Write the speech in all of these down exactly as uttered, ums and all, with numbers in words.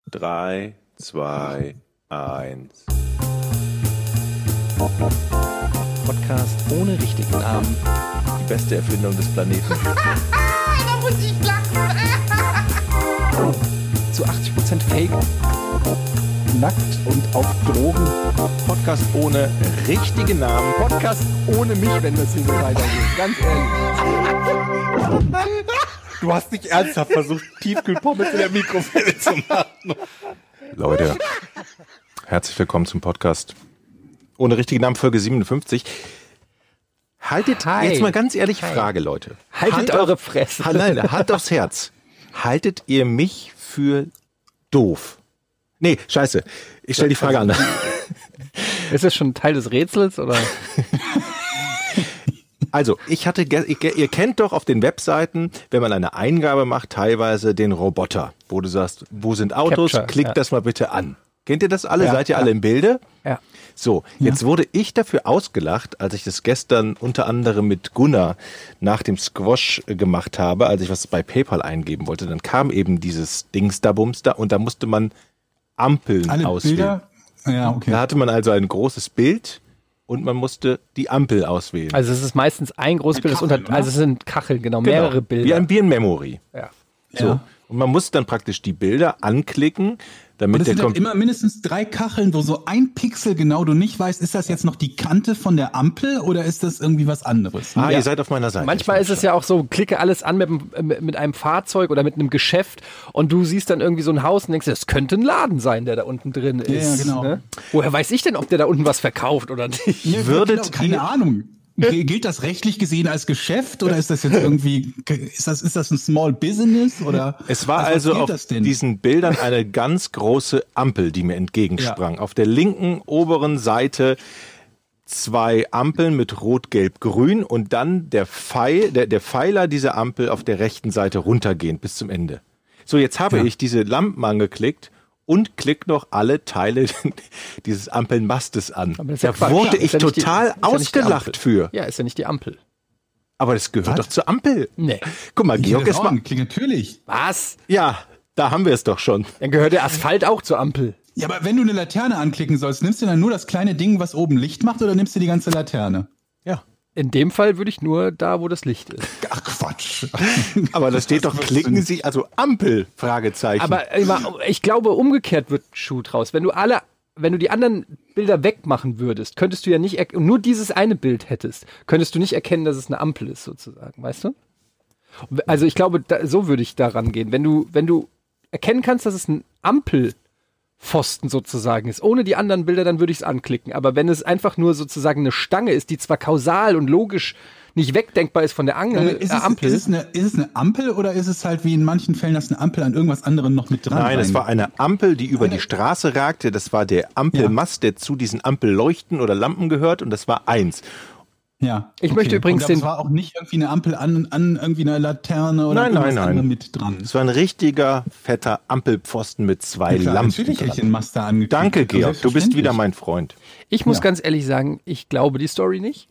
drei, zwei, eins. Podcast ohne richtigen Namen. Die beste Erfindung des Planeten. Da muss ich lachen. Zu achtzig Prozent Fake. Nackt und auf Drogen. Podcast ohne richtigen Namen. Podcast ohne mich, wenn das hier so weitergeht. Ganz ehrlich. Du hast nicht ernsthaft versucht, Tiefkühlpommes in der Mikrowelle zu machen. Leute, herzlich willkommen zum Podcast ohne richtigen Namen, Folge siebenundfünfzig. Haltet, Hi. jetzt mal ganz ehrlich, Hi. Frage, Leute. Haltet Hand eure auf, Fresse. Nein, Hand aufs Herz. Haltet ihr mich für doof? Nee, scheiße. Ich stelle die Frage an. Ist das schon Teil des Rätsels, oder? Also, ich hatte, ihr kennt doch auf den Webseiten, wenn man eine Eingabe macht, teilweise den Roboter, wo du sagst, wo sind Autos, Capture, klickt ja. das mal bitte an. Kennt ihr das alle? Ja, Seid ihr ja. alle im Bilde? Ja. So, jetzt wurde ich dafür ausgelacht, als ich das gestern unter anderem mit Gunnar nach dem Squash gemacht habe, als ich was bei PayPal eingeben wollte. Dann kam eben dieses Dings da Bums da und da musste man Ampeln Alle auswählen. Bilder? Ja, okay. Da hatte man also ein großes Bild und man musste die Ampel auswählen. Also es ist meistens ein großes Bild, das unter, Kacheln, oder? also es sind Kacheln, genau, Genau. mehrere Bilder. Wie ein Birnen-Memory. Ja. So. Ja. Und man muss dann praktisch die Bilder anklicken, damit Und es der sind halt kommt. immer mindestens drei Kacheln, wo so ein Pixel genau du nicht weißt, ist das jetzt noch die Kante von der Ampel oder ist das irgendwie was anderes? Ah, Ja. ihr seid auf meiner Seite. Manchmal ist es ja auch so, klicke alles an mit, mit, mit einem Fahrzeug oder mit einem Geschäft und du siehst dann irgendwie so ein Haus und denkst, das könnte ein Laden sein, der da unten drin ist. Ja, genau. Ne? Woher weiß ich denn, ob der da unten was verkauft oder nicht? Ja, Würdet genau, keine ihr- Ahnung. G- Gilt das rechtlich gesehen als Geschäft oder ist das jetzt irgendwie, ist das, ist das ein Small Business oder? Es war was also gilt auf das denn? diesen Bildern eine ganz große Ampel, die mir entgegensprang. Auf der linken oberen Seite zwei Ampeln mit Rot, Gelb, Grün und dann der Pfeil, der, der Pfeiler dieser Ampel auf der rechten Seite runtergehend bis zum Ende. So, jetzt habe Ja. ich diese Lampen angeklickt und klick noch alle Teile dieses Ampelmastes an. Aber das ist ja Da Quatsch. wurde Ist ich ja nicht die- total ist ja nicht die ausgelacht Ampel. für. Ja, ist ja nicht die Ampel. Aber das gehört Was? doch zur Ampel. Nee. Guck mal, Georg, das jetzt auch mal. anklicken, natürlich. Was? Ja, da haben wir es doch schon. Dann gehört der Asphalt auch zur Ampel. Ja, aber wenn du eine Laterne anklicken sollst, nimmst du dann nur das kleine Ding, was oben Licht macht oder nimmst du die ganze Laterne? Ja. In dem Fall würde ich nur da, wo das Licht ist. Ach Quatsch. Aber da steht doch, wirst du klicken nicht. Sie, also Ampel, Fragezeichen. Aber immer, ich glaube, umgekehrt wird ein Schuh draus. Wenn du alle, wenn du die anderen Bilder wegmachen würdest, könntest du ja nicht, er- und nur dieses eine Bild hättest, könntest du nicht erkennen, dass es eine Ampel ist, sozusagen, weißt du? Also ich glaube, da, so würde ich daran gehen. Wenn du, wenn du erkennen kannst, dass es ein Ampelpfosten sozusagen ist, ohne die anderen Bilder, dann würde ich es anklicken. Aber wenn es einfach nur sozusagen eine Stange ist, die zwar kausal und logisch nicht wegdenkbar ist von der Angel, ist, äh, es, Ampel. ist, es eine, ist es eine Ampel oder ist es halt wie in manchen Fällen, dass eine Ampel an irgendwas anderem noch mit dran Nein, es war eine Ampel, die über die Straße ragte. Das war der Ampelmast, der zu diesen Ampelleuchten oder Lampen gehört. Und das war eins. Ja. Ich möchte übrigens Und das den- war auch nicht irgendwie eine Ampel an, an irgendwie einer Laterne oder Nein, nein, irgendwas nein. anderem mit dran. Es war ein richtiger, fetter Ampelpfosten mit zwei Klar, Lampen natürlich hätte ich dran. den Master angeklickt. Danke, Georg. Du bist wieder mein Freund. Ich muss Ja. ganz ehrlich sagen, ich glaube die Story nicht.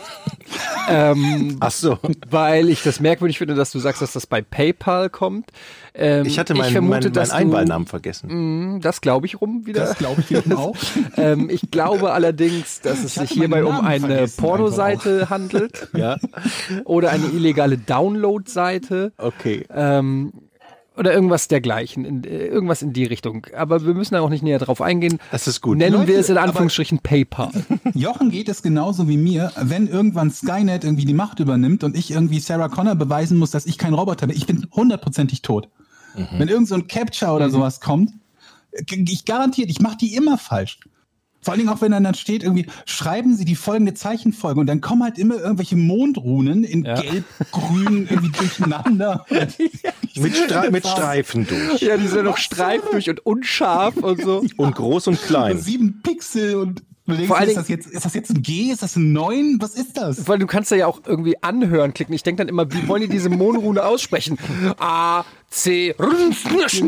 ähm, Ach so. weil ich das merkwürdig finde, dass du sagst, dass das bei PayPal kommt. Ähm, Ich hatte meinen vermute, mein, mein dass du- Einwahlnamen vergessen. Mh, Das glaube ich rum wieder. Das glaube ich wiederum auch. ähm, ich glaube allerdings, dass es Ich hatte sich hierbei meinen um Namen eine vergessen, Pornoseite handelt Ja, oder eine illegale Download-Seite okay. ähm, oder irgendwas dergleichen, in, äh, irgendwas in die Richtung. Aber wir müssen da auch nicht näher drauf eingehen. Das ist gut. Nennen wir Leute, es in aber- Anführungsstrichen PayPal. Jochen geht es genauso wie mir, wenn irgendwann Skynet irgendwie die Macht übernimmt und ich irgendwie Sarah Connor beweisen muss, dass ich kein Roboter bin. Ich bin hundertprozentig tot. Wenn irgend so ein Capture oder sowas kommt, ich garantiert, ich mache die immer falsch. Vor allen Dingen auch, wenn dann, dann steht irgendwie, schreiben Sie die folgende Zeichenfolge und dann kommen halt immer irgendwelche Mondrunen in Ja. gelb, grün, irgendwie durcheinander. Mit, Stre mit Streifen durch. Ja, die sind noch streif durch und unscharf und so. Und groß und klein. Sieben Pixel und du denkst, Vor allen ist, das jetzt, ist das jetzt ein G? Ist das ein neun? Was ist das? Weil du kannst da ja auch irgendwie anhören klicken. Ich denke dann immer, wie wollen die diese Mondrune aussprechen? A, C,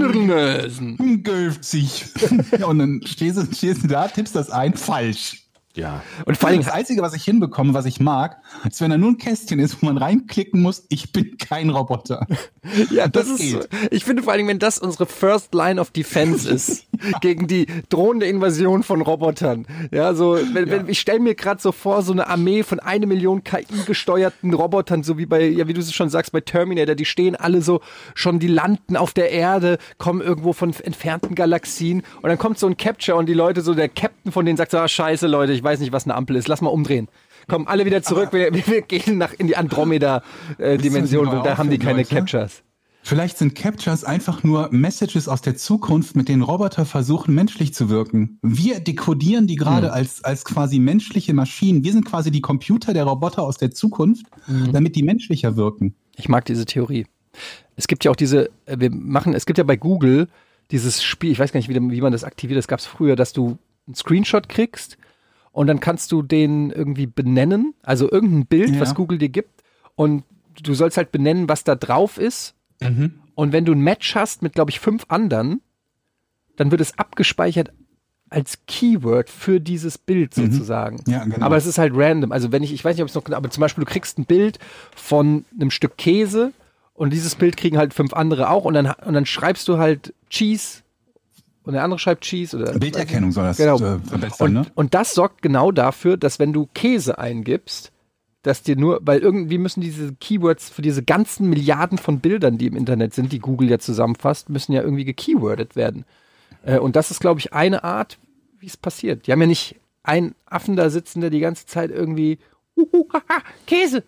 Schnirnösen. Gelft sich. Ja, und dann stehst du, stehst du da, tippst das ein, falsch. Ja. Und vor allem, Das Einzige, was ich hinbekomme, was ich mag, ist, wenn da nur ein Kästchen ist, wo man reinklicken muss, ich bin kein Roboter. ja, das, das ist, geht. ich finde vor allem, wenn das unsere First Line of Defense ist, gegen die drohende Invasion von Robotern. Ja, so, wenn, wenn, ich stelle mir gerade so vor, so eine Armee von eine Million K I-gesteuerten Robotern, so wie bei, ja, wie du es schon sagst, bei Terminator, die stehen alle so schon, die landen auf der Erde, kommen irgendwo von entfernten Galaxien und dann kommt so ein Capture und die Leute, so der Captain von denen sagt so, ah, scheiße, Leute, ich weiß nicht, was eine Ampel ist, lass mal umdrehen. Kommen alle wieder zurück, wir, wir gehen nach in die Andromeda-Dimension, äh, da haben die keine Leute? Captures. Vielleicht sind Captures einfach nur Messages aus der Zukunft, mit denen Roboter versuchen, menschlich zu wirken. Wir dekodieren die gerade Hm. als, als quasi menschliche Maschinen. Wir sind quasi die Computer der Roboter aus der Zukunft, Hm. damit die menschlicher wirken. Ich mag diese Theorie. Es gibt ja auch diese, äh, wir machen, es gibt ja bei Google dieses Spiel, ich weiß gar nicht, wie, wie man das aktiviert, das gab es früher, dass du einen Screenshot kriegst und dann kannst du den irgendwie benennen, also irgendein Bild, Ja. was Google dir gibt und du sollst halt benennen, was da drauf ist Mhm. und wenn du ein Match hast mit, glaube ich, fünf anderen, dann wird es abgespeichert als Keyword für dieses Bild sozusagen. Ja, genau. Aber es ist halt random. Also wenn ich, ich weiß nicht, ob es noch genau, aber zum Beispiel du kriegst ein Bild von einem Stück Käse und dieses Bild kriegen halt fünf andere auch und dann, und dann schreibst du halt Cheese und der andere schreibt Cheese oder Bilderkennung soll das Genau. äh, verbessern, und, ne? und das sorgt genau dafür, dass wenn du Käse eingibst, dass dir nur, weil irgendwie müssen diese Keywords für diese ganzen Milliarden von Bildern, die im Internet sind, die Google ja zusammenfasst, müssen ja irgendwie gekeywordet werden. Äh, und das ist, glaube ich, eine Art, wie es passiert. Die haben ja nicht einen Affen da sitzen, der die ganze Zeit irgendwie uhu, haha, Käse.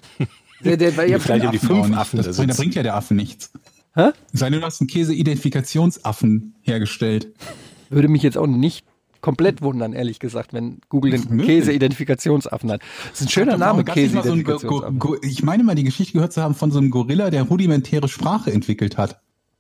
der, der, der, ja, Vielleicht um die Affen fünf auch nicht. Affen da Das bringt, da sitzen. bringt ja der Affe nichts. Hä? Sei denn, du hast einen Käse-Identifikationsaffen hergestellt. Würde mich jetzt auch nicht komplett wundern, ehrlich gesagt, wenn Google den Möglich. Käse-Identifikationsaffen hat. Das ist ein schöner Name, Gab's nicht mal so ein Go- Käse-Identifikationsaffen. Go- Ich meine mal, die Geschichte gehört zu haben von so einem Gorilla, der rudimentäre Sprache entwickelt hat.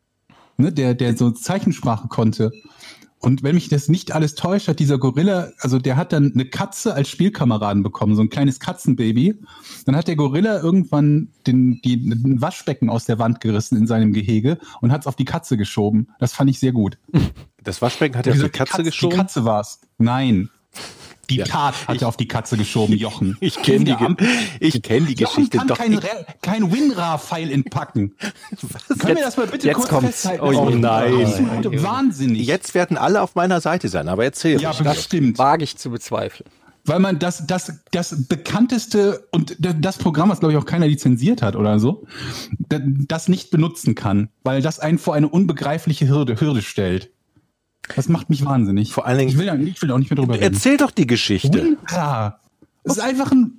Ne, der, der so Zeichensprache konnte. Und wenn mich das nicht alles täuscht, hat dieser Gorilla, also der hat dann eine Katze als Spielkameraden bekommen, so ein kleines Katzenbaby. Dann hat der Gorilla irgendwann den, die, ein Waschbecken aus der Wand gerissen in seinem Gehege und hat es auf die Katze geschoben. Das fand ich sehr gut. Das Waschbecken hat er auf die Katze geschoben? Die Katze war's. Nein. Die Ja. Tat hat er auf die Katze geschoben, Jochen. Ich kenne die, Der Ge Ampel- ich kenn die Jochen Geschichte kann doch kein, nicht. Re- kein WinRAR-File entpacken. Können wir das mal bitte jetzt kurz kommt's. festhalten? Oh, Das ist nein. absolut wahnsinnig. Jetzt werden alle auf meiner Seite sein, aber erzähl ja, ruhig. bestimmt. Wage ich zu bezweifeln. Weil man das, das, das bekannteste und d- das Programm, was glaube ich auch keiner lizenziert hat oder so, d- das nicht benutzen kann, weil das einen vor eine unbegreifliche Hürde, Hürde stellt. Das macht mich wahnsinnig. Vor allen Dingen- ich will, ja- ich will auch nicht mehr drüber reden. Erzähl doch die Geschichte. WinRAR. Das ist einfach ein,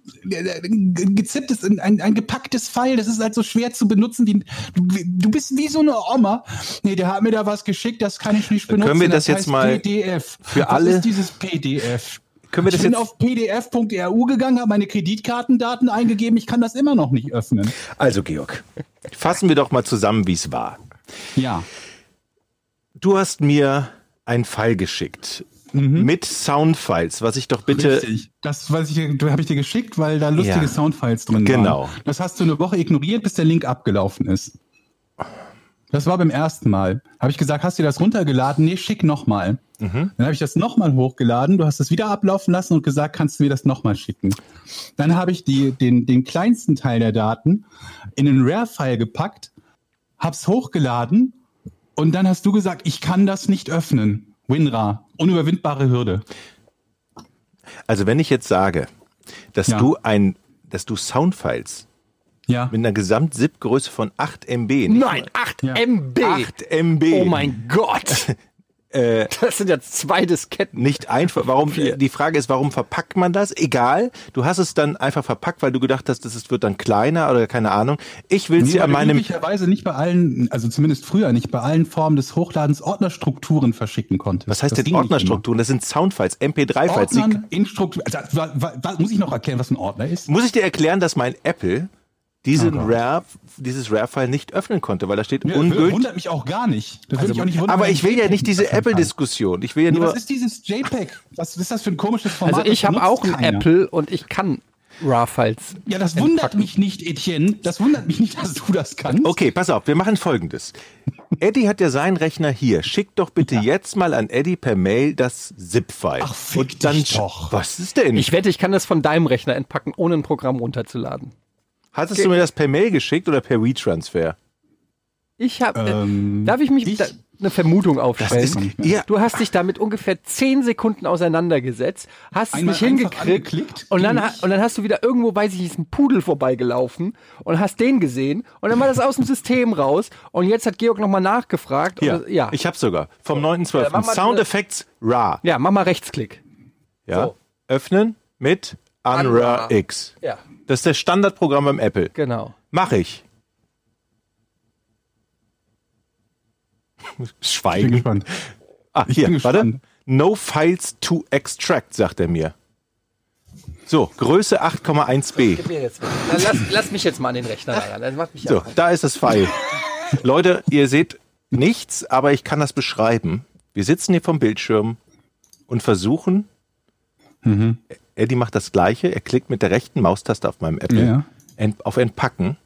ein gezipptes, ein, ein, ein gepacktes File. Das ist halt so schwer zu benutzen. Wie, du, du bist wie so eine Oma. Nee, der hat mir da was geschickt, das kann ich nicht Dann benutzen. können wir das das jetzt heißt mal P D F. für was alle- ist dieses P D F? Können wir das ich bin jetzt- auf p d f punkt r u gegangen, habe meine Kreditkartendaten eingegeben. Ich kann das immer noch nicht öffnen. Also, Georg, fassen wir doch mal zusammen, wie es war. Ja. Du hast mir ein File geschickt mit Soundfiles, was ich doch bitte... Richtig. Das weiß ich, dir- habe ich dir geschickt, weil da lustige Ja. Soundfiles drin Genau. waren. Das hast du eine Woche ignoriert, bis der Link abgelaufen ist. Das war beim ersten Mal. Habe ich gesagt, hast du das runtergeladen? Nee, schick nochmal. Dann habe ich das nochmal hochgeladen. Du hast es wieder ablaufen lassen und gesagt, kannst du mir das nochmal schicken. Dann habe ich die, den, den kleinsten Teil der Daten in einen RAR-File gepackt, hab's hochgeladen und dann hast du gesagt, ich kann das nicht öffnen. WinRAR. Unüberwindbare Hürde. Also wenn ich jetzt sage, dass Ja. du ein, dass du Soundfiles Ja. mit einer Gesamt-S I P-Größe von acht Megabyte, nicht Nein, acht Ja. Megabyte. acht Megabyte, Oh mein Gott. Das sind ja zwei Disketten. nicht einfach, warum, Vier. die Frage ist, warum verpackt man das? Egal, du hast es dann einfach verpackt, weil du gedacht hast, das ist, wird dann kleiner oder keine Ahnung. Ich will es Nee, dir weil an du meinem, üblicherweise nicht bei allen, also zumindest früher nicht bei allen Formen des Hochladens Ordnerstrukturen verschicken konntest. was heißt Das denn ging nicht Ordnerstrukturen? Das sind Soundfiles, M P drei immer. Files. Die- Ordnern, Instrukturen. Also, wa, wa, wa, muss ich noch erklären, was ein Ordner ist? Muss ich dir erklären, dass mein Apple diesen Oh Gott. RAR, dieses RAR-File nicht öffnen konnte, weil da steht Ja, ungültig. wundert mich auch gar nicht. Das würde mich auch nicht wundern. Aber wenn ich will ja JPEG nicht diese öffnen kann. Apple-Diskussion. Ich will ja Nee, nur. was ist dieses JPEG? Was ist das für ein komisches Format? Also ich Das habe benutzt auch ein keiner. Apple und ich kann RAW-Files. Ja, das wundert mich nicht, Etienne. Das wundert mich nicht, dass du das kannst. Okay, pass auf, wir machen Folgendes. Eddie hat ja seinen Rechner hier. Schick doch bitte Ja. jetzt mal an Eddie per Mail das ZIP-File. Ach, fick Und dann dich doch. Was ist denn? Ich wette, ich kann das von deinem Rechner entpacken, ohne ein Programm runterzuladen. Hattest du mir das per Mail geschickt oder per WeTransfer? Ich habe, Ähm, äh, darf ich mich ich- da, eine Vermutung aufstellen? ist- ja. Du hast dich damit ungefähr zehn Sekunden auseinandergesetzt, hast es Einmal nicht einfach hingekriegt angeklickt, und dann, ging ha- nicht. und dann hast du wieder irgendwo, weiß ich nicht, ein Pudel vorbeigelaufen und hast den gesehen und dann war das aus dem System raus und jetzt hat Georg nochmal nachgefragt. Ja, Und das, ja. ich hab's sogar. Vom neunten zwölften Ja, mach mal Sound diese- Effects RAW. ja, mach mal Rechtsklick. Ja. So. Öffnen mit Unraw Unraw. X. Ja, Das ist das Standardprogramm beim Apple. genau. Mach ich. Ich bin Schweigen. gespannt. Ah, Ich hier, bin warte. gespannt. No files to extract, sagt er mir. So, Größe acht Komma eins b. Gib mir jetzt. Dann lass, lass mich jetzt mal an den Rechner ran. Das macht mich So, ja. da ist das File. Leute, ihr seht nichts, aber ich kann das beschreiben. Wir sitzen hier vom Bildschirm und versuchen, Mhm. Eddie macht das Gleiche, er klickt mit der rechten Maustaste auf meinem Apple Ja. ent, auf Entpacken.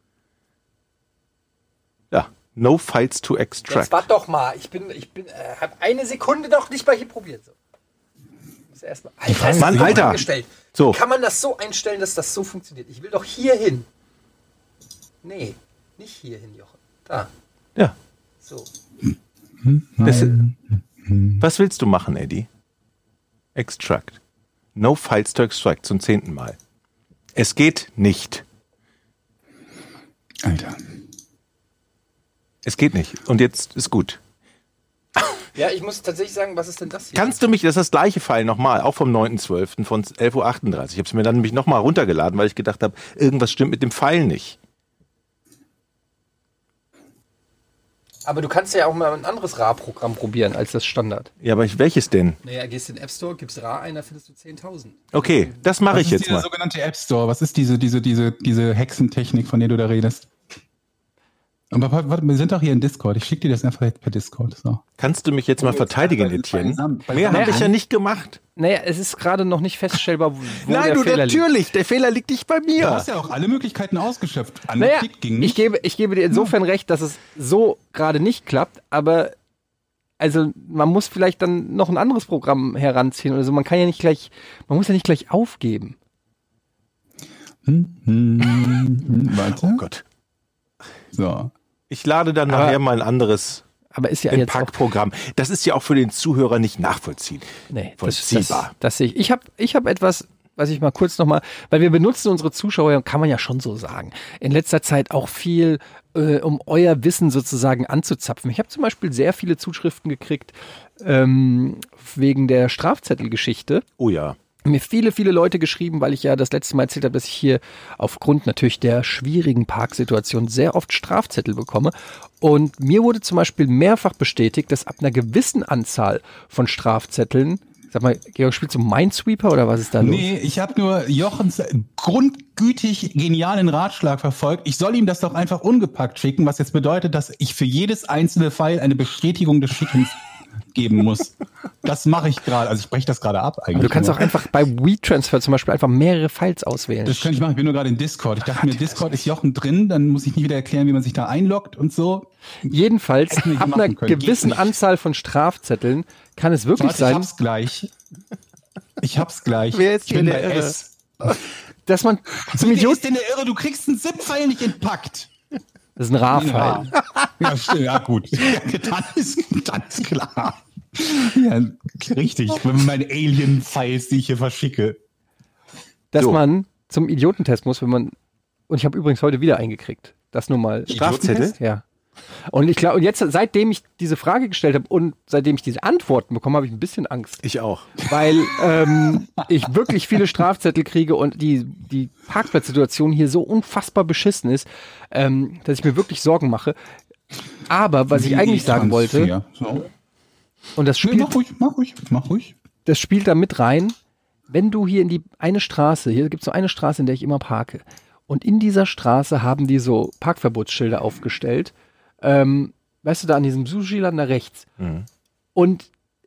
Ja, no files to Jetzt extract. warte doch mal. Ich bin, ich bin, äh, hab eine Sekunde noch nicht mal hier probiert. So. Muss erst mal. Alter, ist Mann, das so Alter. eingestellt. So. Wie kann man das so einstellen, dass das so funktioniert? Ich will doch hier hin. Nee, nicht hier hin, Jochen. Da. Ja. So. Das, was willst du machen, Eddie? Extract. No files to extract zum zehnten Mal. Es geht nicht. Alter. Es geht nicht. Und jetzt ist gut. Ja, ich muss tatsächlich sagen, was ist denn das hier? Kannst du mich, das ist das gleiche File nochmal, auch vom neunten zwölften von elf Uhr achtunddreißig. Ich habe es mir dann nämlich nochmal runtergeladen, weil ich gedacht habe, irgendwas stimmt mit dem File nicht. Aber du kannst ja auch mal ein anderes RAW-Programm probieren als das Standard. Ja, aber ich, welches denn? Naja, gehst in den App Store, gibst RAW ein, da findest du zehntausend. Okay, das mache Was ich ist jetzt dieser mal. sogenannte App Store? Was ist diese, diese, diese, diese Hexentechnik, von der du da redest? Aber warte, warte, wir sind doch hier in Discord. Ich schicke dir das einfach jetzt per Discord. So. Kannst du mich jetzt mal verteidigen, bei- Etienne? beisammen- Mehr beisammen. habe ich ja nicht gemacht. Naja, es ist gerade noch nicht feststellbar, wo Nein, der du, Fehler liegt. natürlich, der Fehler liegt nicht bei Du mir. hast ja auch alle Möglichkeiten ausgeschöpft. Naja, Angeklickt ging ich nicht. gebe, ich gebe dir insofern recht, dass es so gerade nicht klappt, aber also man muss vielleicht dann noch ein anderes Programm heranziehen oder so. Man kann ja nicht gleich, man muss ja nicht gleich aufgeben. Hm, hm, hm, warte. Oh Gott. So. Ich lade dann Aber- nachher mal ein anderes Aber ist ja jetzt auch, Entpackprogramm. Das ist ja auch für den Zuhörer nicht nachvollziehbar. nee, das, das, Vollziehbar. das sehe ich. Ich habe ich hab etwas, was ich mal kurz nochmal, weil wir benutzen unsere Zuschauer, kann man ja schon so sagen, in letzter Zeit auch viel, äh, um euer Wissen sozusagen anzuzapfen. Ich habe zum Beispiel sehr viele Zuschriften gekriegt ähm, wegen der Strafzettelgeschichte. Oh ja. Mir viele, viele Leute geschrieben, weil ich ja das letzte Mal erzählt habe, dass ich hier aufgrund natürlich der schwierigen Parksituation sehr oft Strafzettel bekomme. Und mir wurde zum Beispiel mehrfach bestätigt, dass ab einer gewissen Anzahl von Strafzetteln, sag mal, Georg, spielst du Minesweeper oder was ist da los? Nee, ich habe nur Jochens grundgütig genialen Ratschlag verfolgt. Ich soll ihm das doch einfach ungepackt schicken, was jetzt bedeutet, dass ich für jedes einzelne File eine Bestätigung des Schickens geben muss. Das mache ich gerade. Also ich breche das gerade ab eigentlich. Du kannst nur. auch einfach bei WeTransfer zum Beispiel einfach mehrere Files auswählen. Das könnte ich machen. Ich bin nur gerade in Discord. Ich dachte mir, Discord ist Jochen drin, dann muss ich nicht wieder erklären, wie man sich da einloggt und so. Jedenfalls, Hätten wir ab machen einer können. Geht gewissen nicht. Anzahl von Strafzetteln kann es wirklich Warte, ich sein, hab's gleich. Ich hab's gleich. Wer ist ich bin hier bei der Irre? S. dass man zum Wer Idiot, ist denn der Irre? Du kriegst einen ZIP-File nicht entpackt. das ist ein RAW-File. Ja, stimmt. Ja, gut. Dann ist, dann ist klar. Ja, richtig. Meine Alien-Files, die ich hier verschicke. Dass So. man zum Idiotentest muss, wenn man, und ich habe übrigens heute wieder eingekriegt, das nur mal. Strafzettel? Ja. Und ich glaube, und jetzt, seitdem ich diese Frage gestellt habe und seitdem ich diese Antworten bekomme, habe ich ein bisschen Angst. Ich auch. Weil ähm, ich wirklich viele Strafzettel kriege und die, die Parkplatzsituation hier so unfassbar beschissen ist, ähm, dass ich mir wirklich Sorgen mache. Aber was ich eigentlich sagen wollte, So. und das Nee, spielt, mach ruhig, mach ruhig, mach ruhig. das spielt da mit rein, wenn du hier in die eine Straße, hier gibt es so eine Straße, in der ich immer parke, und in dieser Straße haben die so Parkverbotsschilder aufgestellt, ähm, weißt du, da an diesem Sushi-Laden da rechts. Mhm. Und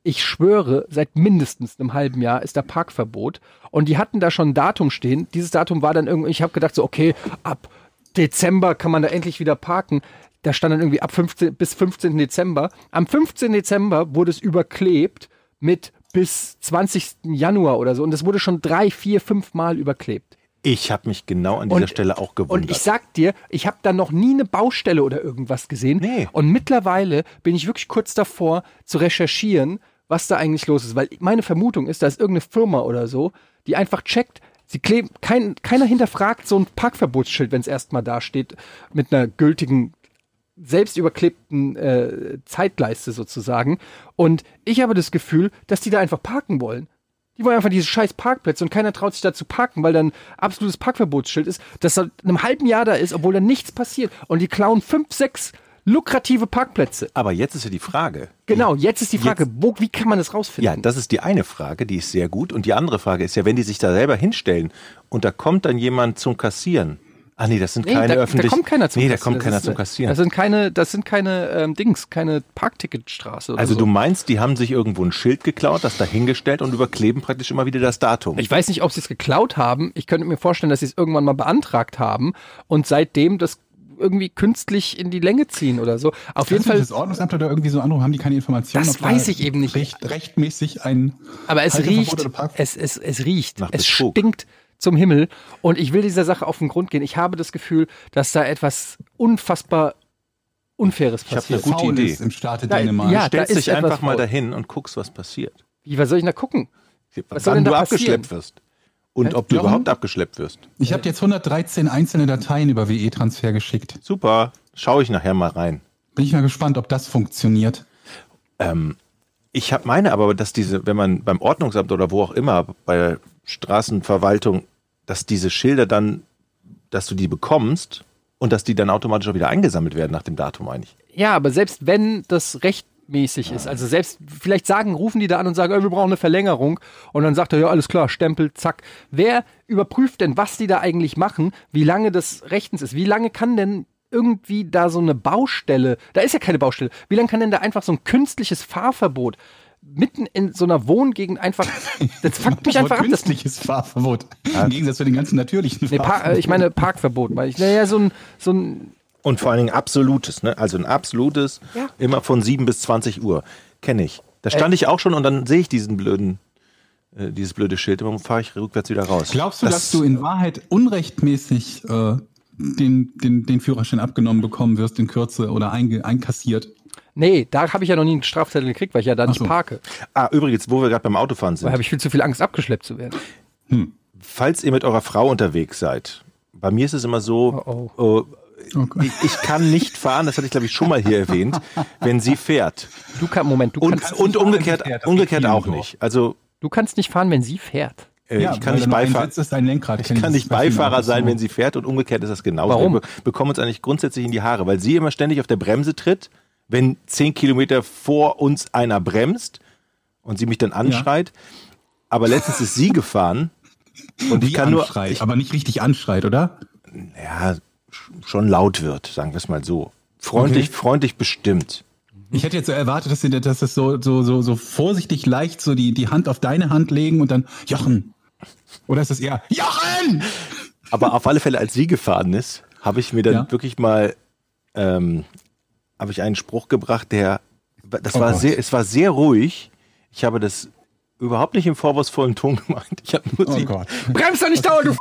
ich schwöre, seit mindestens einem halben Jahr ist da Parkverbot. Und die hatten da schon ein Datum stehen. Dieses Datum war dann irgendwie, ich habe gedacht so, okay, ab Dezember kann man da endlich wieder parken. Da stand dann irgendwie ab fünfzehnten bis fünfzehnten Dezember. Am fünfzehnten Dezember wurde es überklebt mit bis zwanzigsten Januar oder so. Und es wurde schon drei, vier, fünf Mal überklebt. Ich habe mich genau an dieser Und- Stelle auch gewundert. Und ich sag dir, ich habe da noch nie eine Baustelle oder irgendwas gesehen. Nee. Und mittlerweile bin ich wirklich kurz davor zu recherchieren, was da eigentlich los ist. Weil meine Vermutung ist, da ist irgendeine Firma oder so, die einfach checkt, sie kleben, kein, keiner hinterfragt so ein Parkverbotsschild, wenn es erstmal da steht, mit einer gültigen, selbst überklebten äh, Zeitleiste sozusagen. Und ich habe das Gefühl, dass die da einfach parken wollen. Die wollen einfach diese scheiß Parkplätze und keiner traut sich da zu parken, weil dann absolutes Parkverbotsschild ist, das seit einem halben Jahr da ist, obwohl da nichts passiert. Und die klauen fünf, sechs lukrative Parkplätze. Aber jetzt ist ja die Frage. Genau, jetzt ist die Frage, wo, wie kann man das rausfinden? Ja, das ist die eine Frage, die ist sehr gut. Und die andere Frage ist ja, wenn die sich da selber hinstellen und da kommt dann jemand zum Kassieren. Ah nee, das sind Nee, keine da, öffentlichen... da kommt keiner zum Nee, da Kassieren. kommt Das keiner ist, zum äh, Kassieren. Das sind keine, das sind keine ähm, Dings, keine Parkticketstraße oder Also so. du meinst, die haben sich irgendwo ein Schild geklaut, das da hingestellt und überkleben praktisch immer wieder das Datum. Ich weiß nicht, ob sie es geklaut haben. Ich könnte mir vorstellen, dass sie es irgendwann mal beantragt haben und seitdem das irgendwie künstlich in die Länge ziehen oder so. Auf jeden Fall. Das Ordnungsamt oder irgendwie so Anruf, haben die keine Informationen? Das ob weiß da ich eben nicht. Recht, rechtmäßig ein Aber es Halteverbot riecht, oder Park- es, es, es riecht, Nach es Betrug. stinkt zum Himmel und ich will dieser Sache auf den Grund gehen. Ich habe das Gefühl, dass da etwas unfassbar Unfaires Ich hab passiert. eine gute Faul Idee. ist im Staate Da- Dänemark. ja, da Stellst ist dich etwas einfach mal faul. dahin und guckst, was passiert. Wie, was soll ich da gucken? Was soll Wann denn du da abgeschleppt passieren? wirst. Und Hä? ob du Warum? überhaupt abgeschleppt wirst. Ich habe jetzt hundertdreizehn einzelne Dateien über W E-Transfer geschickt. Super, schaue ich nachher mal rein. Bin ich mal gespannt, ob das funktioniert. Ähm, ich habe meine aber, dass diese, wenn man beim Ordnungsamt oder wo auch immer, bei der Straßenverwaltung, dass diese Schilder dann, dass du die bekommst und dass die dann automatisch auch wieder eingesammelt werden nach dem Datum eigentlich. Ja, aber selbst wenn das rechtmäßig ist, also selbst, vielleicht sagen, rufen die da an und sagen, äh, wir brauchen eine Verlängerung und dann sagt er, ja, alles klar, Stempel, zack. Wer überprüft denn, was die da eigentlich machen, wie lange das rechtens ist? Wie lange kann denn irgendwie da so eine Baustelle, da ist ja keine Baustelle, wie lange kann denn da einfach so ein künstliches Fahrverbot mitten in so einer Wohngegend einfach, das fuckt mich einfach ab. Das, Künstliches Fahrverbot. Im Gegensatz zu den ganzen natürlichen nee, Par- äh, ich meine Parkverbot, meine ich. Naja, so ein, so ein Und vor allen Dingen absolutes, ne? Also ein absolutes, Ja. immer von sieben bis zwanzig Uhr. Kenne ich. Da stand ich auch schon und dann sehe ich diesen blöden, äh, dieses blöde Schild und dann fahre ich rückwärts wieder raus. Glaubst du, dass du in Wahrheit unrechtmäßig äh, den, den, den Führerschein abgenommen bekommen wirst in Kürze oder einge, einkassiert? Nee, da habe ich ja noch nie einen Strafzettel gekriegt, weil ich ja da nicht so. parke. Ah, übrigens, wo wir gerade beim Autofahren Da sind. habe ich viel zu viel Angst, abgeschleppt zu werden. Falls ihr mit eurer Frau unterwegs seid, bei mir ist es immer so, Oh, oh, Oh Gott. ich, ich kann nicht fahren, das hatte ich glaube ich schon mal hier erwähnt, wenn sie fährt. Du kannst, Moment, du Und, kannst, und nicht fahren, umgekehrt, wenn sie fährt, das umgekehrt geht auch vielen so. nicht. Also du kannst nicht fahren, wenn sie fährt. äh, ich kann nicht Beifahrer. Sitz ist ein Lenkrad. Ich kann nicht Beifahrer sein, wenn sie fährt und umgekehrt ist das genauso. Warum? Wir be- bekommen uns eigentlich grundsätzlich in die Haare, weil sie immer ständig auf der Bremse tritt, wenn zehn Kilometer vor uns einer bremst und sie mich dann anschreit. Aber letztens ist sie gefahren und ich die kann nur, anschreit, ich, aber nicht richtig anschreit, oder? ja, sch- schon laut wird, sagen wir es mal so. Freundlich, Okay. freundlich bestimmt. Ich hätte jetzt so erwartet, dass sie dass das so, so, so, so vorsichtig leicht so die, die Hand auf deine Hand legen und dann Jochen. Oder ist das eher Jochen? Aber auf alle Fälle, als sie gefahren ist, habe ich mir dann Ja. wirklich mal, ähm, habe ich einen Spruch gebracht, der, das Oh war Gott. sehr, es war sehr ruhig. Ich habe das überhaupt nicht im vorwurfsvollen Ton gemeint. Ich habe nur Oh sie, Gott. Bremst doch nicht dauernd, du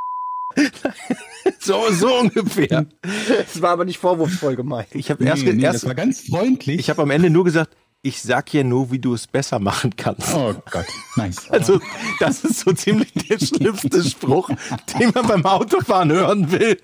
so, so ungefähr. Das war aber nicht vorwurfsvoll gemeint. Ich habe erst, Nee, nee, erst das war ganz freundlich. ich habe am Ende nur gesagt, ich sag dir nur, wie du es besser machen kannst. Oh Gott, nice. Also, das ist so ziemlich der schlimmste Spruch, den man beim Autofahren hören will.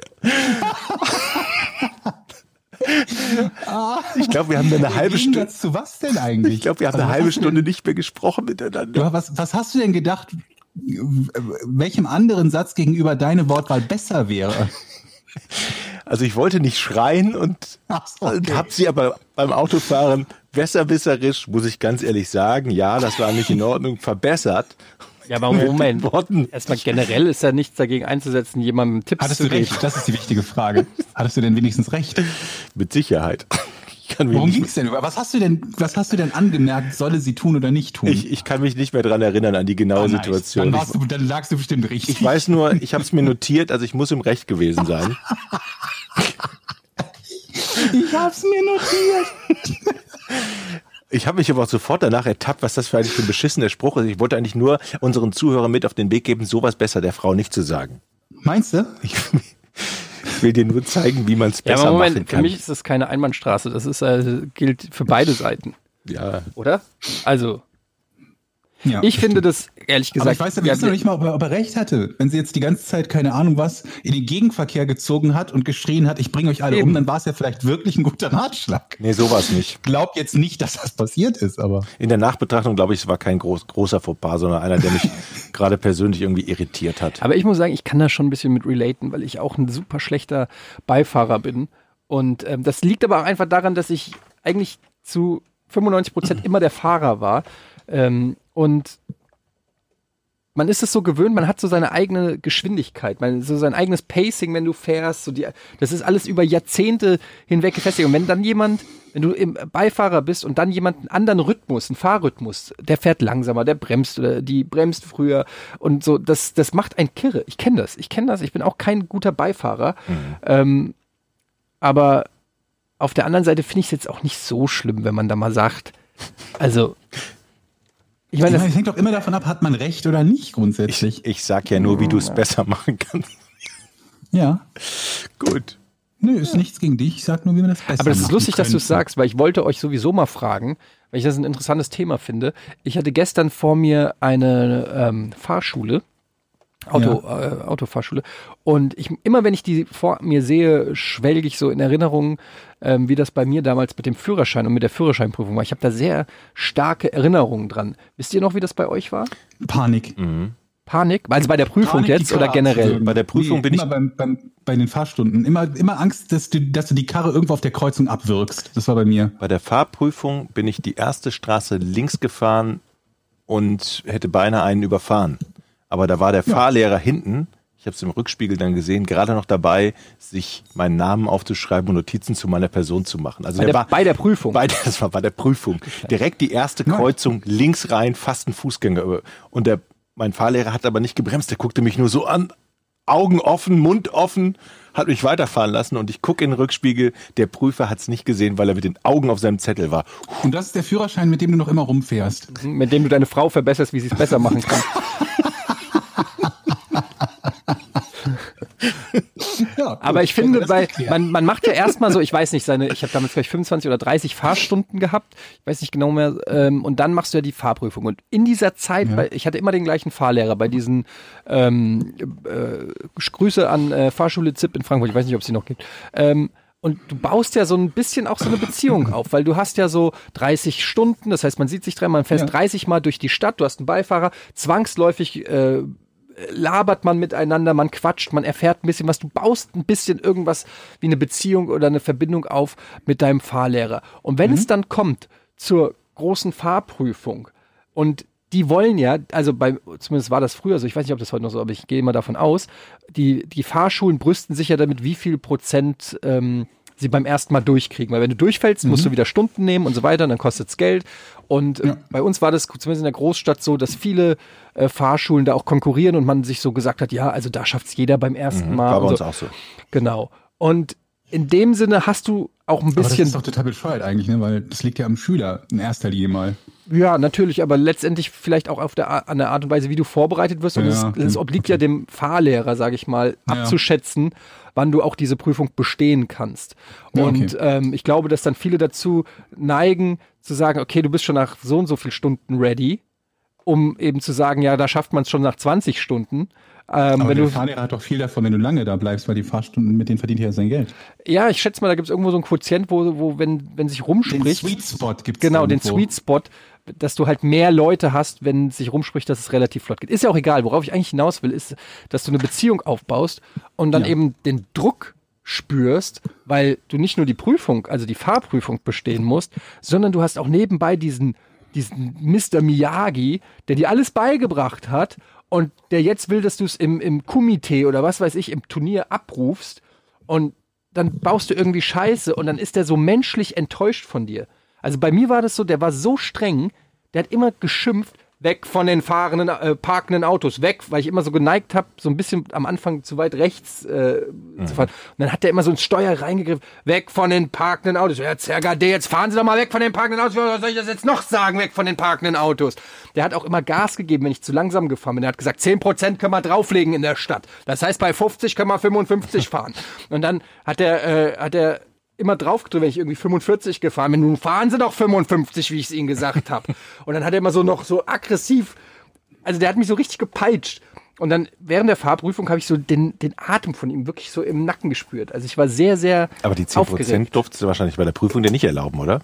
Ich glaube, wir haben eine halbe Im Stunde, Gegensatz zu was denn eigentlich? ich glaube, wir haben Also eine was halbe hast du Stunde denn- nicht mehr gesprochen miteinander. Du, was, was hast du denn gedacht, welchem anderen Satz gegenüber deine Wortwahl besser wäre? Also ich wollte nicht schreien und, Ach so, und okay. habe sie aber beim Autofahren besserwisserisch, muss ich ganz ehrlich sagen, ja, das war nicht in Ordnung, verbessert. Ja, aber Moment. Worten. Erstmal generell ist ja nichts dagegen einzusetzen, jemandem Tipps Hattest zu du geben. recht? Das ist die wichtige Frage. Hattest du denn wenigstens recht? Mit Sicherheit. kann mich Worum nicht, ging's denn? Was hast du denn, was hast du denn angemerkt, solle sie tun oder nicht tun? ich, ich kann mich nicht mehr dran erinnern an die genaue Ah, nice. Situation. Dann, warst du, dann lagst du bestimmt richtig. Ich weiß nur, ich habe es mir notiert, also ich muss im Recht gewesen sein. Ich hab's mir notiert. Ich habe mich aber auch sofort danach ertappt, was das für eigentlich für ein beschissener Spruch ist. Ich wollte eigentlich nur unseren Zuhörern mit auf den Weg geben, sowas besser der Frau nicht zu sagen. Meinst du? Ich, ich will dir nur zeigen, wie man es Ja, besser aber Moment, machen für kann. mich ist das keine Einbahnstraße. Das ist, äh, gilt für beide Seiten, Ja, oder? Also, Ja, ich das finde stimmt. das, ehrlich Aber gesagt, ich weiß ja, wir ja, wissen noch nicht mal, ob er, ob er recht hatte. Wenn sie jetzt die ganze Zeit, keine Ahnung was, in den Gegenverkehr gezogen hat und geschrien hat, ich bringe euch alle Eben. um, dann war es ja vielleicht wirklich ein guter Ratschlag. nee, sowas nicht. Glaub jetzt nicht, dass das passiert ist, aber. In der Nachbetrachtung glaube ich, es war kein groß, großer Fauxpas, sondern einer, der mich gerade persönlich irgendwie irritiert hat. aber ich muss sagen, ich kann da schon ein bisschen mit relaten, weil ich auch ein super schlechter Beifahrer bin. Und ähm, das liegt aber auch einfach daran, dass ich eigentlich zu fünfundneunzig Prozent immer der Fahrer war. Ähm, und man ist es so gewöhnt, man hat so seine eigene Geschwindigkeit, man, so sein eigenes Pacing, wenn du fährst. So die, das ist alles über Jahrzehnte hinweg gefestigt. Und wenn dann jemand, wenn du im Beifahrer bist und dann jemand einen anderen Rhythmus, einen Fahrrhythmus, der fährt langsamer, der bremst oder die bremst früher und so, das, das macht ein Kirre. Ich kenne das, ich kenne das. Ich bin auch kein guter Beifahrer. Mhm. Ähm, aber auf der anderen Seite finde ich es jetzt auch nicht so schlimm, wenn man da mal sagt, also ich meine, Ich das, meine, es hängt doch immer davon ab, hat man recht oder nicht grundsätzlich. Ich, ich sag ja nur, wie du es besser machen kannst. Ja. Gut. Nö, ist nichts gegen dich. Ich sag nur, wie man das besser aber das ist machen lustig, dass du es könnte. sagst, weil ich wollte euch sowieso mal fragen, weil ich das ein interessantes Thema finde. Ich hatte gestern vor mir eine ähm, Fahrschule, Auto, äh, Autofahrschule, und ich immer wenn ich die vor mir sehe, schwelge ich so in Erinnerungen, ähm, wie das bei mir damals mit dem Führerschein und mit der Führerscheinprüfung war. Ich habe da sehr starke Erinnerungen dran. Wisst ihr noch, wie das bei euch war? Panik. Panik? Also bei der Prüfung Panik, die jetzt oder Karre generell? abzuwürgen. Bei der Prüfung nee, bin ich- immer beim, beim, bei den Fahrstunden. Immer, immer Angst, dass du, dass du die Karre irgendwo auf der Kreuzung abwürgst. Das war bei mir. Bei der Fahrprüfung bin ich die erste Straße links gefahren und hätte beinahe einen überfahren. Aber da war der Fahrlehrer hinten, ich habe es im Rückspiegel dann gesehen, gerade noch dabei, sich meinen Namen aufzuschreiben und Notizen zu meiner Person zu machen. Also Bei der der, war bei der Prüfung. Bei, das war bei der Prüfung. Direkt die erste Kreuzung, links rein, fast ein Fußgänger. Und der, mein Fahrlehrer hat aber nicht gebremst. Der guckte mich nur so an, Augen offen, Mund offen, hat mich weiterfahren lassen. Und ich gucke in den Rückspiegel, der Prüfer hat es nicht gesehen, weil er mit den Augen auf seinem Zettel war. Und das ist der Führerschein, mit dem du noch immer rumfährst. mit dem du deine Frau verbesserst, wie sie es besser machen kann. Ja, Aber ich finde, bei, man, man macht ja erstmal so, ich weiß nicht, seine, ich habe damals vielleicht fünfundzwanzig oder dreißig Fahrstunden gehabt, ich weiß nicht genau mehr, ähm, und dann machst du ja die Fahrprüfung. Und in dieser Zeit, Ja. weil ich hatte immer den gleichen Fahrlehrer bei diesen ähm, äh, Grüße an äh, Fahrschule Zipp in Frankfurt, ich weiß nicht, ob es sie noch gibt. Ähm, Und du baust ja so ein bisschen auch so eine Beziehung auf, weil du hast ja so dreißig Stunden, das heißt, man sieht sich dreimal, man fährt Ja. dreißig Mal durch die Stadt, du hast einen Beifahrer, zwangsläufig äh, labert man miteinander, man quatscht, man erfährt ein bisschen was, du baust ein bisschen irgendwas wie eine Beziehung oder eine Verbindung auf mit deinem Fahrlehrer. Und wenn es dann kommt zur großen Fahrprüfung und die wollen ja, also bei, zumindest war das früher so, ich weiß nicht, ob das heute noch so, aber ich gehe immer davon aus, die, die Fahrschulen brüsten sich ja damit, wie viel Prozent ähm, sie beim ersten Mal durchkriegen. Weil wenn du durchfällst, musst du wieder Stunden nehmen und so weiter, und dann kostet's Geld. Und äh, Ja. bei uns war das zumindest in der Großstadt so, dass viele äh, Fahrschulen da auch konkurrieren und man sich so gesagt hat, ja, also da schafft's jeder beim ersten Mal. War bei und uns so. auch so. Genau. Und in dem Sinne hast du auch ein Aber das bisschen. ist doch total bescheuert eigentlich, ne? Weil das liegt ja am Schüler in erster Linie mal. Ja, natürlich, aber letztendlich vielleicht auch auf der, an der Art und Weise, wie du vorbereitet wirst. Und Ja, es, okay. es obliegt ja dem Fahrlehrer, sage ich mal, Ja. abzuschätzen, wann du auch diese Prüfung bestehen kannst. Ja, okay. Und ähm, ich glaube, dass dann viele dazu neigen, zu sagen, okay, du bist schon nach so und so viel Stunden ready, um eben zu sagen, ja, da schafft man es schon nach zwanzig Stunden. Ähm, Aber wenn der du, Fahrlehrer hat doch viel davon, wenn du lange da bleibst, weil die Fahrstunden, mit denen verdient er ja sein Geld. ja, ich schätze mal, da gibt es irgendwo so einen Quotient, wo, wo wenn, wenn sich Den rumspricht. Sweet Spot gibt's Genau, den irgendwo. Sweet Spot, dass du halt mehr Leute hast, wenn sich rumspricht, dass es relativ flott geht. Ist ja auch egal. Worauf ich eigentlich hinaus will, ist, dass du eine Beziehung aufbaust und dann Ja. eben den Druck spürst, weil du nicht nur die Prüfung, also die Fahrprüfung bestehen musst, sondern du hast auch nebenbei diesen, diesen Mister Miyagi, der dir alles beigebracht hat und der jetzt will, dass du es im, im Kumite oder was weiß ich, im Turnier abrufst. Und dann baust du irgendwie Scheiße und dann ist der so menschlich enttäuscht von dir. Also bei mir war das so, der war so streng, der hat immer geschimpft, weg von den fahrenden, äh, parkenden Autos, weg, weil ich immer so geneigt habe, so ein bisschen am Anfang zu weit rechts äh, mhm. zu fahren. Und dann hat der immer so ins Steuer reingegriffen, weg von den parkenden Autos. Ja, Zergade, jetzt fahren Sie doch mal weg von den parkenden Autos. Was soll ich das jetzt noch sagen, weg von den parkenden Autos? Der hat auch immer Gas gegeben, wenn ich zu langsam gefahren bin. Der hat gesagt, zehn Prozent können wir drauflegen in der Stadt. Das heißt, bei fünfzig können wir fünfundfünfzig fahren. Und dann hat der, äh, hat der immer drauf gedrückt, wenn ich irgendwie fünfundvierzig gefahren bin. Nun fahren Sie doch fünfundfünfzig, wie ich es Ihnen gesagt habe. Und dann hat er immer so noch so aggressiv, also der hat mich so richtig gepeitscht. Und dann während der Fahrprüfung habe ich so den, den Atem von ihm wirklich so im Nacken gespürt. Also ich war sehr, sehr Aber die zehn Prozent aufgeregt. durftest du wahrscheinlich bei der Prüfung dir nicht erlauben, oder?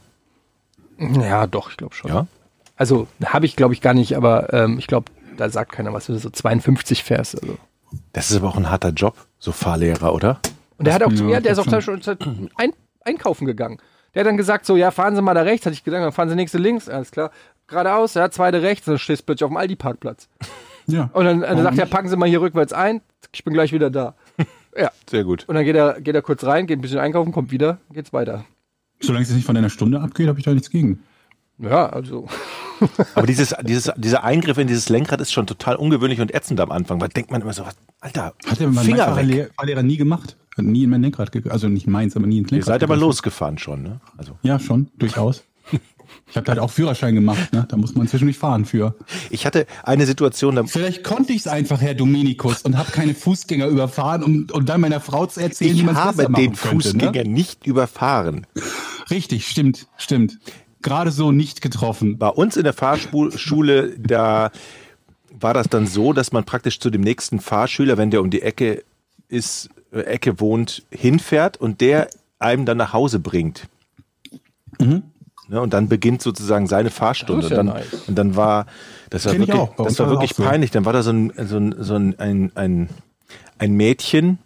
Ja, doch, ich glaube schon. Ja? Also habe ich, glaube ich, gar nicht, aber ähm, ich glaube, da sagt keiner was, wenn du so zweiundfünfzig fährst. Also. Das ist aber auch ein harter Job, so Fahrlehrer, oder? Und der hat auch zu Ja, mir, der ist auch schon. schon ein, einkaufen gegangen. Der hat dann gesagt, so, ja, fahren Sie mal da rechts. Hatte ich gesagt, dann fahren Sie nächste links. Alles klar. Geradeaus, ja, zweite rechts. Dann stehst du plötzlich auf dem Aldi-Parkplatz. Ja. Und dann, dann sagt er, nicht? packen Sie mal hier rückwärts ein. Ich bin gleich wieder da. Ja. Sehr gut. Und dann geht er, geht er kurz rein, geht ein bisschen einkaufen, kommt wieder, geht's weiter. Solange es nicht von deiner Stunde abgeht, habe ich da nichts gegen. Ja, also. Aber dieses, dieses, dieser Eingriff in dieses Lenkrad ist schon total ungewöhnlich und ätzend am Anfang, weil denkt man immer so, was, Alter, Hat der mein Finger weg. Fahrlehrer, Fahrlehrer nie gemacht. Hat nie in mein Lenkrad gegangen. Also nicht meins, aber nie ins Ihr Lenkrad seid aber gegriffen. losgefahren schon, ne? Also. Ja, schon, durchaus. Ich habe halt auch Führerschein gemacht, ne? Da muss man zwischendurch fahren für. Ich hatte eine Situation, da Vielleicht konnte ich es einfach, Herr Dominikus, und habe keine Fußgänger überfahren, um, um dann meiner Frau zu erzählen, wie ich man es habe besser machen den könnte. Fußgänger Ne? nicht überfahren. Richtig, stimmt, stimmt. Gerade so nicht getroffen. Bei uns in der Fahrschule, da war das dann so, dass man praktisch zu dem nächsten Fahrschüler, wenn der um die Ecke ist, äh, Ecke wohnt, hinfährt und der einem dann nach Hause bringt. Mhm. Ne, und dann beginnt sozusagen seine Fahrstunde. Das ist ja und, dann, nice. und dann war das war Kenn ich wirklich, auch. Bei das uns war war das wirklich auch so. peinlich. Dann war da so ein, so ein, so ein, ein, ein, ein Mädchen,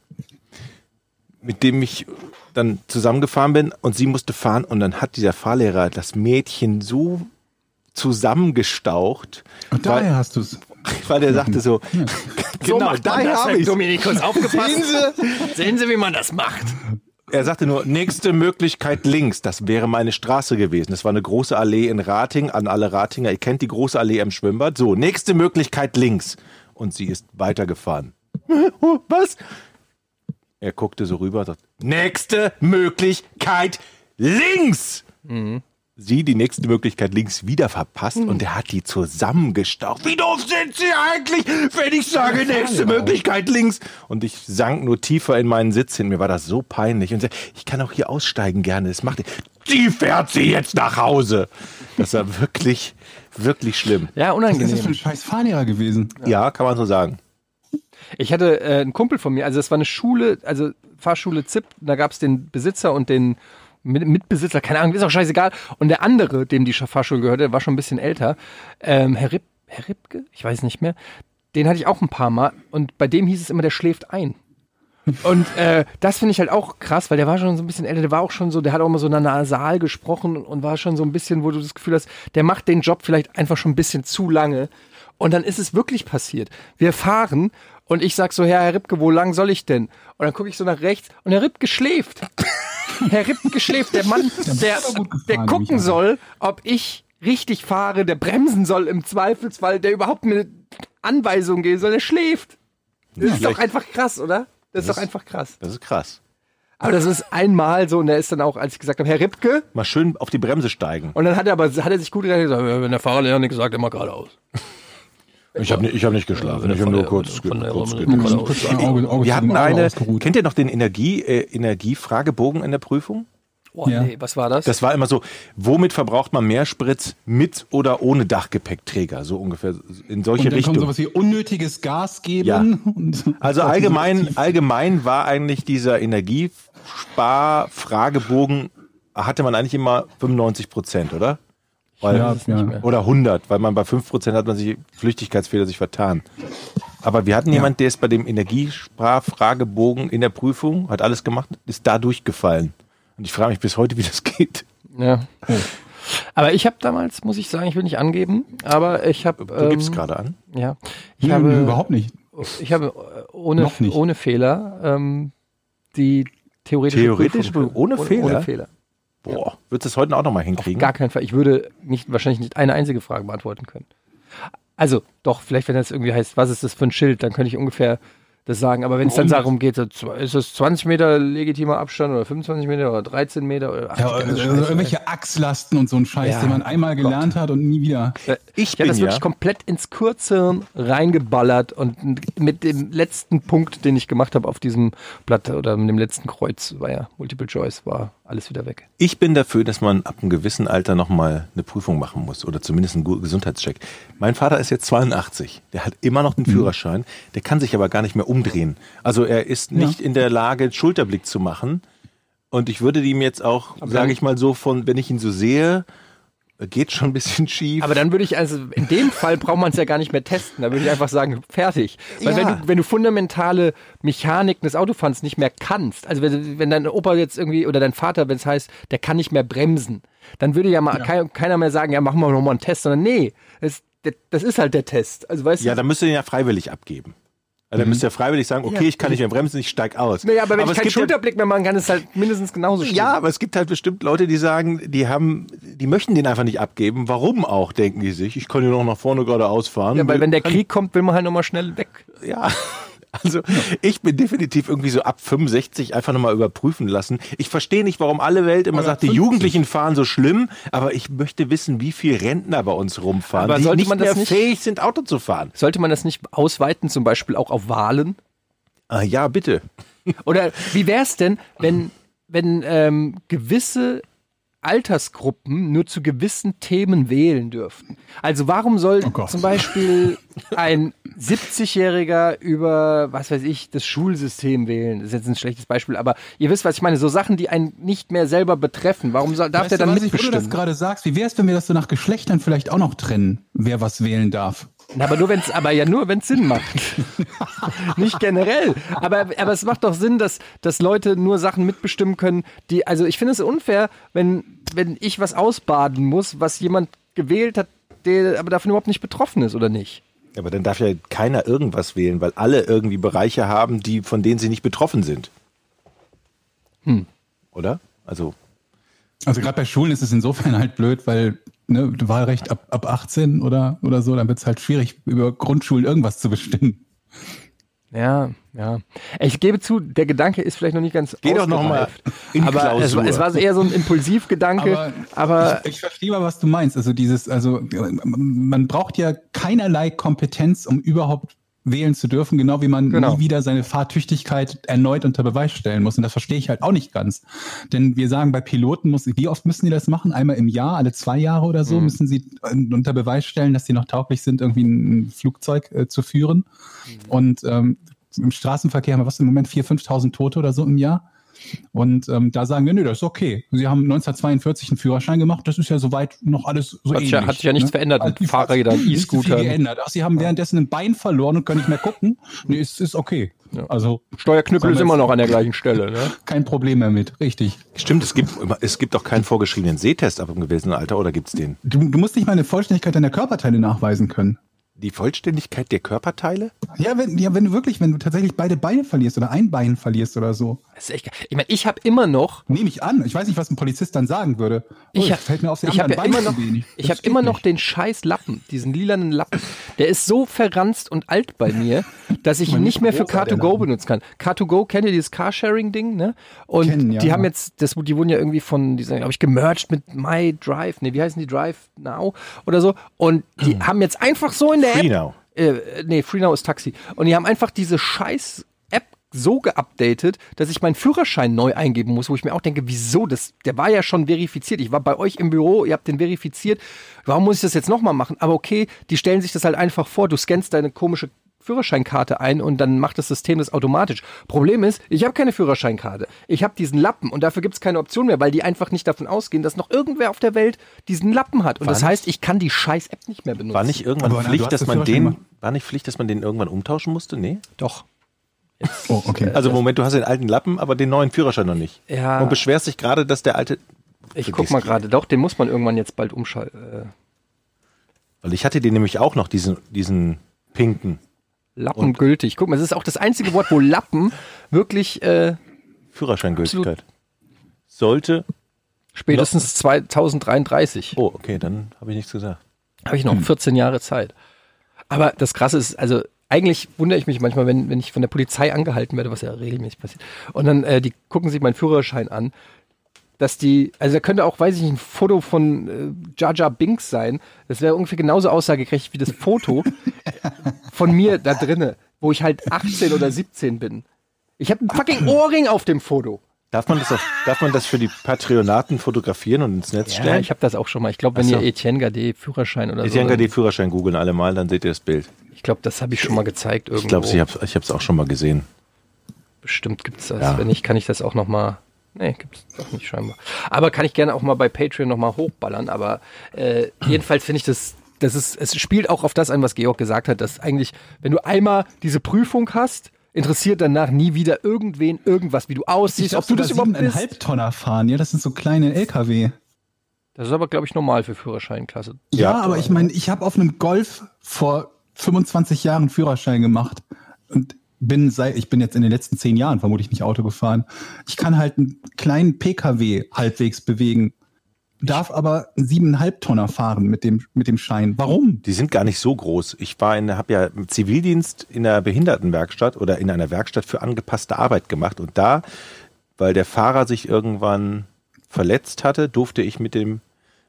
mit dem ich dann zusammengefahren bin und sie musste fahren und dann hat dieser Fahrlehrer das Mädchen so zusammengestaucht, Und weil, daher hast du es. weil der sagte so, genau, so daher habe ich Dominikus, aufgepasst. Sehen Sie? Sehen Sie, wie man das macht. Er sagte nur, nächste Möglichkeit links. Das wäre meine Straße gewesen. Das war eine große Allee in Rating, an alle Ratinger. Ihr kennt die große Allee am Schwimmbad. So, nächste Möglichkeit links. Und sie ist weitergefahren. Was? Er guckte so rüber und sagt, nächste Möglichkeit links. Mhm. Sie die nächste Möglichkeit links wieder verpasst und er hat die zusammengestaucht. Wie doof sind Sie eigentlich, wenn ich sage, nächste Möglichkeit links? Und ich sank nur tiefer in meinen Sitz hin. Mir war das so peinlich. Und ich kann auch hier aussteigen gerne. Das macht Sie fährt sie jetzt nach Hause. Das war wirklich, wirklich schlimm. Ja, Was ist das für unangenehm. ein scheiß Fahrlehrer gewesen? Ja, kann man so sagen. Ich hatte äh, einen Kumpel von mir, also es war eine Schule, also Fahrschule Zipp, da gab es den Besitzer und den Mit- Mitbesitzer, keine Ahnung, ist auch scheißegal. Und der andere, dem die Fahrschule gehörte, der war schon ein bisschen älter, ähm, Herr, Ripp, Herr Rippke, ich weiß nicht mehr, den hatte ich auch ein paar Mal und bei dem hieß es immer, der schläft ein. Und äh, das finde ich halt auch krass, weil der war schon so ein bisschen älter, der war auch schon so, der hat auch immer so nasal gesprochen und war schon so ein bisschen, wo du das Gefühl hast, der macht den Job vielleicht einfach schon ein bisschen zu lange. Und dann ist es wirklich passiert. Wir fahren und ich sag so, Herr, Herr Rippke, wo lang soll ich denn? Und dann gucke ich so nach rechts und Herr Rippke schläft. Herr Rippke schläft, der Mann, der, aber gut gefahren, der nehme gucken ich an. soll, ob ich richtig fahre, der bremsen soll im Zweifelsfall, der überhaupt mir eine Anweisung geben soll, der schläft. Das ist doch Vielleicht- einfach krass, oder? Das ist Das doch ist- einfach krass. Das ist krass. Aber das ist einmal so und der ist dann auch, als ich gesagt habe, Herr Rippke, Mal schön auf die Bremse steigen. und dann hat er aber hat er sich gut gedacht, gesagt, wenn der Fahrerlehrer nichts sagt, immer geradeaus. Ich habe nicht, ich hab nicht geschlafen. Ich habe nur kurz, von der- kurz von geduscht. der- Kurz ein Auge, Auge Wir zum hatten Auge eine, ausgeruht. kennt ihr noch den Energie, äh, Energiefragebogen in der Prüfung? Oh, Ja. nee, was war das? Das war immer so, womit verbraucht man mehr Sprit, mit oder ohne Dachgepäckträger? So ungefähr in solche Und dann kommt Richtung. sowas wie unnötiges Gas geben. Ja. Und Also allgemein, allgemein war eigentlich dieser Energiesparfragebogen, hatte man eigentlich immer fünfundneunzig Prozent, oder? Weil, Ja, ja. Oder hundert, weil man bei fünf Prozent hat man sich Flüchtigkeitsfehler sich vertan. Aber wir hatten jemanden, der ist bei dem Energiesparfragebogen in der Prüfung, hat alles gemacht, ist da durchgefallen. Und ich frage mich bis heute, wie das geht. Ja. Aber ich habe damals, muss ich sagen, ich will nicht angeben, aber ich habe. Du Ähm, gibst gerade an. ja. Ich Nö, habe nö, überhaupt nicht. Ich habe äh, ohne, Noch nicht. ohne Fehler ähm, die theoretische, Theoretische Prüfung ohne Fehler? Ohne Fehler. Boah, würdest du das heute auch noch mal hinkriegen? Gar keinen Fall. Ich würde nicht, wahrscheinlich nicht eine einzige Frage beantworten können. Also, doch, vielleicht, wenn das irgendwie heißt, was ist das für ein Schild, dann könnte ich ungefähr das sagen. Aber wenn es dann darum geht, so, ist es zwanzig Meter legitimer Abstand oder fünfundzwanzig Meter oder dreizehn Meter? Oder, Ja, ach, also irgendwelche Achslasten und so ein Scheiß, Ja, den man einmal gelernt hat und nie wieder. Ich Ich bin habe das ja, wirklich komplett ins Kurzhirn reingeballert und mit dem letzten Punkt, den ich gemacht habe auf diesem Blatt oder mit dem letzten Kreuz, war ja Multiple Choice, war alles wieder weg. ich bin dafür, dass man ab einem gewissen Alter noch mal eine Prüfung machen muss oder zumindest einen guten Gesundheitscheck. Mein Vater ist jetzt zweiundachtzig, der hat immer noch den Führerschein, der kann sich aber gar nicht mehr umdrehen. Also er ist nicht in der Lage, Schulterblick zu machen. Und ich würde ihm jetzt auch, sage ich mal so, von, wenn ich ihn so sehe, geht schon ein bisschen schief. Aber dann würde ich, also in dem Fall braucht man es ja gar nicht mehr testen. Da würde ich einfach sagen, fertig. Weil Ja. wenn, du, wenn du fundamentale Mechaniken des Autofahrens nicht mehr kannst, also wenn, wenn dein Opa jetzt irgendwie, oder dein Vater, wenn es heißt, der kann nicht mehr bremsen, dann würde ja mal ja. Kein, keiner mehr sagen, ja, machen wir nochmal einen Test, sondern nee, das, das ist halt der Test. Also weißt ja, du, dann müsst ihr ihn ja freiwillig abgeben. Also dann müsst ihr freiwillig sagen, okay, ich kann nicht mehr bremsen, ich steig aus. naja, aber wenn aber ich es keinen gibt ja- Schulterblick mehr machen kann, ist es halt mindestens genauso schlimm. Ja, aber es gibt halt bestimmt Leute, die sagen, die haben, die möchten den einfach nicht abgeben. Warum auch, denken die sich? Ich kann hier noch nach vorne geradeaus fahren. Ja, weil wenn der Krieg kommt, will man halt nochmal schnell weg. Ja, also ich bin definitiv irgendwie so ab fünfundsechzig einfach nochmal überprüfen lassen. Ich verstehe nicht, warum alle Welt immer Oder sagt, die fünfzig. Jugendlichen fahren so schlimm, aber ich möchte wissen, wie viele Rentner bei uns rumfahren, Aber die sollte nicht man das mehr nicht- fähig sind, Auto zu fahren. Sollte man das nicht ausweiten, zum Beispiel auch auf Wahlen? Ah, ja, bitte. Oder wie wär's denn, wenn, wenn ähm, gewisse Altersgruppen nur zu gewissen Themen wählen dürften? Also warum soll Oh Gott. zum Beispiel ein siebzigjähriger über, was weiß ich, das Schulsystem wählen? Das ist jetzt ein schlechtes Beispiel, aber ihr wisst, was ich meine. So Sachen, die einen nicht mehr selber betreffen. Warum soll, darf Weißt der du dann was, ich, wo du das mitbestimmen? gerade sagst, wie wäre es, wenn wir das so nach Geschlechtern vielleicht auch noch trennen, wer was wählen darf? Na, aber nur wenn's, aber ja nur, wenn es Sinn macht. Nicht generell. Aber, aber es macht doch Sinn, dass, dass Leute nur Sachen mitbestimmen können, die, also ich finde es unfair, wenn, wenn ich was ausbaden muss, was jemand gewählt hat, der aber davon überhaupt nicht betroffen ist, oder nicht? Aber dann darf ja keiner irgendwas wählen, weil alle irgendwie Bereiche haben, die, von denen sie nicht betroffen sind. Hm. Oder? Also, Also gerade bei Schulen ist es insofern halt blöd, weil ne, Wahlrecht ab, ab achtzehn oder, oder so, dann wird es halt schwierig, über Grundschulen irgendwas zu bestimmen. Ja, ja. Ich gebe zu, der Gedanke ist vielleicht noch nicht ganz Geh doch noch mal ausgereift. in Aber es, Klausur. war- es war eher so ein Impulsivgedanke. Aber, ich, ich verstehe mal, was du meinst. Also dieses, also man braucht ja keinerlei Kompetenz, um überhaupt wählen zu dürfen, genau wie man Genau. nie wieder seine Fahrtüchtigkeit erneut unter Beweis stellen muss. Und das verstehe ich halt auch nicht ganz. Denn wir sagen, bei Piloten muss, wie oft müssen die das machen? Einmal im Jahr, alle zwei Jahre oder so, Mhm. müssen sie äh, unter Beweis stellen, dass sie noch tauglich sind, irgendwie ein Flugzeug äh, zu führen. Mhm. Und ähm, im Straßenverkehr haben wir was im Moment viertausend, fünftausend Tote oder so im Jahr. Und ähm, da sagen wir, nö, das ist okay. Sie haben neunzehnhundertzweiundvierzig einen Führerschein gemacht, das ist ja soweit noch alles so Hat sich ähnlich. ja- hat sich ja nichts verändert mit die Fahrrädern, nicht so viel E-Scootern. geändert. Ach, Sie haben währenddessen ein Bein verloren und können nicht mehr gucken. Nee, es ist okay. Also Steuerknüppel ist Sagen wir immer jetzt- noch an der gleichen Stelle. Ne? kein Problem mehr mit, richtig. stimmt, es gibt, es gibt auch keinen vorgeschriebenen Sehtest ab einem gewissen Alter, oder gibt's den? Du, du musst nicht mal eine Vollständigkeit deiner Körperteile nachweisen können. Die Vollständigkeit der Körperteile? Ja, wenn, ja, wenn du wirklich, wenn du tatsächlich beide Beine verlierst oder ein Bein verlierst oder so. Das ist echt geil. Ich meine, ich habe immer noch Nehme ich an. Ich weiß nicht, was ein Polizist dann sagen würde. Oh, Ich es hab- fällt mir auf, Sie ich haben habe ein ja Bein immer zu noch, wenig. ich Das habe geht immer noch nicht. den scheiß Lappen, diesen lilanen Lappen. Der ist so verranzt und alt bei mir, dass ich ihn nicht mehr für großer, Car to der Go Lappen. benutzen kann. Car to Go, kennt ihr dieses Carsharing-Ding, ne? Und Kennen, ja. die haben jetzt, das, die wurden ja irgendwie von, die sind, glaube ich, gemerged mit My Drive, ne, wie heißen die, Drive Now oder so. Und die haben jetzt einfach so in der Free App, Now. äh, nee, Free Now ist Taxi. Und die haben einfach diese scheiß App so geupdatet, dass ich meinen Führerschein neu eingeben muss, wo ich mir auch denke, wieso? Das, der war ja schon verifiziert. Ich war bei euch im Büro, ihr habt den verifiziert. Warum muss ich das jetzt nochmal machen? Aber okay, die stellen sich das halt einfach vor. Du scannst deine komische Führerscheinkarte ein und dann macht das System das automatisch. Problem ist, ich habe keine Führerscheinkarte. Ich habe diesen Lappen und dafür gibt es keine Option mehr, weil die einfach nicht davon ausgehen, dass noch irgendwer auf der Welt diesen Lappen hat. Und War das nicht- heißt, ich kann die scheiß App nicht mehr benutzen. War nicht irgendwann Aber, na, du Pflicht, hast dass den man Führerschein den, gemacht. war nicht Pflicht, dass man den irgendwann umtauschen musste? Nee? Doch. Oh, okay. Also Moment, du hast den alten Lappen, aber den neuen Führerschein noch nicht. Ja. Und beschwerst dich gerade, dass der alte, Ich guck mal gerade. Doch, den muss man irgendwann jetzt bald umschalten. Äh, weil ich hatte den nämlich auch noch, diesen, diesen pinken. Lappen gültig. Guck mal, das ist auch das einzige Wort, wo Lappen wirklich äh, Führerscheingültigkeit. Sollte. Spätestens zweitausenddreiunddreißig. Oh, okay, dann habe ich nichts gesagt. Habe ich noch vierzehn Jahre Zeit. Aber das Krasse ist, also eigentlich wundere ich mich manchmal, wenn, wenn ich von der Polizei angehalten werde, was ja regelmäßig passiert. Und dann, äh, die gucken sich meinen Führerschein an, dass die, also da könnte auch, weiß ich nicht, ein Foto von äh, Jar Jar Binks sein. Das wäre ungefähr genauso aussagekräftig wie das Foto von mir da drinne, wo ich halt achtzehn oder siebzehn bin. Ich habe einen fucking Ohrring auf dem Foto. Darf man das, auf, darf man das für die Patreonaten fotografieren und ins Netz Ja, stellen? ich habe das auch schon mal. Ich glaube, wenn Ach so. ihr Etienne Gade Führerschein oder Etienne so. Gade Führerschein googeln alle mal, dann seht ihr das Bild. Ich glaube, das habe ich schon mal gezeigt irgendwo. Ich glaube, ich habe ich es auch schon mal gesehen. Bestimmt gibt's das. Ja. Wenn nicht, kann ich das auch noch mal. Nee, gibt's doch nicht scheinbar. Aber kann ich gerne auch mal bei Patreon noch mal hochballern. Aber äh, jedenfalls finde ich das, das ist, es spielt auch auf das ein, was Georg gesagt hat, dass eigentlich, wenn du einmal diese Prüfung hast, interessiert danach nie wieder irgendwen irgendwas, wie du aussiehst, ob du das überhaupt bist. Halbtonner fahren, ja, das sind so kleine L K W. Das ist aber, glaube ich, normal für Führerscheinklasse. Ja, Ja, aber ich meine, ich habe auf einem Golf vor fünfundzwanzig Jahren Führerschein gemacht und bin seit, ich bin jetzt in den letzten zehn Jahren vermutlich nicht Auto gefahren. Ich kann halt einen kleinen P K W halbwegs bewegen, darf aber einen siebeneinhalb Tonner fahren mit dem, mit dem Schein. Warum? Die sind gar nicht so groß. Ich war in, habe ja im Zivildienst in einer Behindertenwerkstatt oder in einer Werkstatt für angepasste Arbeit gemacht. Und da, weil der Fahrer sich irgendwann verletzt hatte, durfte ich mit dem,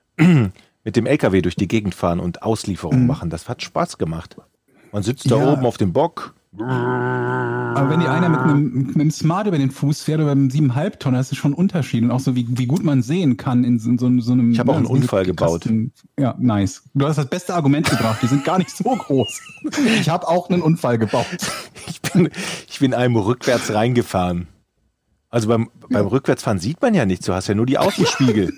mit dem L K W durch die Gegend fahren und Auslieferungen mhm. machen. Das hat Spaß gemacht. Man sitzt da Ja. oben auf dem Bock. Aber wenn dir einer mit einem, mit einem Smart über den Fuß fährt oder mit einem siebeneinhalb Tonner, ist es schon ein Unterschied. Und auch so, wie, wie gut man sehen kann in so, so, so einem... Ich habe auch einen so diese Unfall gebaut. Kasten. Ja, nice. Du hast das beste Argument gebracht. Die sind gar nicht so groß. Ich habe auch einen Unfall gebaut. Ich bin, ich bin einem rückwärts reingefahren. Also beim, beim Rückwärtsfahren sieht man ja nichts. Du hast ja nur die Außenspiegel.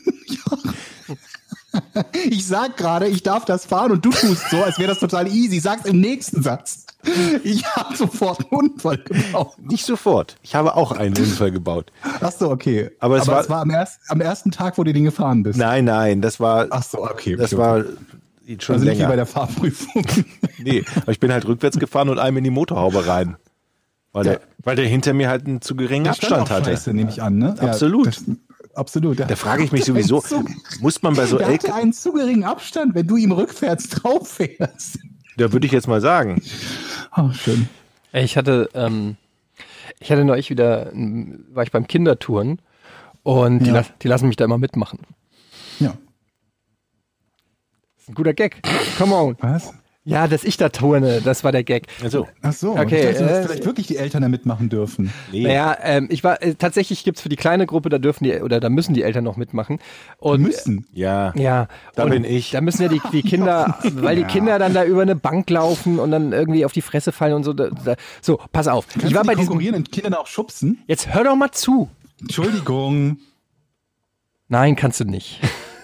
Ich sag gerade, ich darf das fahren und du tust so, als wäre das total easy. Sag's im nächsten Satz. Ich habe sofort einen Unfall gebaut. Nicht sofort. Ich habe auch einen Unfall gebaut. Ach so, okay. Aber es war- es war am, erst, am ersten Tag, wo du den gefahren bist. Nein, nein, das war, Ach so, okay. das okay, war okay. schon Also nicht wie länger. bei der Fahrprüfung. Nee, aber ich bin halt rückwärts gefahren und einem in die Motorhaube rein. Weil, Ja. der, weil der hinter mir halt einen zu geringen Der stand Abstand auch hatte. Scheiße, nehme ich an, ne? Absolut. Ja, das, absolut. Da frage ich mich sowieso, Zu, muss man bei so der L hatte K W, einen zu geringen Abstand, wenn du ihm rückwärts drauf fährst. da würde ich jetzt mal sagen, Oh, schön. Ey, Ich hatte, ähm, ich hatte neulich wieder, ähm, war ich beim Kindertouren und die, Ja. las, die lassen mich da immer mitmachen. Ja. Das ist ein guter Gag. Come on. Was? Ja, dass ich da turne, das war der Gag. also, Ach so, Okay, ich dachte, dass äh, vielleicht wirklich die Eltern da mitmachen dürfen. nee, Naja, ähm, ich war, äh, tatsächlich gibt's für die kleine Gruppe, da dürfen die, oder da müssen die Eltern noch mitmachen. Und, Müssen. ja, Ja, Da und bin ich. Da müssen ja die, die Kinder, weil die Kinder dann da über eine Bank laufen und dann irgendwie auf die Fresse fallen und so. Da, da, so, pass auf. Kannst ich war du bei die diesem. konkurrierenden Kindern auch schubsen? Jetzt hör doch mal zu. Entschuldigung. Nein, kannst du nicht.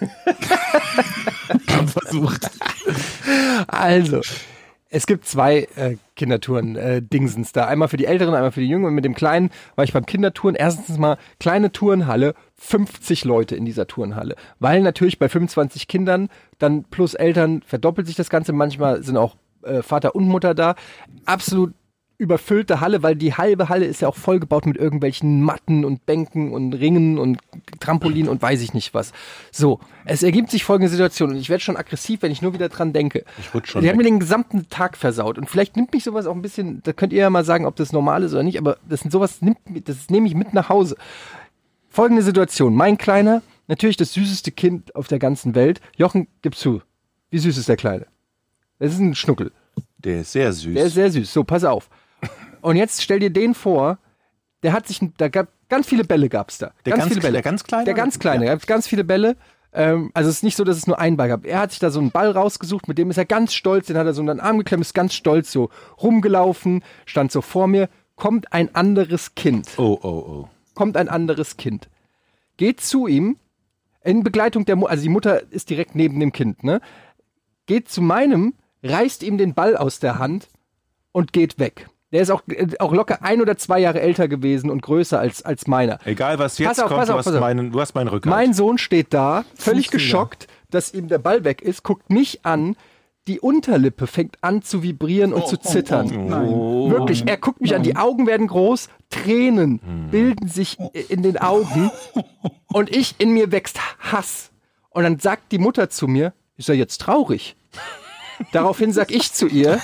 Versucht. Also, es gibt zwei äh, Kindertouren, äh, Dingsens da. Einmal für die Älteren, einmal für die Jüngeren. Und mit dem Kleinen war ich beim Kindertouren. Erstens mal kleine Turnhalle, fünfzig Leute in dieser Turnhalle. Weil natürlich bei fünfundzwanzig Kindern, dann plus Eltern, verdoppelt sich das Ganze. Manchmal sind auch äh, Vater und Mutter da. Absolut überfüllte Halle, weil die halbe Halle ist ja auch vollgebaut mit irgendwelchen Matten und Bänken und Ringen und Trampolin und weiß ich nicht was. So, es ergibt sich folgende Situation und ich werde schon aggressiv, wenn ich nur wieder dran denke. Ich rutsch schon Die haben mir weg. den gesamten Tag versaut und vielleicht nimmt mich sowas auch ein bisschen, da könnt ihr ja mal sagen, ob das normal ist oder nicht, aber das sind sowas, nimmt, mi- das nehme ich mit nach Hause. Folgende Situation, mein Kleiner, natürlich das süßeste Kind auf der ganzen Welt. Jochen, gib zu, wie süß ist der Kleine? Das ist ein Schnuckel. der ist sehr süß. Der ist sehr süß. So, pass auf. Und jetzt stell dir den vor, der hat sich, da gab ganz viele Bälle gab's da. Der ganz- viele Bälle. der ganz Kleine? Der ganz Kleine. Da gab's ganz viele Bälle. Ähm, also es ist nicht so, dass es nur einen Ball gab. Er hat sich da so einen Ball rausgesucht, mit dem ist er ganz stolz, den hat er so unter den Arm geklemmt, ist ganz stolz so rumgelaufen, stand so vor mir, kommt ein anderes Kind. oh, oh, oh. Kommt ein anderes Kind. Geht zu ihm, in Begleitung der Mutter, also die Mutter ist direkt neben dem Kind, ne? Geht zu meinem, reißt ihm den Ball aus der Hand und geht weg. Der ist auch, äh, auch locker ein oder zwei Jahre älter gewesen und größer als, als meiner. Egal, was jetzt Pass auf, kommt, pass du, auf, hast pass auf. meinen, du hast meinen Rückhalt. Mein Sohn steht da, völlig Fußfehler. geschockt, dass ihm der Ball weg ist, guckt mich an. die Unterlippe fängt an zu vibrieren und Oh, zu oh, zittern. oh, nein. Wirklich, er guckt mich an, die Augen werden groß, Tränen bilden sich in den Augen und ich, in mir wächst Hass. Und dann sagt die Mutter zu mir, ist er jetzt traurig? Daraufhin sag ich zu ihr,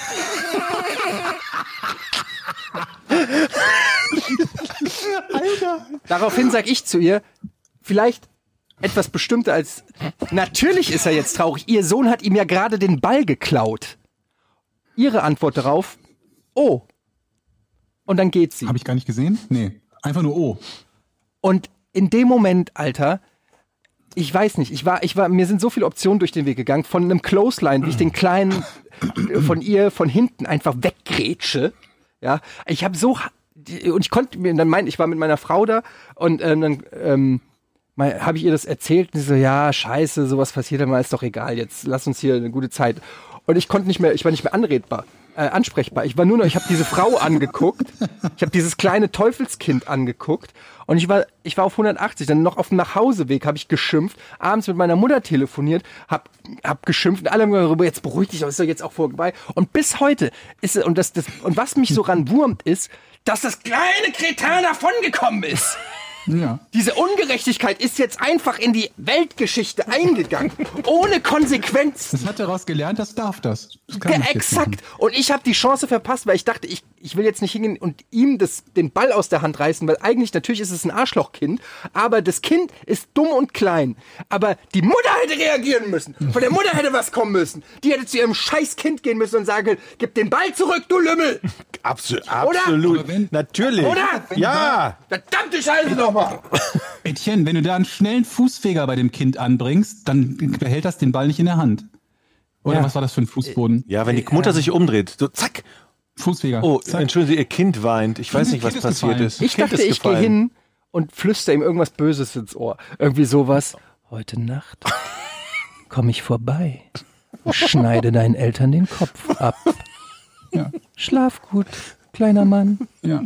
Alter. Daraufhin sag ich zu ihr, vielleicht etwas bestimmter als, natürlich ist er jetzt traurig, ihr Sohn hat ihm ja gerade den Ball geklaut. Ihre Antwort darauf, oh. Und dann geht sie. Habe ich gar nicht gesehen? Nee. Einfach nur oh. Und in dem Moment, Alter, ich weiß nicht, ich war, ich war, mir sind so viele Optionen durch den Weg gegangen, von einem Clothesline, wie ich den Kleinen von ihr von hinten einfach weggrätsche. Ja, ich habe so, und ich konnte mir dann meinen, ich war mit meiner Frau da und ähm, dann ähm, habe ich ihr das erzählt und sie so, ja, scheiße, sowas passiert dann mal, ist doch egal, jetzt lass uns hier eine gute Zeit. Und ich konnte nicht mehr, ich war nicht mehr anredbar, äh, ansprechbar. Ich war nur noch, ich habe diese Frau angeguckt, ich habe dieses kleine Teufelskind angeguckt und ich war, ich war auf hundertachtzig. Dann noch auf dem Nachhauseweg habe ich geschimpft, abends mit meiner Mutter telefoniert, hab, hab geschimpft und alle haben gesagt, jetzt beruhig dich, das ist doch jetzt auch vorbei. Und bis heute ist es, und das, das, und was mich so ranwurmt ist, dass das kleine Kretin davongekommen ist. Ja. Diese Ungerechtigkeit ist jetzt einfach in die Weltgeschichte eingegangen, ohne Konsequenz. Das hat daraus gelernt, das darf das. das kann Ja, ich jetzt exakt. machen. Und ich habe die Chance verpasst, weil ich dachte, ich, ich will jetzt nicht hingehen und ihm das, den Ball aus der Hand reißen, weil eigentlich, natürlich ist es ein Arschlochkind, aber das Kind ist dumm und klein. Aber die Mutter hätte reagieren müssen. Von der Mutter hätte was kommen müssen. Die hätte zu ihrem scheiß Kind gehen müssen und sagen, gib den Ball zurück, du Lümmel. Absu- absolut. Aber wenn- Natürlich. Oder? Ja. Verdammte Scheiße nochmal. Etienne, wenn du da einen schnellen Fußfeger bei dem Kind anbringst, dann behält das den Ball nicht in der Hand. Oder Ja. was war das für ein Fußboden? Ja, wenn die Mutter sich umdreht, so zack. Fußfeger. Oh, Zack. entschuldigen Sie, Ihr Kind weint. Ich weiß Kind nicht, was ist passiert gefallen. ist. Ich Kind dachte, ist ich gehe gefallen. hin und flüster ihm irgendwas Böses ins Ohr. Irgendwie sowas. Heute Nacht komme ich vorbei und schneide deinen Eltern den Kopf ab. Ja. Schlaf gut, kleiner Mann. Ja.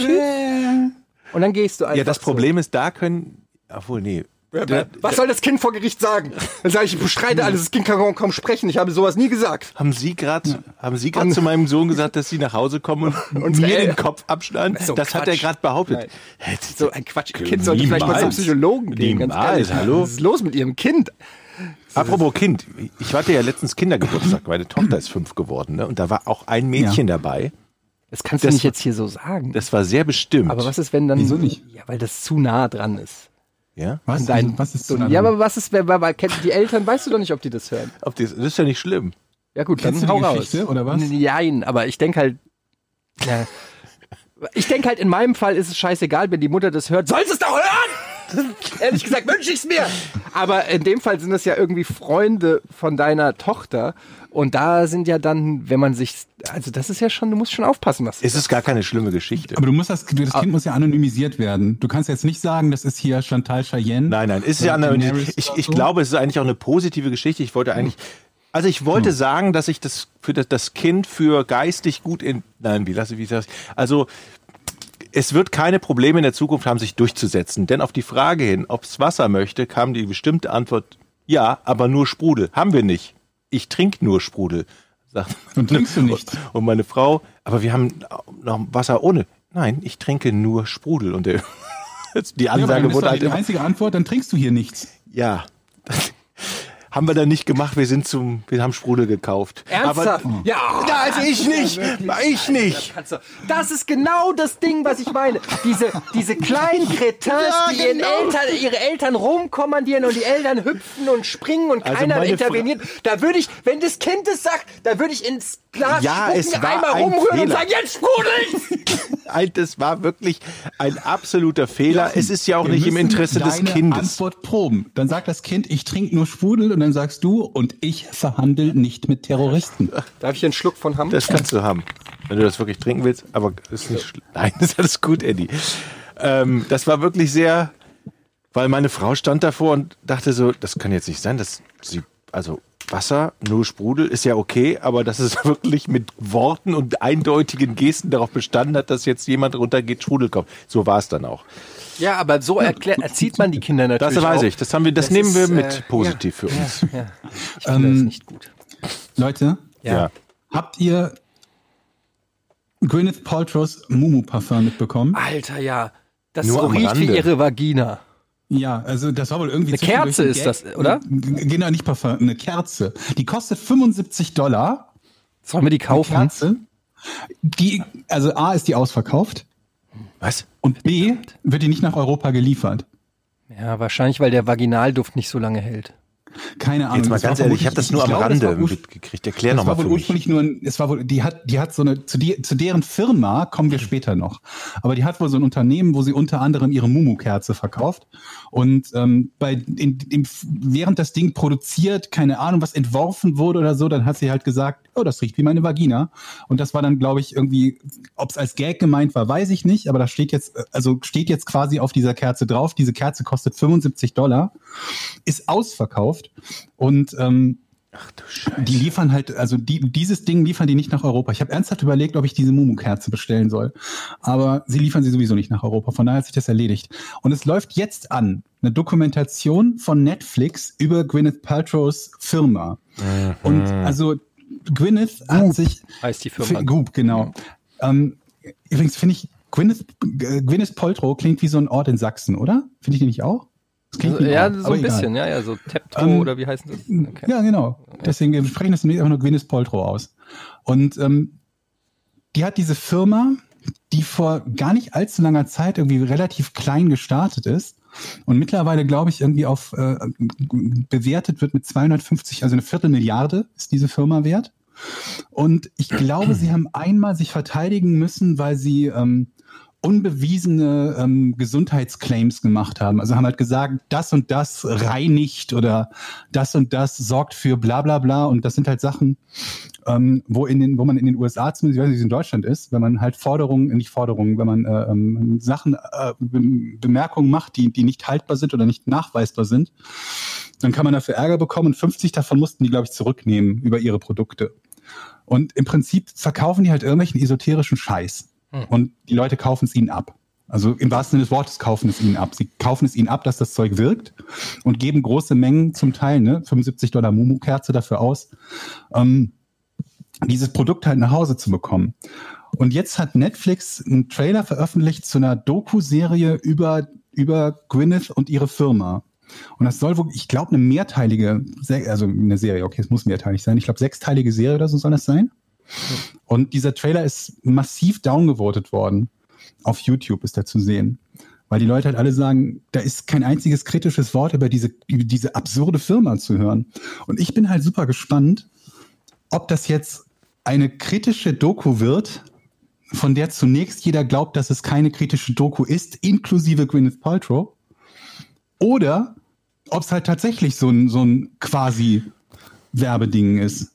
Äh. Und dann gehst du einfach. Ja, das so. Problem ist, da können. Obwohl, nee. Da, Was soll das Kind vor Gericht sagen? Dann sage ich, ich bestreite alles, das Kind kann kaum, kaum sprechen. Ich habe sowas nie gesagt. haben Sie gerade haben Sie gerade zu meinem Sohn gesagt, dass Sie nach Hause kommen und, Und mir äh, den Kopf abschneiden? so das hat er Quatsch. gerade behauptet. Nein. Hä, So ein Quatsch. Ein Kind sollte vielleicht mal zum Niemals. Psychologen gehen. Ganz Niemals, ehrlich. hallo? Was ist los mit Ihrem Kind? Apropos Kind, ich hatte ja letztens Kindergeburtstag, meine Tochter ist fünf geworden, ne? Und da war auch ein Mädchen dabei. Das kannst du Das- nicht jetzt hier so sagen. Das war sehr bestimmt. Aber was ist, wenn dann... Wieso nicht? Ja, weil das zu nah dran ist. Ja? Was, Dein, was ist so, so ja, aber was ist, wer, wer, wer kennt die Eltern, weißt du doch nicht, ob die das hören. Ob das, das ist ja nicht schlimm. Ja gut, Kennst dann du hau die raus. Geschichte, oder was? Nein, aber ich denke halt, ja, ich denke halt, in meinem Fall ist es scheißegal, wenn die Mutter das hört, soll sie es doch hören! Ehrlich gesagt wünsche ich es mir. Aber in dem Fall sind das ja irgendwie Freunde von deiner Tochter. Und da sind ja dann, wenn man sich, also das ist ja schon, du musst schon aufpassen, was. Es ist gar keine schlimme Geschichte. Aber du musst das, das Kind muss ja anonymisiert werden. Du kannst jetzt nicht sagen, das ist hier Chantal Cheyenne. Nein, nein, ist ja Oder eine, Daenerys ich, oder ich so. glaube, es ist eigentlich auch eine positive Geschichte. Ich wollte eigentlich, also ich wollte sagen, dass ich das für das, das Kind für geistig gut in, nein, wie lasse ich, wie das, also es wird keine Probleme in der Zukunft haben, sich durchzusetzen. Denn auf die Frage hin, ob es Wasser möchte, kam die bestimmte Antwort, ja, aber nur Sprudel. Haben wir nicht. Ich trinke nur Sprudel. Sagt Und trinkst du nicht. Und meine Frau, aber wir haben noch Wasser ohne. Nein, ich trinke nur Sprudel. Und der, die Ja, aber Ansage dann ist wurde doch halt die immer, einzige Antwort, dann trinkst du hier nichts. ja. Haben wir dann nicht gemacht, wir sind zum, wir haben Sprudel gekauft. Ernsthaft? Aber, ja, ja, also ich nicht, ich nicht. kannst du- Das ist genau das Ding, was ich meine. Diese, diese kleinen Cretins, Ja, die ihren genau. Eltern, ihre Eltern rumkommandieren und die Eltern hüpfen und springen und Also keiner meine interveniert. Da würde ich, wenn das Kind es sagt, da würde ich ins Glas Ja, spucken, es war einmal ein rumrühren und Fehler. sagen, jetzt sprudelt's! Ein- Das war wirklich ein absoluter Fehler. Es ist ja auch Wir nicht im müssen Interesse des deine Kindes. Antwort proben. Dann sagt das Kind, ich trinke nur Sprudel und dann sagst du, und ich verhandle nicht mit Terroristen. Darf ich einen Schluck von haben? Das kannst du haben, wenn du das wirklich trinken willst. Aber ist nicht schl- Nein, ist alles gut, Eddie. Ähm, das war wirklich sehr, weil meine Frau stand davor und dachte so, das kann jetzt nicht sein, dass sie, also Wasser, nur Sprudel ist ja okay, aber dass es wirklich mit Worten und eindeutigen Gesten darauf bestanden hat, dass jetzt jemand runtergeht, Sprudel kommt. So war es dann auch. Ja, aber so erklärt, erzieht man die Kinder natürlich Das weiß auch. ich. Das haben wir, das, Das nehmen wir ist, mit äh, positiv für uns. Ja, ich finde das nicht gut. Leute, Ja. Habt ihr Gwyneth Paltrow's Mumu Parfum mitbekommen? Alter, ja. Das Nur so am riecht Rande. wie ihre Vagina. Ja, also das war wohl irgendwie Eine zwischendurch Kerze ein ist Gag. das, oder? G- Genau, nicht Parfum, eine Kerze. Die kostet fünfundsiebzig Dollar. Sollen wir die kaufen? Eine Kerze. Die, also A ist die ausverkauft Was? und B wird die nicht nach Europa geliefert. Ja, wahrscheinlich, weil der Vaginalduft nicht so lange hält. Keine Ahnung. Jetzt mal das war ganz ehrlich, ich vermutlich- habe das nur am glaube, das war Rande ur- mitgekriegt. Erklär Das nochmal war wohl für mich. ursprünglich nur ein, es war wohl, die hat, die hat so eine, zu, die, zu deren Firma kommen wir später noch. Aber die hat wohl so ein Unternehmen, wo sie unter anderem ihre Mumu-Kerze verkauft. Und ähm, bei, in, in, während das Ding produziert, keine Ahnung, was entworfen wurde oder so, dann hat sie halt gesagt, oh, das riecht wie meine Vagina. Und das war dann, glaube ich, irgendwie, ob es als Gag gemeint war, weiß ich nicht. Aber da steht jetzt, also steht jetzt quasi auf dieser Kerze drauf. Diese Kerze kostet fünfundsiebzig Dollar, ist ausverkauft. Und ähm, Ach du Scheiße. die liefern halt, also die, dieses Ding liefern die nicht nach Europa. Ich habe ernsthaft überlegt, ob ich diese Mumu-Kerze bestellen soll. Aber sie liefern sie sowieso nicht nach Europa. Von daher hat sich das erledigt. Und es läuft jetzt an, eine Dokumentation von Netflix über Gwyneth Paltrow's Firma. Mhm. Und also Gwyneth hat sich... Heißt die Firma. F- Goop, genau. Ähm, übrigens finde ich, Gwyneth, äh, Gwyneth Paltrow klingt wie so ein Ort in Sachsen, oder? Finde ich die nicht auch? Das klingt Also, wie ein ja, Ort, so aber ein egal. bisschen, ja, ja, so Teptro Ähm, oder wie heißt das? Okay. Ja, genau. Deswegen wir sprechen das nämlich einfach nur Gwyneth Paltrow aus. Und ähm, die hat diese Firma, die vor gar nicht allzu langer Zeit irgendwie relativ klein gestartet ist und mittlerweile, glaube ich, irgendwie auf äh, bewertet wird mit zweihundertfünfzig, also eine Viertelmilliarde ist diese Firma wert. Und ich glaube, sie haben einmal sich verteidigen müssen, weil sie ähm, unbewiesene ähm, Gesundheitsclaims gemacht haben. Also haben halt gesagt, das und das reinigt oder das und das sorgt für bla bla bla. Und das sind halt Sachen, ähm, wo in den, wo man in den U S A, zumindest ich weiß nicht, wie es in Deutschland ist, wenn man halt Forderungen, nicht Forderungen, wenn man äh, ähm, Sachen, äh, Be- Bemerkungen macht, die, die nicht haltbar sind oder nicht nachweisbar sind, dann kann man dafür Ärger bekommen und fünfzig davon mussten die, glaube ich, zurücknehmen über ihre Produkte. Und im Prinzip verkaufen die halt irgendwelchen esoterischen Scheiß. Hm. Und die Leute kaufen es ihnen ab. Also im wahrsten Sinne des Wortes kaufen es ihnen ab. Sie kaufen es ihnen ab, dass das Zeug wirkt und geben große Mengen zum Teil, ne, fünfundsiebzig Dollar Mumu-Kerze dafür aus, ähm, dieses Produkt halt nach Hause zu bekommen. Und jetzt hat Netflix einen Trailer veröffentlicht zu einer Doku-Serie über, über Gwyneth und ihre Firma. Und das soll wohl, ich glaube, eine mehrteilige, Se- also eine Serie, okay, es muss mehrteilig sein. Ich glaube, sechsteilige Serie oder so soll das sein. Und dieser Trailer ist massiv downgevotet worden. Auf YouTube ist er zu sehen. Weil die Leute halt alle sagen, da ist kein einziges kritisches Wort über diese, über diese absurde Firma zu hören. Und ich bin halt super gespannt, ob das jetzt eine kritische Doku wird, von der zunächst jeder glaubt, dass es keine kritische Doku ist, inklusive Gwyneth Paltrow. Oder ob es halt tatsächlich so ein, so ein quasi Werbeding ist.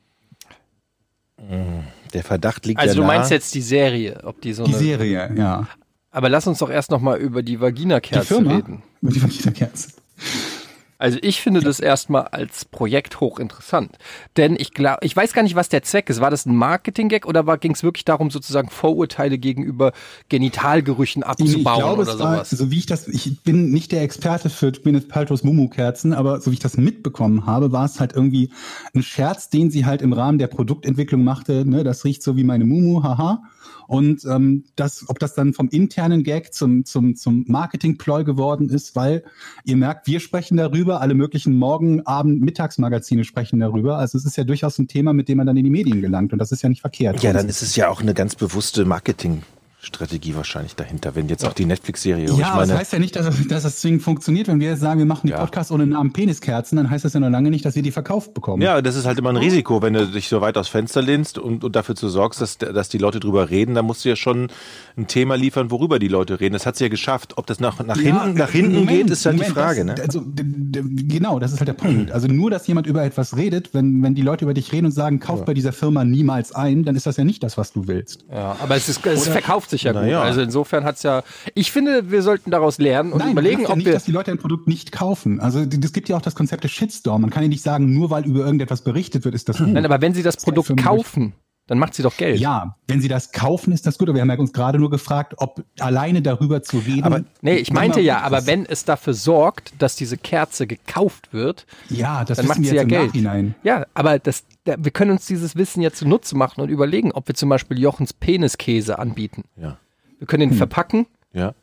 Der Verdacht liegt Also ja du meinst nahe. jetzt die Serie, ob die so Die eine... Serie, ja. Aber lass uns doch erst noch mal über die Die Vagina-Kerze Firma? reden. Über die Vagina-Kerze. Also ich finde das erstmal als Projekt hochinteressant. Denn ich glaube, ich weiß gar nicht, was der Zweck ist. War das ein Marketing-Gag oder ging es wirklich darum, sozusagen Vorurteile gegenüber Genitalgerüchen abzubauen Ich glaube, oder es war, sowas? so wie ich das, ich bin nicht der Experte für Gwyneth Paltrows Mumu-Kerzen, aber so wie ich das mitbekommen habe, war es halt irgendwie ein Scherz, den sie halt im Rahmen der Produktentwicklung machte. Ne, das riecht so wie meine Mumu, haha. Und ähm, das, ob das dann vom internen Gag zum, zum, zum Marketing-Ploy geworden ist, weil ihr merkt, wir sprechen darüber, alle möglichen Morgen-, Abend-, Mittagsmagazine sprechen darüber. Also es ist ja durchaus ein Thema, mit dem man dann in die Medien gelangt und das ist ja nicht verkehrt. Ja, dann ist es ja auch eine ganz bewusste Marketingstrategie wahrscheinlich dahinter, wenn jetzt auch die Netflix-Serie. Ja, ich aber das meine, heißt ja nicht, dass, dass das zwingend funktioniert. Wenn wir jetzt sagen, wir machen die Ja. Podcasts ohne Namen Peniskerzen, dann heißt das ja noch lange nicht, dass wir die verkauft bekommen. ja, das ist halt immer ein Risiko, wenn du dich so weit aus Fenster lehnst und, und dafür zu sorgst, dass, dass die Leute drüber reden, dann musst du ja schon ein Thema liefern, worüber die Leute reden. Das hat sie ja geschafft. Ob das nach, nach Ja, hinten, nach hinten Moment, geht, ist halt die Moment, Frage. das, Ne? Also, d- d- genau, das ist halt der Punkt. Also nur, dass jemand über etwas redet, wenn, wenn die Leute über dich reden und sagen, kauf bei dieser Firma niemals ein, dann ist das ja nicht das, was du willst. Ja, aber es, ist, es verkauft sich ja Na gut. ja. Also insofern hat's ja. Ich finde, wir sollten daraus lernen und Nein, überlegen, das heißt ja ob nicht, wir. dass die Leute ein Produkt nicht kaufen. Also es gibt ja auch das Konzept des Shitstorm. Man kann ja nicht sagen, nur weil über irgendetwas berichtet wird, ist das gut. Nein, aber wenn sie das Produkt für mich- kaufen, Dann macht sie doch Geld. Ja, wenn sie das kaufen, ist das gut. Aber wir haben ja uns gerade nur gefragt, ob alleine darüber zu reden. Aber nee, ich meinte ja, aber wenn es dafür sorgt, dass diese Kerze gekauft wird, ja, das dann macht wir sie ja im Geld. Nachhinein. Ja, aber das, da, wir können uns dieses Wissen ja zunutze machen und überlegen, ob wir zum Beispiel Jochens Peniskäse anbieten. Ja. Wir können ihn hm. verpacken. Ja.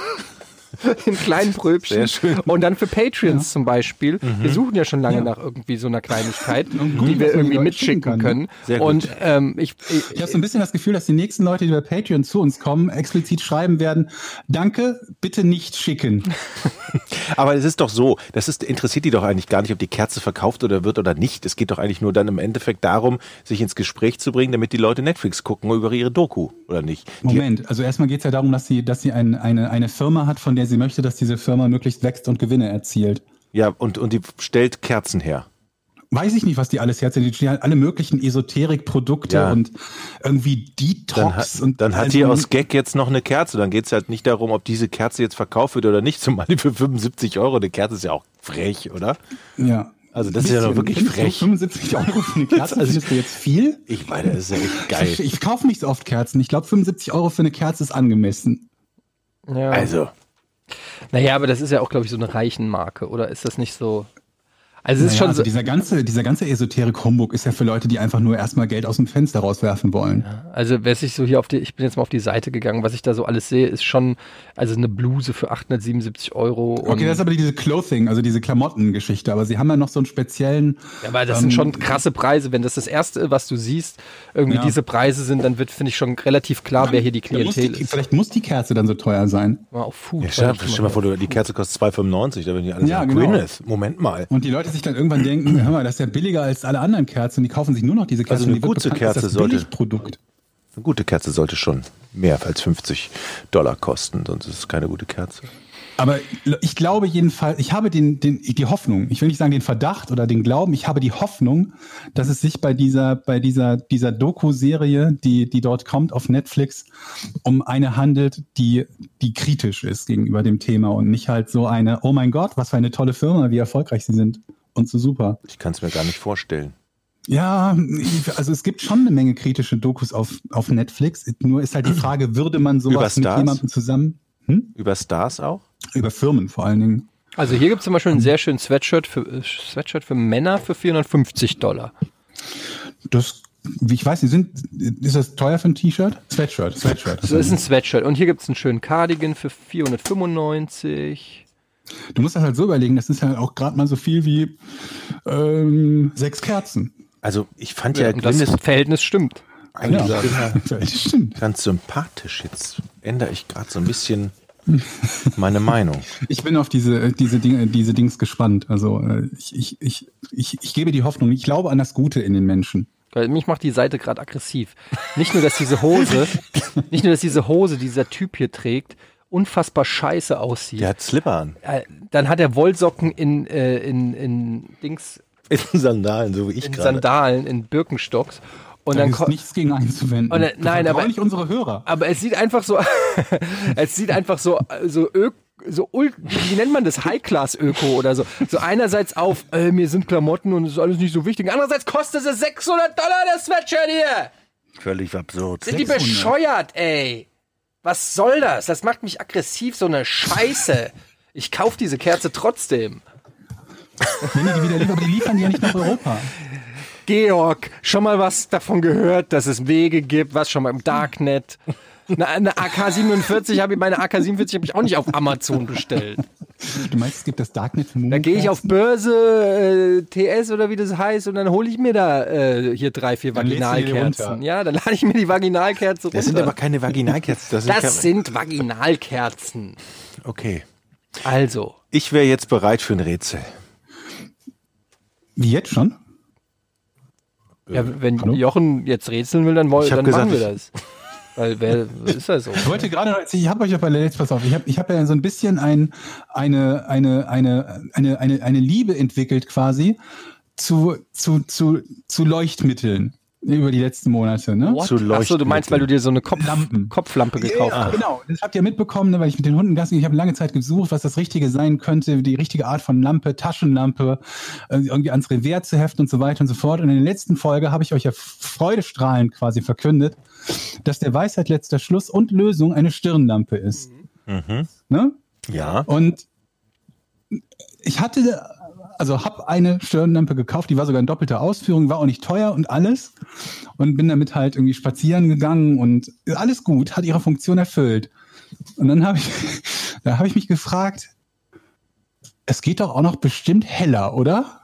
In kleinen Pröbchen. Sehr schön. Und dann für Patreons ja. zum Beispiel. Mhm. Wir suchen ja schon lange ja. nach irgendwie so einer Kleinigkeit, die wir irgendwie mitschicken können. Sehr und gut. Ähm, ich, ich, ich habe so ein bisschen das Gefühl, dass die nächsten Leute, die bei Patreon zu uns kommen, explizit schreiben werden, danke, bitte nicht schicken. Aber es ist doch so, das ist, interessiert die doch eigentlich gar nicht, ob die Kerze verkauft oder wird oder nicht. Es geht doch eigentlich nur dann im Endeffekt darum, sich ins Gespräch zu bringen, damit die Leute Netflix gucken über ihre Doku, oder nicht? Moment, also erstmal geht es ja darum, dass sie, dass sie ein, eine, eine Firma hat, von der sie möchte, dass diese Firma möglichst wächst und Gewinne erzielt. Ja, und, und die stellt Kerzen her. Weiß ich nicht, was die alles herstellen. Die stellen alle möglichen Esoterik-Produkte ja. und irgendwie Detox. Dann, hat, und dann hat also die aus Gag jetzt noch eine Kerze. Dann geht es halt nicht darum, ob diese Kerze jetzt verkauft wird oder nicht. Zumal die für fünfundsiebzig Euro, eine Kerze ist ja auch frech, oder? Ja. Also das ist ja noch wirklich frech. fünfundsiebzig Euro für eine Kerze, also, findest du jetzt viel? Ich meine, das ist ja echt geil. Ich, ich kaufe nicht so oft Kerzen. Ich glaube, fünfundsiebzig Euro für eine Kerze ist angemessen. Ja. Also. Naja, aber das ist ja auch, glaube ich, so eine Reichenmarke, oder ist das nicht so? Also es ist naja, schon also so dieser ganze, dieser ganze Esoterik-Humbug ist ja für Leute, die einfach nur erstmal Geld aus dem Fenster rauswerfen wollen. Ja, also wer sich so hier auf die, ich bin jetzt mal auf die Seite gegangen, was ich da so alles sehe, ist schon, also eine Bluse für achthundertsiebenundsiebzig Euro. Okay, das ist aber diese Clothing, also diese Klamotten-Geschichte, aber sie haben ja noch so einen speziellen... Ja, aber das ähm, sind schon krasse Preise, wenn das das Erste, was du siehst, irgendwie ja. diese Preise sind, dann wird, finde ich, schon relativ klar, ja, wer hier die Klientel die, ist. Vielleicht muss die Kerze dann so teuer sein. Mal auf Food. Ja, stell dir mal vor, die Kerze kostet zwei fünfundneunzig, da werden die alle ja, sagen, genau. Gwyneth, Moment mal. Und die Leute sich dann irgendwann denken, hör mal, das ist ja billiger als alle anderen Kerzen, die kaufen sich nur noch diese Kerzen. Also eine die wird gute bekannt Kerze als das sollte, Billigprodukt. Eine gute Kerze sollte schon mehr als fünfzig Dollar kosten, sonst ist es keine gute Kerze. Aber ich glaube jedenfalls, ich habe den, den, die Hoffnung, ich will nicht sagen den Verdacht oder den Glauben, ich habe die Hoffnung, dass es sich bei dieser, bei dieser, dieser Doku-Serie, die, die dort kommt auf Netflix, um eine handelt, die, die kritisch ist gegenüber dem Thema und nicht halt so eine, oh mein Gott, was für eine tolle Firma, wie erfolgreich sie sind und so super. Ich kann es mir gar nicht vorstellen. Ja, also es gibt schon eine Menge kritische Dokus auf, auf Netflix, nur ist halt die Frage, würde man sowas mit jemandem zusammen... Hm? Über Stars auch? Über Firmen vor allen Dingen. Also hier gibt es zum Beispiel einen sehr schönen Sweatshirt für, äh, Sweatshirt für Männer für vierhundertfünfzig Dollar. Das, wie ich weiß, die sind, ist das teuer für ein T-Shirt? Sweatshirt, Sweatshirt. Das ist ein Sweatshirt. Und hier gibt es einen schönen Cardigan für vierhundertfünfundneunzig. Du musst das halt so überlegen, das ist halt auch gerade mal so viel wie ähm, sechs Kerzen. Also ich fand ja, ja, das Verhältnis stimmt. Eigentlich ja, ja, stimmt. Ganz sympathisch. Jetzt ändere ich gerade so ein bisschen meine Meinung. Ich bin auf diese, diese, Dinge, diese Dings gespannt. Also ich, ich, ich, ich, ich gebe die Hoffnung. Ich glaube an das Gute in den Menschen. Mich macht die Seite gerade aggressiv. Nicht nur, dass diese Hose, nicht nur, dass diese Hose, die dieser Typ hier trägt, unfassbar scheiße aussieht. Der hat Slipper an. Dann hat er Wollsocken in, äh, in, in Dings. In Sandalen, so wie ich in gerade. In Sandalen, in Birkenstocks. Und da dann ist nichts gegen einzuwenden. Und, äh, nein, aber nicht unsere Hörer. Aber es sieht einfach so, es sieht einfach so, so, Ö, so wie nennt man das, High-Class-Öko oder so. So einerseits auf, äh, mir sind Klamotten und es ist alles nicht so wichtig. Andererseits kostet es sechshundert Dollar das Sweatshirt hier. Völlig absurd. Sind die bescheuert, ey? Was soll das? Das macht mich aggressiv, so eine Scheiße. Ich kauf diese Kerze trotzdem. Wenn die die wieder liefern, aber die liefern die ja nicht nach Europa. Georg, schon mal was davon gehört, dass es Wege gibt, was schon mal im Darknet. Eine, eine A K siebenundvierzig habe ich, meine A K siebenundvierzig habe ich auch nicht auf Amazon bestellt. Du meinst, es gibt das Darknet für Da gehe ich auf Börse, äh, T S oder wie das heißt und dann hole ich mir da äh, hier drei, vier dann Vaginalkerzen. Ja, dann lade ich mir die Vaginalkerze runter. Das sind aber keine Vaginalkerzen. Das sind, das sind Vaginalkerzen. Okay. Also. Ich wäre jetzt bereit für ein Rätsel. Wie jetzt schon? Ja, wenn Hallo? Jochen jetzt rätseln will, dann, wollen, dann gesagt, machen wir das. Weil, wer ist das so? Ich wollte gerade, ich habe euch aber jetzt, pass auf, ich habe ich hab ja so ein bisschen ein, eine, eine, eine, eine, eine, eine Liebe entwickelt quasi zu, zu, zu, zu Leuchtmitteln. Über die letzten Monate, ne? What? Achso, du meinst, weil du dir so eine Kopf Lampen. Kopflampe gekauft Ja, hast. genau. Das habt ihr mitbekommen, ne, weil ich mit den Hunden Gassi, ich habe lange Zeit gesucht, was das Richtige sein könnte, die richtige Art von Lampe, Taschenlampe, äh, irgendwie ans Revers zu heften und so weiter und so fort. Und in der letzten Folge habe ich euch ja freudestrahlend quasi verkündet, dass der Weisheit letzter Schluss und Lösung eine Stirnlampe ist. Mhm. Ne? Ja. Und ich hatte, also habe eine Stirnlampe gekauft, die war sogar in doppelter Ausführung, war auch nicht teuer und alles. Und bin damit halt irgendwie spazieren gegangen und alles gut, hat ihre Funktion erfüllt. Und dann habe ich, da habe ich mich gefragt, es geht doch auch noch bestimmt heller, oder?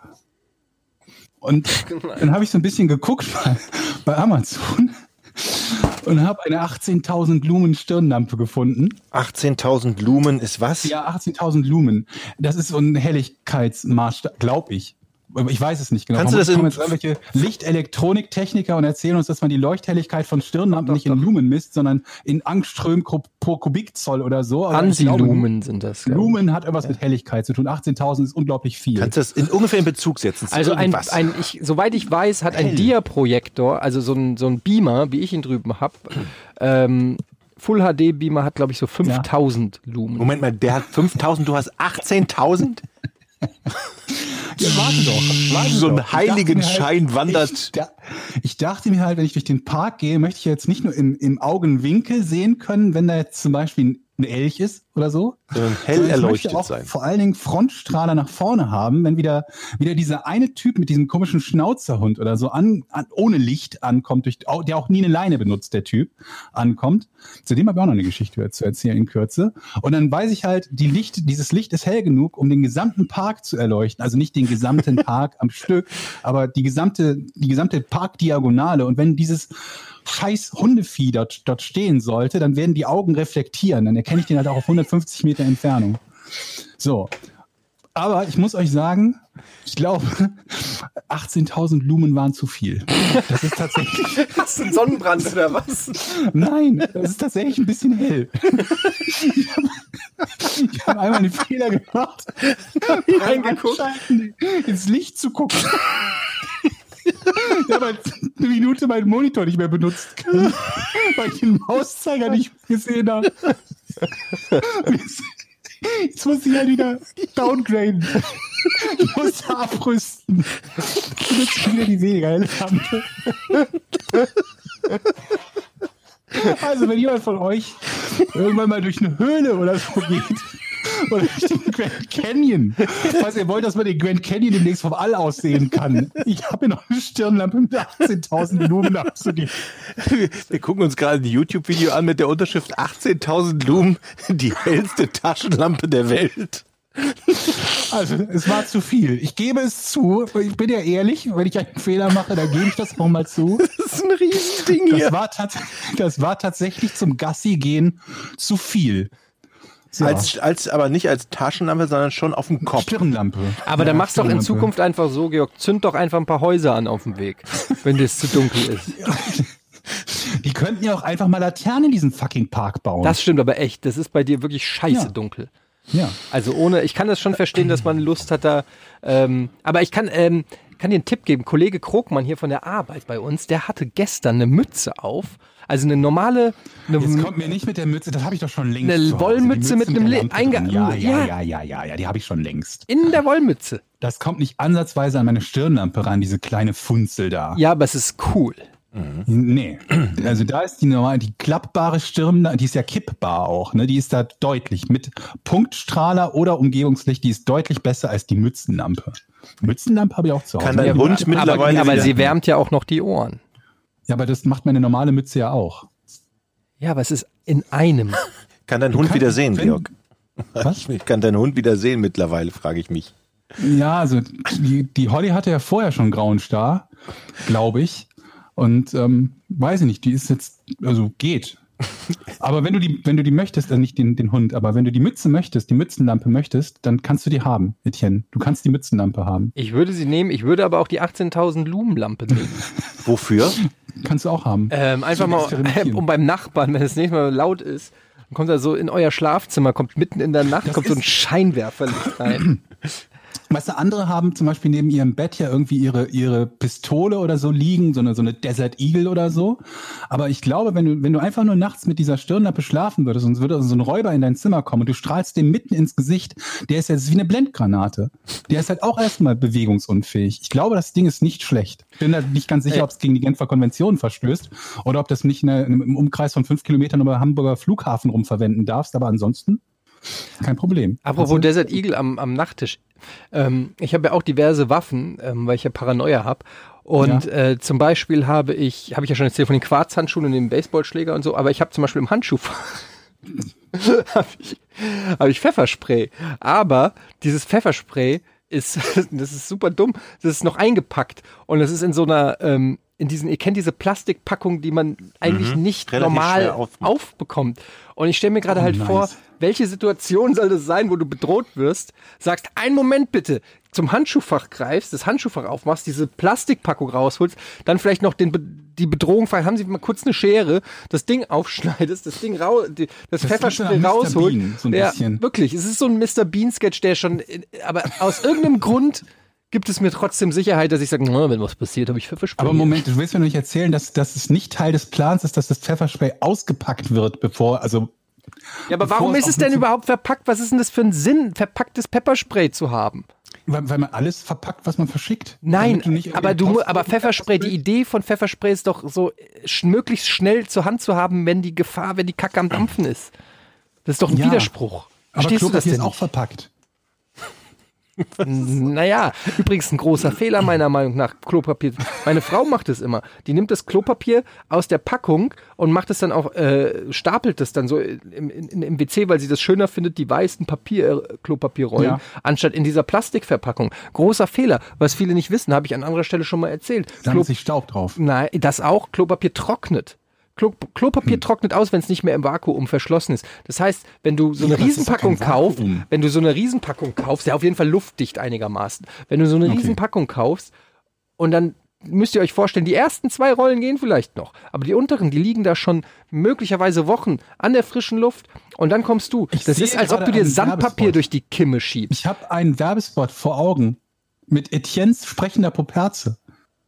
Und dann habe ich so ein bisschen geguckt bei, bei Amazon und habe eine achtzehntausend Lumen Stirnlampe gefunden. achtzehntausend Lumen ist was? Ja, achtzehntausend Lumen. Das ist so ein Helligkeitsmaßstab, glaube ich. Ich weiß es nicht genau. Kannst du das kommen in- jetzt irgendwelche Lichtelektroniktechniker und erzählen uns, dass man die Leuchthelligkeit von Stirnlampen nicht in Lumen misst, sondern in Angström pro Kubikzoll oder so. Aber ich glaube, Ansilumen sind das. glaub ich. Lumen hat irgendwas mit Helligkeit zu tun. achtzehntausend ist unglaublich viel. Kannst du das in ungefähr in Bezug setzen? zu Also ein, irgendwas? ein ich, soweit ich weiß, hat ein Hell. Dia-Projektor, also so ein, so ein Beamer, wie ich ihn drüben habe, ähm, Full H D Beamer hat, glaube ich, so fünftausend Lumen. Moment mal, der hat fünftausend, du hast achtzehntausend? Ja, warte doch. Warte So ein doch. Ich dachte Heiligenschein mir wandert. Ich, da, ich dachte mir halt, wenn ich durch den Park gehe, möchte ich jetzt nicht nur im, im Augenwinkel sehen können, wenn da jetzt zum Beispiel ein ein Elch ist oder so. Sondern hell Sondern ich erleuchtet möchte auch sein. vor allen Dingen Frontstrahler nach vorne haben, wenn wieder, wieder dieser eine Typ mit diesem komischen Schnauzerhund oder so an, an ohne Licht ankommt, durch, der auch nie eine Leine benutzt, der Typ, ankommt. Zu dem habe ich auch noch eine Geschichte zu erzählen in Kürze. Und dann weiß ich halt, die Licht, dieses Licht ist hell genug, um den gesamten Park zu erleuchten. Also nicht den gesamten Park am Stück, aber die gesamte, die gesamte Parkdiagonale. Und wenn dieses scheiß Hundevieh dort, dort stehen sollte, dann werden die Augen reflektieren. Dann erkenne ich den halt auch auf hundertfünfzig Meter Entfernung. So. Aber ich muss euch sagen, ich glaube, achtzehntausend Lumen waren zu viel. Das ist tatsächlich, Hast du einen Sonnenbrand oder was? nein, das ist tatsächlich ein bisschen hell. Ich habe ich hab einmal einen Fehler gemacht, Reingeguckt. Einschalten, ins Licht zu gucken. Ich habe halt eine Minute meinen Monitor nicht mehr benutzt können, weil ich den Mauszeiger nicht gesehen habe. Jetzt, jetzt muss ich halt wieder downgraden. Ich muss abrüsten. Und jetzt wieder die weniger helle Lampe. Also, wenn jemand von euch irgendwann mal durch eine Höhle oder so geht, oder durch den Grand Canyon, falls ihr wollt, dass man den Grand Canyon demnächst vom All aus sehen kann. Ich habe hier noch eine Stirnlampe mit achtzehntausend Lumen abzugeben. Wir, wir gucken uns gerade ein YouTube-Video an mit der Unterschrift achtzehntausend Lumen, die hellste Taschenlampe der Welt. Also, es war zu viel. Ich gebe es zu. Ich bin ja ehrlich, wenn ich einen Fehler mache, dann gebe ich das noch mal zu. Das ist ein Riesending Das hier. war, tats- das war tatsächlich zum Gassi-Gehen zu viel. So. Als, als, aber nicht als Taschenlampe, sondern schon auf dem Kopf. Stirnlampe. Aber dann Ja, mach's doch in Stirnlampe. Zukunft einfach so, Georg, zünd doch einfach ein paar Häuser an auf dem Weg, wenn das zu dunkel ist. Die könnten ja auch einfach mal Laternen in diesen fucking Park bauen. Das stimmt aber echt, das ist bei dir wirklich scheiße Ja. dunkel. ja. Also ohne, ich kann das schon verstehen, dass man Lust hat da, ähm, aber ich kann, ähm, kann dir einen Tipp geben. Kollege Krogmann hier von der Arbeit bei uns, der hatte gestern eine Mütze auf, also eine normale, eine, Jetzt kommt mir nicht mit der Mütze, das habe ich doch schon längst. Eine zu Hause. Wollmütze Die mit einem der Li- Lampe einge- drin. ja, ja, ja. ja, ja, ja, ja, die habe ich schon längst. in der Wollmütze. Das kommt nicht ansatzweise an meine Stirnlampe ran, diese kleine Funzel da. Ja, aber es ist cool. Nee, also da ist die normale, die klappbare Stirnlampe, die ist ja kippbar auch, ne? Die ist da deutlich mit Punktstrahler oder Umgebungslicht, die ist deutlich besser als die Mützenlampe. Mützenlampe habe ich auch zu Hause. Kann dein Ja, Hund aber, mittlerweile aber wieder- sie wärmt ja auch noch die Ohren. Ja, aber das macht meine normale Mütze ja auch. Ja, aber es ist in einem. Kann dein Hund kannst- wieder sehen, wenn- Georg? Was? Ich kann dein Hund wieder sehen mittlerweile, frage ich mich. Ja, also die, die Holly hatte ja vorher schon grauen Star, glaube ich. Und ähm, weiß ich nicht, die ist jetzt, also geht. Aber wenn du die, wenn du die möchtest, dann nicht den, den Hund, aber wenn du die Mütze möchtest, die Mützenlampe möchtest, dann kannst du die haben, Etienne. Du kannst die Mützenlampe haben. Ich würde sie nehmen, ich würde aber auch die achtzehntausend Lumenlampe nehmen. Wofür? Kannst du auch haben. Ähm, einfach Zum mal, Experimentieren. um beim Nachbarn, wenn es nächstes Mal laut ist, dann kommt er so in euer Schlafzimmer, kommt mitten in der Nacht, Das kommt so ein ist- Scheinwerferlicht rein. Weißt du, andere haben zum Beispiel neben ihrem Bett ja irgendwie ihre, ihre Pistole oder so liegen, so eine, so eine Desert Eagle oder so. Aber ich glaube, wenn du, wenn du einfach nur nachts mit dieser Stirnlampe schlafen würdest und es würde so ein Räuber in dein Zimmer kommen und du strahlst dem mitten ins Gesicht, der ist jetzt wie eine Blendgranate. Der ist halt auch erstmal bewegungsunfähig. Ich glaube, das Ding ist nicht schlecht. Ich bin da nicht ganz sicher, ob es gegen die Genfer Konvention verstößt oder ob das nicht in der, im Umkreis von fünf Kilometern über Hamburger Flughafen rumverwenden darfst, aber ansonsten kein Problem. Apropos also, Desert Eagle am, am Nachttisch. Ähm, ich habe ja auch diverse Waffen, ähm, weil ich ja Paranoia habe. Und ja. äh, zum Beispiel habe ich, habe ich ja schon erzählt von den Quarzhandschuhen und dem Baseballschläger und so, aber ich habe zum Beispiel im Handschuhfach habe ich, hab ich Pfefferspray. Aber dieses Pfefferspray ist, das ist super dumm, das ist noch eingepackt und das ist in so einer, ähm, in diesen, ihr kennt diese Plastikpackung, die man eigentlich mhm, nicht normal aufbekommt. Und ich stelle mir gerade oh, halt nice. vor, welche Situation soll das sein, wo du bedroht wirst, sagst, einen Moment bitte, zum Handschuhfach greifst, das Handschuhfach aufmachst, diese Plastikpackung rausholst, dann vielleicht noch den Be- die Bedrohung, haben sie mal kurz eine Schere, das Ding aufschneidest, das Ding raus, die, das, das Pfefferspray rausholt. Bean, so ein ja, bisschen. Wirklich, es ist so ein Mister Bean-Sketch, der schon, aber aus irgendeinem Grund gibt es mir trotzdem Sicherheit, dass ich sage, wenn was passiert, habe ich Pfefferspray. Aber Moment, du willst mir nicht erzählen, dass, dass es nicht Teil des Plans ist, dass das Pfefferspray ausgepackt wird, bevor, also... Ja, aber warum ist es denn überhaupt verpackt? Was ist denn das für ein Sinn, verpacktes Pepperspray zu haben? Weil, weil man alles verpackt, was man verschickt. Nein, du aber du, aber Pfefferspray, die Idee von Pfefferspray ist doch so, sch- möglichst schnell zur Hand zu haben, wenn die Gefahr, wenn die Kacke am Dampfen ist. Das ist doch ein ja, Widerspruch. Verstehst aber Klopapier ist auch verpackt. Naja, übrigens ein großer Fehler meiner Meinung nach, Klopapier. Meine Frau macht es immer. Die nimmt das Klopapier aus der Packung und macht es dann auch, äh, stapelt es dann so im, im, im W C, weil sie das schöner findet, die weißen Papier, äh, Klopapierrollen, ja. anstatt in dieser Plastikverpackung. Großer Fehler, was viele nicht wissen, habe ich an anderer Stelle schon mal erzählt. Da Klo- sich Staub drauf. Nein, das auch, Klopapier trocknet. Klo- Klopapier hm. trocknet aus, wenn es nicht mehr im Vakuum verschlossen ist. Das heißt, wenn du so eine ja, Riesenpackung kaufst, wenn du so eine Riesenpackung kaufst, ja auf jeden Fall luftdicht einigermaßen, wenn du so eine okay. Riesenpackung kaufst und dann müsst ihr euch vorstellen, die ersten zwei Rollen gehen vielleicht noch, aber die unteren, die liegen da schon möglicherweise Wochen an der frischen Luft und dann kommst du. Ich das ist, als ob du dir Sandpapier durch die Kimme schiebst. Ich habe einen Werbespot vor Augen mit Etiennes sprechender Poperze,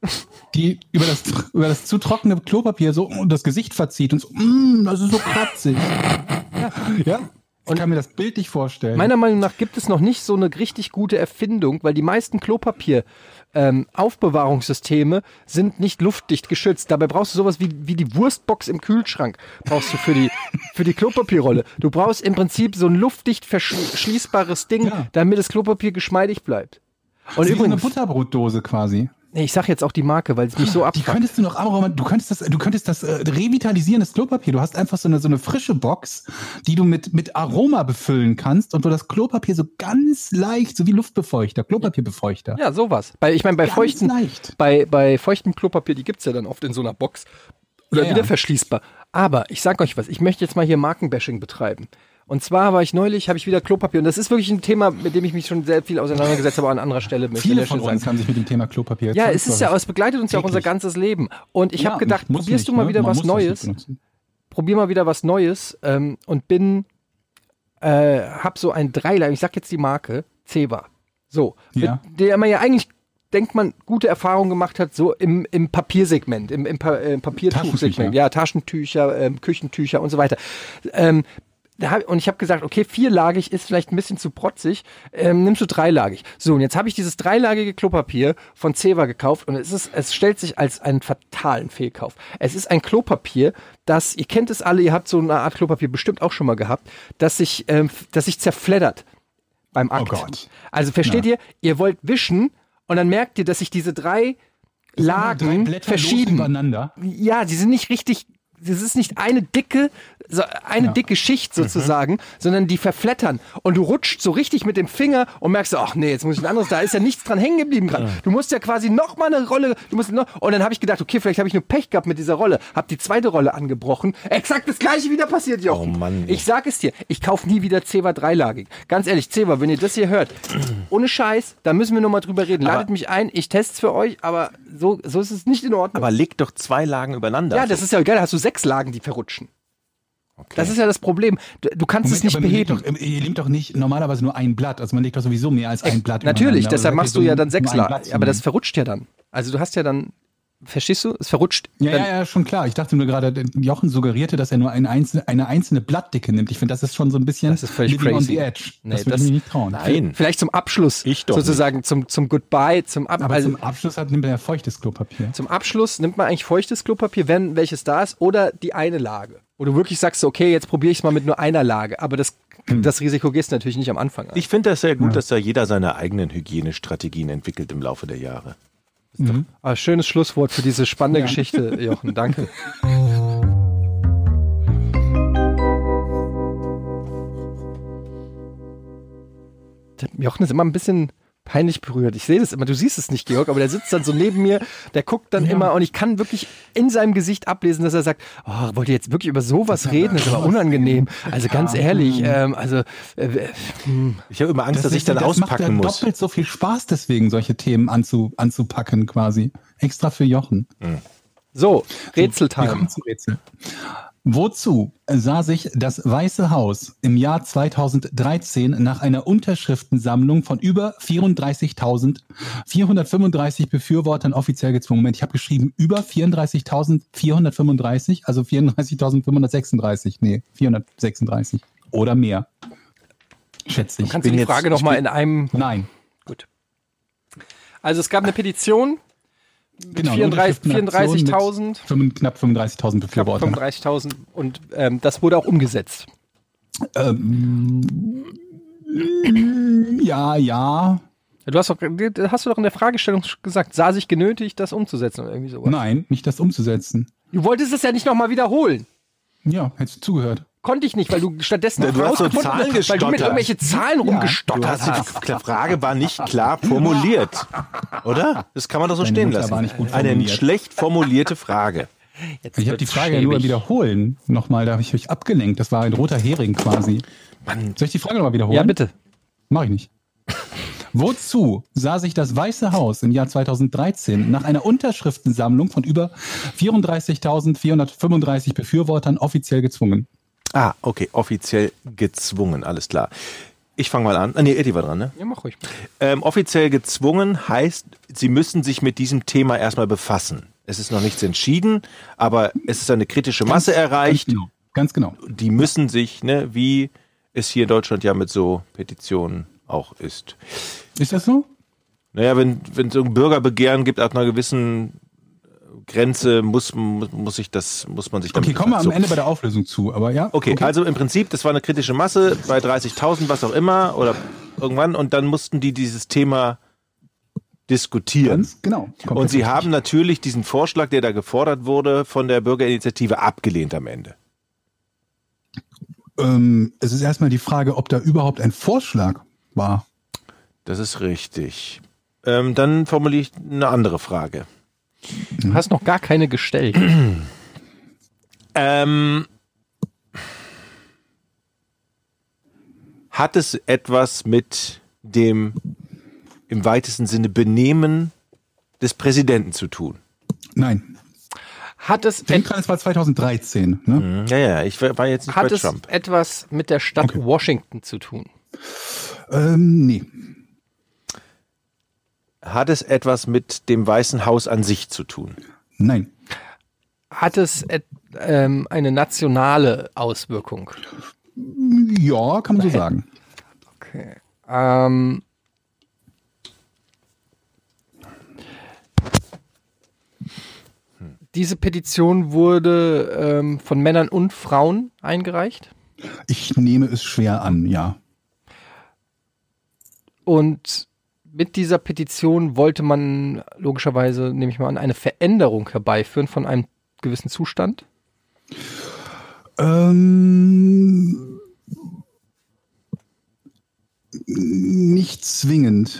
die über das, über das zu trockene Klopapier so das Gesicht verzieht und so, mm, das ist so kratzig. Ja, ja. Ich und kann mir das bildlich vorstellen. Meiner Meinung nach gibt es noch nicht so eine richtig gute Erfindung, weil die meisten Klopapier ähm, Aufbewahrungssysteme sind nicht luftdicht geschützt. Dabei brauchst du sowas wie, wie die Wurstbox im Kühlschrank, brauchst du für die, für die Klopapierrolle. Du brauchst im Prinzip so ein luftdicht verschließbares Ding, ja. damit das Klopapier geschmeidig bleibt. Und das übrigens ist eine Butterbrotdose quasi. Nee, ich sag jetzt auch die Marke, weil es mich so abfuckt. Die könntest du noch, aber du könntest das, du könntest das äh, revitalisieren, das Klopapier. Du hast einfach so eine, so eine frische Box, die du mit, mit Aroma befüllen kannst und wo das Klopapier so ganz leicht, so wie Luftbefeuchter, Klopapierbefeuchter. Ja, sowas. Bei, ich meine, bei feuchten, bei, bei feuchtem Klopapier, die gibt's ja dann oft in so einer Box. Oder ja, wieder ja. verschließbar. Aber ich sag euch was, ich möchte jetzt mal hier Markenbashing betreiben. Und zwar war ich neulich, habe ich wieder Klopapier. Und das ist wirklich ein Thema, mit dem ich mich schon sehr viel auseinandergesetzt habe, an anderer Stelle. Viele von uns haben sich mit dem Thema Klopapier Ja, es ist ja, es begleitet uns ja auch unser ganzes Leben. Und ich ja, habe gedacht, probierst nicht, du mal wieder ne? was Neues. Probier mal wieder was Neues. Ähm, und bin, äh, hab so ein Dreilager, ich sag jetzt die Marke, Ceva. So, ja. mit der man ja eigentlich, denkt man, gute Erfahrungen gemacht hat, so im, im Papiersegment, im, im, pa- äh, Papiertuchsegment. Ja, Taschentücher, ähm, Küchentücher und so weiter. Ähm, Da hab, und ich habe gesagt, okay, vierlagig ist vielleicht ein bisschen zu protzig, ähm, nimmst du dreilagig. So, und jetzt habe ich dieses dreilagige Klopapier von Ceva gekauft und es ist, es stellt sich als einen fatalen Fehlkauf. Es ist ein Klopapier, das, ihr kennt es alle, ihr habt so eine Art Klopapier bestimmt auch schon mal gehabt, das sich, ähm, das sich zerfleddert beim Akt. Oh Gott. Also versteht ja. ihr, ihr wollt wischen und dann merkt ihr, dass sich diese drei das Lagen drei verschieben. Übereinander. Ja, die sind nicht richtig. Das ist nicht eine dicke, so eine ja. dicke Schicht sozusagen, mhm. sondern die verflattern. Und du rutscht so richtig mit dem Finger und merkst, ach nee, jetzt muss ich ein anderes, da ist ja nichts dran hängen geblieben gerade. Ja. Du musst ja quasi noch mal eine Rolle, du musst noch, und dann habe ich gedacht, okay, vielleicht habe ich nur Pech gehabt mit dieser Rolle, habe die zweite Rolle angebrochen. Exakt das gleiche wieder passiert, Jochen. Oh Mann. Ich sag es dir, ich kaufe nie wieder Ceva dreilagig. Ganz ehrlich, Ceva, wenn ihr das hier hört, ohne Scheiß, da müssen wir noch mal drüber reden. Ladet aber mich ein, ich teste es für euch, aber so, so ist es nicht in Ordnung. Aber leg doch zwei Lagen übereinander. Ja, das ist ja geil, da hast du sechs Lagen, die verrutschen. Okay. Das ist ja das Problem. Du, du kannst Moment, es nicht aber man legt beheben. Doch, ihr nehmt doch nicht normalerweise nur ein Blatt. Also man legt doch sowieso mehr als ein Blatt. Natürlich, übereinander. deshalb Also machst du so ja dann nur sechs ein Lagen. Blatt zu Aber das nehmen. verrutscht ja dann. Also du hast ja dann, verstehst du? Es verrutscht. Ja, dann, ja, ja, schon klar. Ich dachte nur gerade, Jochen suggerierte, dass er nur eine einzelne, eine einzelne Blattdicke nimmt. Ich finde, das ist schon so ein bisschen Das ist völlig living on crazy. the edge. Nee, das würde das- ich mir nicht trauen. Nein. Vielleicht zum Abschluss. Ich doch sozusagen zum, zum Goodbye, zum Ab Aber also, zum Abschluss hat, nimmt er ja feuchtes Klopapier. Zum Abschluss nimmt man eigentlich feuchtes Klopapier, wenn welches da ist, oder die eine Lage. Wo du wirklich sagst, okay, jetzt probiere ich es mal mit nur einer Lage. Aber das, das Risiko gehst du natürlich nicht am Anfang an. Ich finde das sehr gut, dass da jeder seine eigenen Hygienestrategien entwickelt im Laufe der Jahre. Ah, schönes Schlusswort für diese spannende Geschichte, Jochen. Danke. Der Jochen ist immer ein bisschen peinlich berührt. Ich sehe das immer, du siehst es nicht, Georg, aber der sitzt dann so neben mir, der guckt dann immer und ich kann wirklich in seinem Gesicht ablesen, dass er sagt, oh, wollt ihr jetzt wirklich über sowas reden? Das ist aber unangenehm. Also ganz ehrlich, ähm, also äh, hm. Ich habe immer Angst, dass ich ist- dann das auspacken macht ja muss. doppelt so viel Spaß deswegen, solche Themen anzu, anzupacken quasi. Extra für Jochen. So, Wir Rätseltime. kommen zum Rätsel. Wozu sah sich das Weiße Haus im Jahr zweitausenddreizehn nach einer Unterschriftensammlung von über vierunddreißigtausendvierhundertfünfunddreißig Befürwortern offiziell gezwungen? Moment, ich habe geschrieben über vierunddreißigtausendvierhundertfünfunddreißig, also vierunddreißigtausendfünfhundertsechsunddreißig. Nee, vierhundertsechsunddreißig oder mehr. Schätze ich. Kannst du bin die jetzt- Frage ich nochmal bin- in einem... Nein. Gut. Also es gab eine Petition mit Genau, eine vierunddreißig Unterschriftenaktion mit vierunddreißigtausend, fünfund- knapp fünfunddreißigtausend knapp Befürworter. fünfunddreißigtausend und ähm, das wurde auch umgesetzt. Ähm, ja, ja. Du hast doch, hast du doch in der Fragestellung gesagt, sah sich genötigt, das umzusetzen oder irgendwie sowas. Nein, nicht das umzusetzen. Du wolltest es ja nicht nochmal wiederholen. Ja, hättest du zugehört. Konnte ich nicht, weil du stattdessen Ja, du hast so rausgefunden Zahlen hast, weil du mit gestottert. irgendwelche Zahlen Du rumgestottert hast hast. die Frage war nicht klar formuliert, oder? Das kann man doch so Deine stehen Mutter lassen. war nicht gut Eine formuliert. schlecht formulierte Frage. Jetzt Ich habe die wird's Frage ja nur schäbig. wiederholen. Nochmal, da habe ich euch abgelenkt. Das war ein roter Hering quasi. Mann, Soll ich die Frage nochmal wiederholen? Ja, bitte. Mach ich nicht. Wozu sah sich das Weiße Haus im Jahr zweitausenddreizehn nach einer Unterschriftensammlung von über vierunddreißigtausendvierhundertfünfunddreißig Befürwortern offiziell gezwungen? ah, okay, offiziell gezwungen, alles klar. Ich fange mal an. Ah, nee, Eddie war dran, ne? Ja, mach ruhig. Ähm, offiziell gezwungen heißt, sie müssen sich mit diesem Thema erstmal befassen. Es ist noch nichts entschieden, aber es ist eine kritische Masse erreicht. Ganz genau. Ganz genau. Die müssen sich, ne, wie es hier in Deutschland ja mit so Petitionen auch ist. Ist das so? Naja, wenn wenn es so ein Bürgerbegehren gibt ab einer gewissen Grenze, muss, muss, muss, sich das, muss man sich damit Okay, kommen wir am so. Ende bei der Auflösung zu, aber ja. Okay, also im Prinzip, das war eine kritische Masse bei dreißigtausend, was auch immer, oder irgendwann, und dann mussten die dieses Thema diskutieren. Ganz genau. Komplett Und sie richtig. haben natürlich diesen Vorschlag, der da gefordert wurde, von der Bürgerinitiative abgelehnt am Ende. Ähm, es ist erstmal die Frage, ob da überhaupt ein Vorschlag war. Das ist richtig. Ähm, dann formuliere ich eine andere Frage. Du hast noch gar keine gestellt. Ähm, hat es etwas mit dem im weitesten Sinne Benehmen des Präsidenten zu tun? Nein. Hat es, Denk et dran, es war zweitausenddreizehn. Ne? Ja, ja, ich war jetzt nicht hat bei es Trump. etwas mit der Stadt Okay. Washington zu tun? Ähm, nee. Hat es etwas mit dem Weißen Haus an sich zu tun? Nein. Hat es et, ähm, eine nationale Auswirkung? Ja, kann man so sagen. Okay. Ähm, diese Petition wurde ähm, von Männern und Frauen eingereicht. Ich nehme es schwer an, ja. Und mit dieser Petition wollte man logischerweise, nehme ich mal an, eine Veränderung herbeiführen von einem gewissen Zustand. Ähm, nicht zwingend.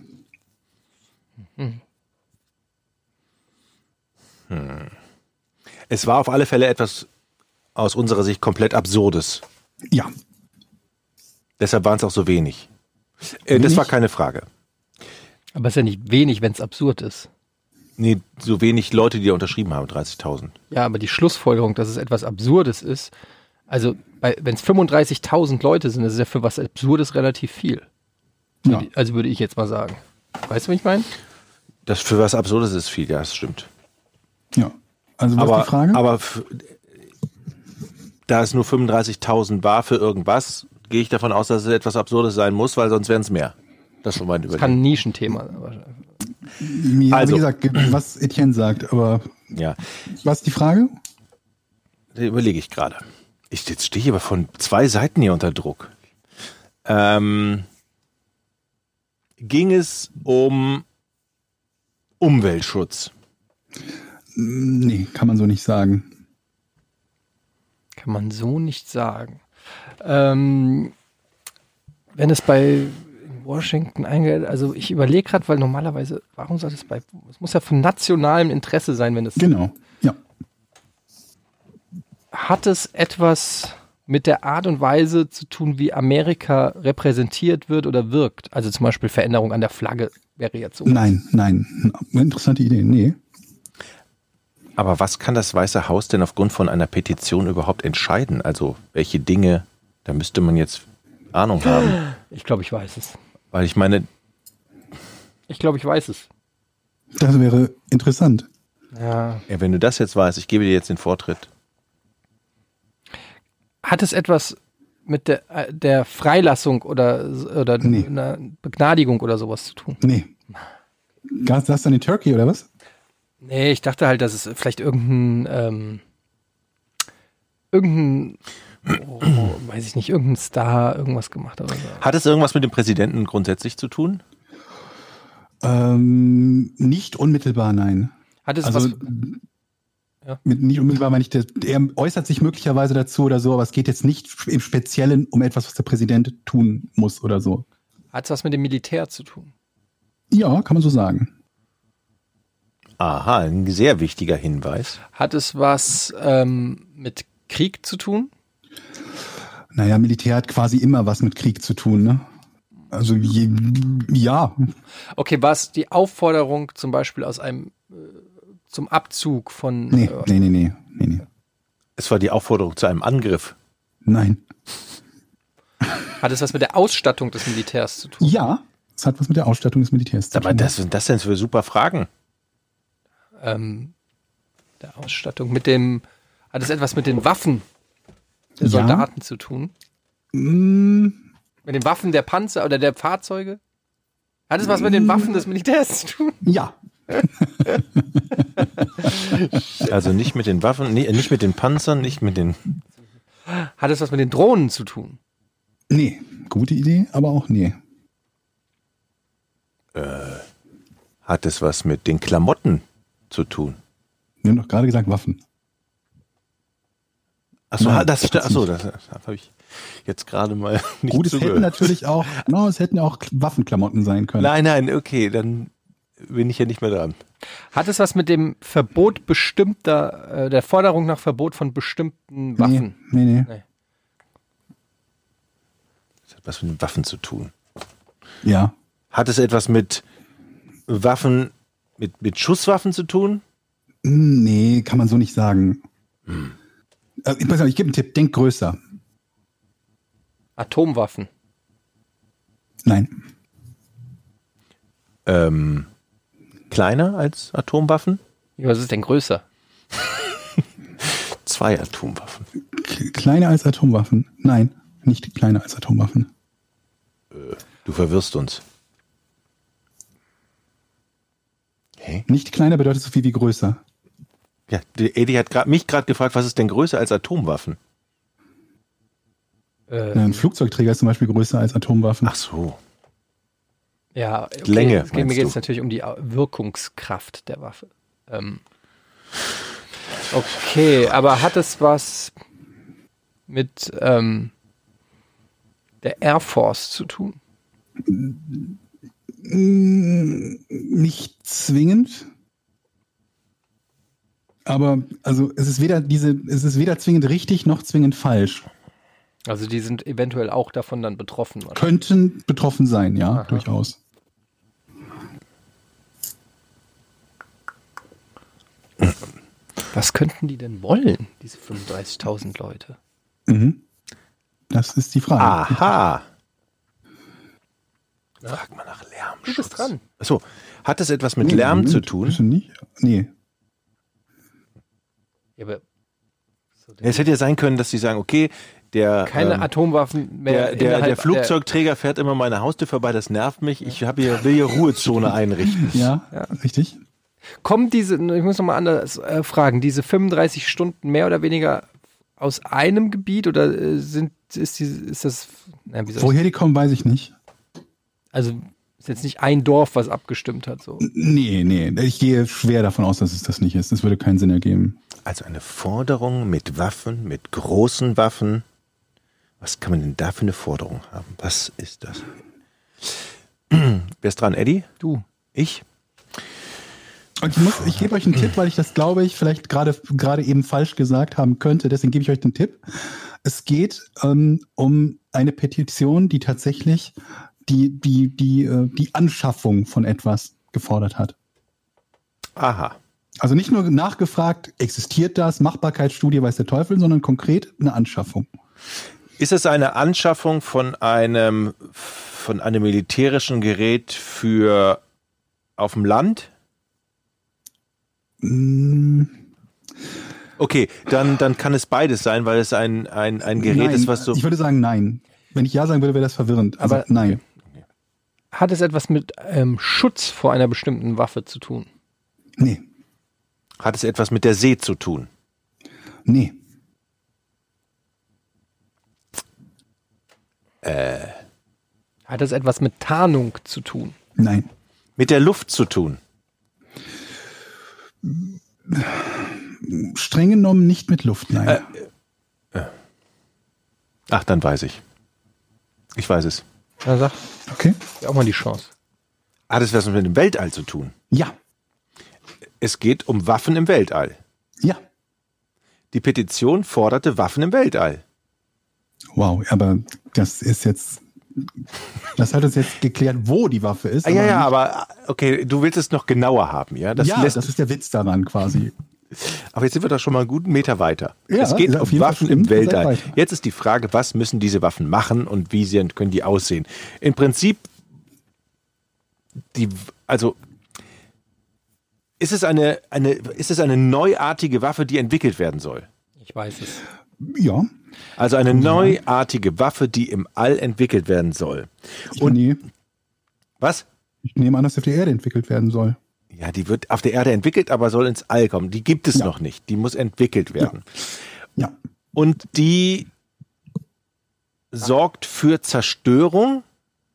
Es war auf alle Fälle etwas aus unserer Sicht komplett Absurdes. Ja. Deshalb waren es auch so wenig. Äh, das Wenig? war keine Frage. Aber es ist ja nicht wenig, wenn es absurd ist. Nee, so wenig Leute, die da unterschrieben haben, dreißigtausend. Ja, aber die Schlussfolgerung, dass es etwas Absurdes ist, Also, wenn es fünfunddreißigtausend Leute sind, das ist ja für was Absurdes relativ viel. Ja. Also würde ich jetzt mal sagen. Weißt du, was ich meine? Das für was Absurdes ist viel, ja, das stimmt. Ja. Also was Aber, ist die Frage? aber f- da es nur fünfunddreißigtausend war für irgendwas, gehe ich davon aus, dass es etwas Absurdes sein muss, weil sonst wären es mehr. Das ist schon mein Das kann Überlegen. ein Nischenthema sein. Ja, also- wie gesagt, was Etienne sagt, aber Ja, was ist die Frage? da überlege ich gerade. Ich, jetzt stehe ich aber von zwei Seiten hier unter Druck. Ähm, ging es um Umweltschutz? Nee, kann man so nicht sagen. Kann man so nicht sagen. Ähm, wenn es bei Washington eingeht, also ich überlege gerade, weil normalerweise, warum soll das bei, es muss ja von nationalem Interesse sein, wenn es, Genau, ja. hat es etwas mit der Art und Weise zu tun, wie Amerika repräsentiert wird oder wirkt? Also zum Beispiel Veränderung an der Flagge wäre jetzt so. Nein, nein. Interessante Idee. Nee. Aber was kann das Weiße Haus denn aufgrund von einer Petition überhaupt entscheiden? Also welche Dinge, da müsste man jetzt Ahnung haben. Ich glaube, ich weiß es. Weil ich meine, Ich glaube, ich weiß es. Das wäre interessant. Ja. ja, wenn du das jetzt weißt, ich gebe dir jetzt den Vortritt. Hat es etwas mit der, äh, der Freilassung oder, oder Nee. einer Begnadigung oder sowas zu tun? Nee. Gab das dann in Turkey oder was? Nee, ich dachte halt, dass es vielleicht irgendein, ähm, irgendein, oh, weiß ich nicht, irgendein Star irgendwas gemacht hat oder so. Hat es irgendwas mit dem Präsidenten grundsätzlich zu tun? Ähm, nicht unmittelbar, nein. Hat es Also was, Ja. mit nicht unmittelbar meine ich, der, er äußert sich möglicherweise dazu oder so, aber es geht jetzt nicht im Speziellen um etwas, was der Präsident tun muss oder so. hat es was mit dem Militär zu tun? Ja, kann man so sagen. Aha, ein sehr wichtiger Hinweis. Hat es was ähm, mit Krieg zu tun? Naja, Militär hat quasi immer was mit Krieg zu tun, ne? Also je, ja, Okay, war es die Aufforderung zum Beispiel aus einem, äh, zum Abzug von, nee, äh, nee, nee, nee, nee, nee. Es war die Aufforderung zu einem Angriff. Nein. hat es was mit der Ausstattung des Militärs zu tun? Ja, es hat was mit der Ausstattung des Militärs zu Aber tun. das sind das denn für super Fragen? Ähm, der Ausstattung, mit dem, hat es etwas mit den Waffen der Ja. Soldaten zu tun? Mm, Mit den Waffen der Panzer oder der Fahrzeuge? Hat es was mit den Waffen des Militärs zu tun? ja, Also nicht mit den Waffen, nee, nicht mit den Panzern, nicht mit den. Hat es was mit den Drohnen zu tun? nee, gute Idee, aber auch nee. Hat es was mit den Klamotten zu tun? Wir haben doch gerade gesagt Waffen. Achso, Nein, das, das achso, nicht. das, das habe ich jetzt gerade mal nicht Gut, es hätten zugehört. natürlich auch, no, es hätten auch Waffenklamotten sein können. Nein, nein, okay, dann bin ich ja nicht mehr dran. Hat es was mit dem Verbot bestimmter, äh, der Forderung nach Verbot von bestimmten Waffen? Nee, nee, nee. Nee. Das hat was mit den Waffen zu tun. Ja. Hat es etwas mit Waffen, mit, mit Schusswaffen zu tun? Nee, kann man so nicht sagen. Äh, ich, pass auf, ich gebe einen Tipp, denk größer. Atomwaffen. Nein. Ähm, kleiner als Atomwaffen? Ja, was ist denn größer? Zwei Atomwaffen. K kleiner als Atomwaffen. Nein, nicht kleiner als Atomwaffen. Du verwirrst uns. Hey? Nicht kleiner bedeutet so viel wie größer. Ja, der Eddie hat grad, mich gerade gefragt, was ist denn größer als Atomwaffen? Äh, Ein Flugzeugträger ist zum Beispiel größer als Atomwaffen. Ach so. ja, okay. Länge, Es geht, mir meinst geht es du? natürlich um die Au- Wirkungskraft der Waffe. Ähm, okay, aber hat es was mit ähm, der Air Force zu tun? Nicht zwingend. Aber also es ist weder diese, es ist weder zwingend richtig noch zwingend falsch. Also die sind eventuell auch davon dann betroffen. wahrscheinlich. Könnten betroffen sein, ja, Aha. durchaus. Was könnten die denn wollen, diese fünfunddreißigtausend Leute? Mhm. Das ist die Frage. Aha. Frag mal nach Lärmschutz. Du bist dran. Achso, hat das etwas mit Nee, Lärm Moment, zu tun? bist du nicht? Nee. Ja, aber Ja, es hätte ja sein können, dass sie sagen, okay, der, keine ähm, Atomwaffen mehr. der, der, der innerhalb Flugzeugträger fährt immer meine Haustür vorbei, das nervt mich. Ich habe hier, will hier Ruhezone einrichten. Ja, richtig. Der, kommen diese, ich muss nochmal anders äh, fragen, diese fünfunddreißig Stunden mehr oder weniger aus einem Gebiet oder äh, sind, ist, die, ist das, na, wie soll ich, Woher die kommen, weiß ich nicht. also ist jetzt nicht ein Dorf, was abgestimmt hat, so. Nee, nee. Ich gehe schwer davon aus, dass es das nicht ist. Das würde keinen Sinn ergeben. Also eine Forderung mit Waffen, mit großen Waffen. Was kann man denn da für eine Forderung haben? Was ist das? Wer ist dran, Eddie? Du. Ich? Und ich, muss, ich gebe euch einen Tipp, weil ich das, glaube ich, vielleicht gerade gerade eben falsch gesagt haben könnte. Deswegen gebe ich euch den Tipp. Es geht ähm, um eine Petition, die tatsächlich die, die, die, äh, die Anschaffung von etwas gefordert hat. Aha. Also nicht nur nachgefragt, existiert das, Machbarkeitsstudie, weiß der Teufel, sondern konkret eine Anschaffung. Ist es eine Anschaffung von einem, von einem militärischen Gerät für auf dem Land? Mm, Okay, dann, dann kann es beides sein, weil es ein, ein, ein Gerät nein, ist, was so... ich würde sagen nein. Wenn ich ja sagen würde, wäre das verwirrend. Also Aber- nein. Hat es etwas mit ähm, Schutz vor einer bestimmten Waffe zu tun? Nee. Hat es etwas mit der See zu tun? Nee. Hat es etwas mit Tarnung zu tun? Nein. Mit der Luft zu tun? Streng genommen nicht mit Luft, nein. Ach, dann weiß ich. Ich weiß es. Na, sag, Okay. auch mal die Chance. Hat es was mit dem Weltall zu tun? Ja. Es geht um Waffen im Weltall. Ja. Die Petition forderte Waffen im Weltall. Wow, aber das ist jetzt. Das hat uns jetzt geklärt, wo die Waffe ist. Ah, ja, ja, nicht- aber okay, du willst es noch genauer haben, ja? Das ja, lässt, das ist der Witz daran quasi. aber jetzt sind wir doch schon mal einen guten Meter weiter. Ja, es geht auf um jeden Fall Waffen stimmt, im ihr seid Weltall. weiter. Jetzt ist die Frage, was müssen diese Waffen machen und wie sie, können die aussehen? Im Prinzip, die, also ist es eine, eine, ist es eine neuartige Waffe, die entwickelt werden soll? Ich weiß es. Ja. Also eine neuartige Waffe, die im All entwickelt werden soll. Ich, Und nee, was? ich nehme an, dass auf der Erde entwickelt werden soll. Ja, die wird auf der Erde entwickelt, aber soll ins All kommen. Die gibt es Ja. noch nicht. Die muss entwickelt werden. Ja. Und die sorgt für Zerstörung.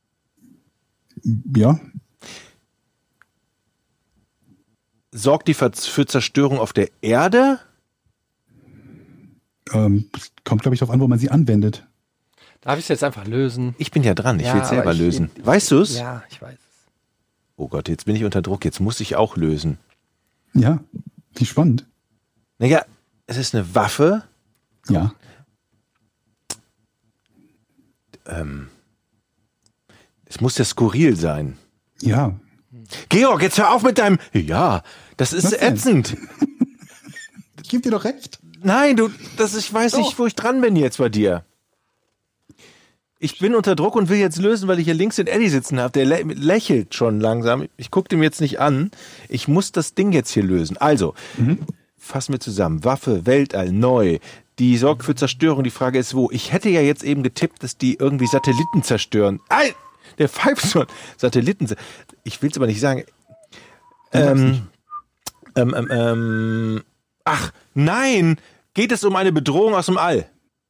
Ja. Sorgt die für für Zerstörung auf der Erde? Ähm, kommt, glaube ich, darauf an, wo man sie anwendet. Darf ich es jetzt einfach lösen? Ich bin ja dran. Ich Ja, will es selber aber ich- lösen. Weißt du es? Ja, ich weiß es. Oh Gott, jetzt bin ich unter Druck. Jetzt muss ich auch lösen. Ja. Wie spannend. Naja, es ist eine Waffe. Ja. Ähm, es muss ja skurril sein. Ja. Georg, jetzt hör auf mit deinem... Ja, das ist Was denn? ätzend. Ich gebe dir doch recht. Nein, du, das ist, ich weiß nicht, wo ich dran bin jetzt bei dir. Ich bin unter Druck und will jetzt lösen, weil ich hier links den Eddie sitzen habe. Der lä lächelt schon langsam. Ich gucke dem jetzt nicht an. Ich muss das Ding jetzt hier lösen. Also, fassen wir zusammen. Waffe, Weltall, neu. Die sorgt für Zerstörung. Die Frage ist, wo? Ich hätte ja jetzt eben getippt, dass die irgendwie Satelliten zerstören. Ei, der pfeift schon. Satelliten. Ich will es aber nicht sagen. Ähm, ähm, ähm, ähm, ach, nein! Geht es um eine Bedrohung aus dem All?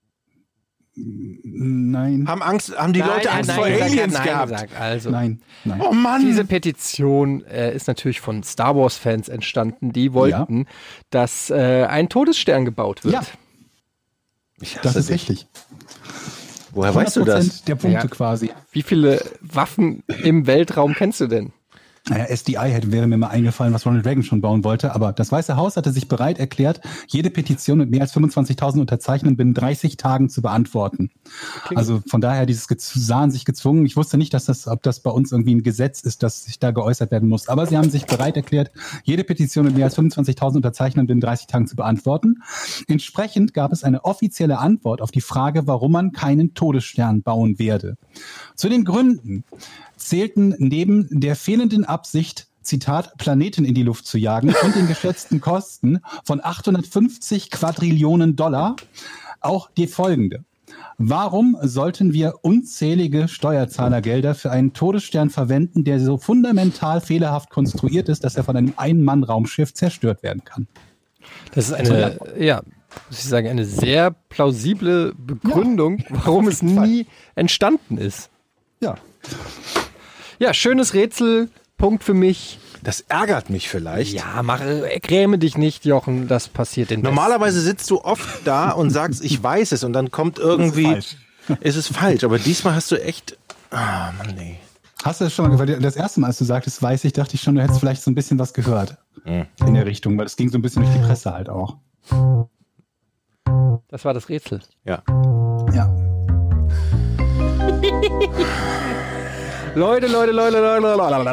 Nein. Haben Angst, haben die Nein, Leute nein, Angst nein, vor gesagt, Aliens nein, gehabt? gesagt. Also, Nein. Nein. Oh Mann! diese Petition äh, ist natürlich von Star Wars Fans entstanden. Die wollten, dass äh, ein Todesstern gebaut wird. Ja, Ich hasse das ist dich. richtig. Woher weißt du das? hundert Prozent der Punkte Ja. quasi. Wie viele Waffen im Weltraum kennst du denn? Naja, S D I hätte, wäre mir mal eingefallen, was Ronald Reagan schon bauen wollte, aber das Weiße Haus hatte sich bereit erklärt, jede Petition mit mehr als fünfundzwanzigtausend Unterzeichnern binnen dreißig Tagen zu beantworten. Klingt. Also von daher, dieses sahen sich gezwungen. Ich wusste nicht, dass das, ob das bei uns irgendwie ein Gesetz ist, dass sich da geäußert werden muss. Aber sie haben sich bereit erklärt, jede Petition mit mehr als fünfundzwanzigtausend Unterzeichnern binnen dreißig Tagen zu beantworten. Entsprechend gab es eine offizielle Antwort auf die Frage, warum man keinen Todesstern bauen werde. Zu den Gründen zählten neben der fehlenden Absicht, Zitat, Planeten in die Luft zu jagen und den geschätzten Kosten von achthundertfünfzig Quadrillionen Dollar auch die folgende. Warum sollten wir unzählige Steuerzahlergelder für einen Todesstern verwenden, der so fundamental fehlerhaft konstruiert ist, dass er von einem Ein-Mann-Raumschiff zerstört werden kann? Das ist eine, ja, muss ich sagen, eine sehr plausible Begründung, ja, warum es nie entstanden ist. Ja. Ja, schönes Rätsel, Punkt für mich. Das ärgert mich vielleicht. Ja, mach, gräme dich nicht, Jochen, das passiert in Normalerweise sitzt du oft da und sagst, ich weiß es und dann kommt irgendwie, ist es falsch, ist es falsch. Aber diesmal hast du echt, ah, Mann, nee. Hast du das schon mal gehört? Das erste Mal, als du sagtest, weiß ich, dachte ich schon, du hättest vielleicht so ein bisschen was gehört. Mhm. In der Richtung, weil es ging so ein bisschen durch die Presse halt auch. Das war das Rätsel. Ja. Ja. Leute, Leute, Leute, Leute,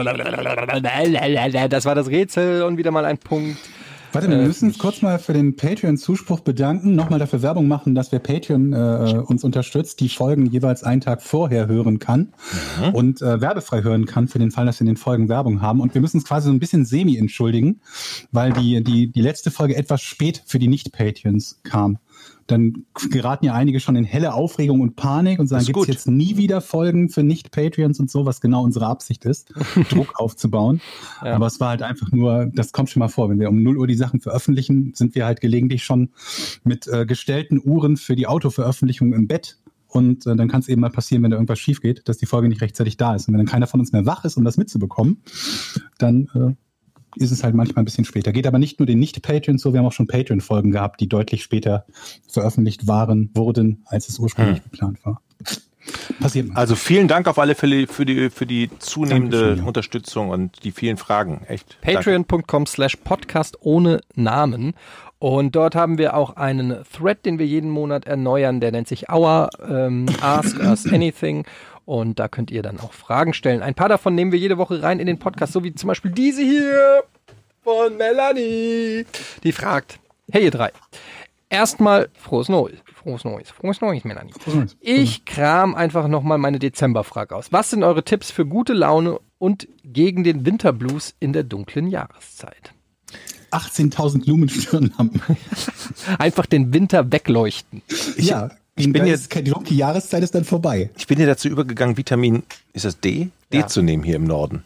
Leute, das war das Rätsel und wieder mal ein Punkt. Warte, wir müssen uns kurz mal für den Patreon-Zuspruch bedanken, nochmal dafür Werbung machen, dass wer Patreon äh, uns unterstützt, die Folgen jeweils einen Tag vorher hören kann mhm. und äh, werbefrei hören kann, für den Fall, dass wir in den Folgen Werbung haben. Und wir müssen uns quasi so ein bisschen semi entschuldigen, weil die, die, die letzte Folge etwas spät für die Nicht-Patreons kam. Dann geraten ja einige schon in helle Aufregung und Panik und sagen, gibt es jetzt nie wieder Folgen für Nicht-Patreons und so, was genau unsere Absicht ist, Druck aufzubauen. Ja. Aber es war halt einfach nur, das kommt schon mal vor, wenn wir um null Uhr die Sachen veröffentlichen, sind wir halt gelegentlich schon mit äh, gestellten Uhren für die Autoveröffentlichung im Bett. Und äh, dann kann es eben mal passieren, wenn da irgendwas schief geht, dass die Folge nicht rechtzeitig da ist. Und wenn dann keiner von uns mehr wach ist, um das mitzubekommen, dann äh, ist es halt manchmal ein bisschen später. Geht aber nicht nur den Nicht-Patreons so, wir haben auch schon Patreon-Folgen gehabt, die deutlich später veröffentlicht waren, wurden, als es ursprünglich hm. geplant war. Passiert mal. Also vielen Dank auf alle Fälle für die, für die zunehmende Dankeschön, ja. Unterstützung und die vielen Fragen. Echt. Patreon.com slash Podcast ohne Namen. Und dort haben wir auch einen Thread, den wir jeden Monat erneuern, der nennt sich Our ähm, Ask Us Anything. Und da könnt ihr dann auch Fragen stellen. Ein paar davon nehmen wir jede Woche rein in den Podcast, so wie zum Beispiel diese hier von Melanie. Die fragt, hey ihr drei, erstmal frohes Neues. Frohes Neues, frohes Neues, Melanie. Ich kram einfach nochmal meine Dezemberfrage aus. Was sind eure Tipps für gute Laune und gegen den Winterblues in der dunklen Jahreszeit? achtzehntausend Lumenstirnlampen. Einfach den Winter wegleuchten. Ich, ja. Ich bin jetzt, die dunkle Jahreszeit ist dann vorbei. Ich bin ja dazu übergegangen, Vitamin, ist das D? D ja. zu nehmen hier im Norden.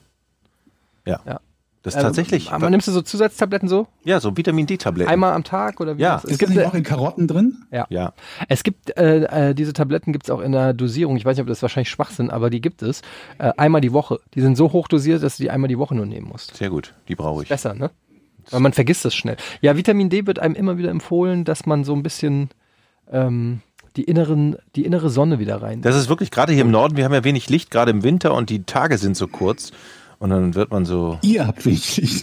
Ja. ja. Das ist ähm, tatsächlich. Aber nimmst du so Zusatztabletten so? Ja, so Vitamin D-Tabletten. Einmal am Tag oder wie? Ja. Das? Es ist gibt, das nicht auch in Karotten drin? Ja. ja. Es gibt, äh, diese Tabletten gibt es auch in der Dosierung. Ich weiß nicht, ob das wahrscheinlich schwach sind, aber die gibt es. Äh, einmal die Woche. Die sind so hoch dosiert, dass du die einmal die Woche nur nehmen musst. Sehr gut, die brauche ich. Besser, ne? Weil man vergisst das schnell. Ja, Vitamin D wird einem immer wieder empfohlen, dass man so ein bisschen ähm, die inneren, die innere Sonne wieder rein. Das ist wirklich gerade hier im Norden, wir haben ja wenig Licht, gerade im Winter und die Tage sind so kurz und dann wird man so... Ihr habt wenig Licht.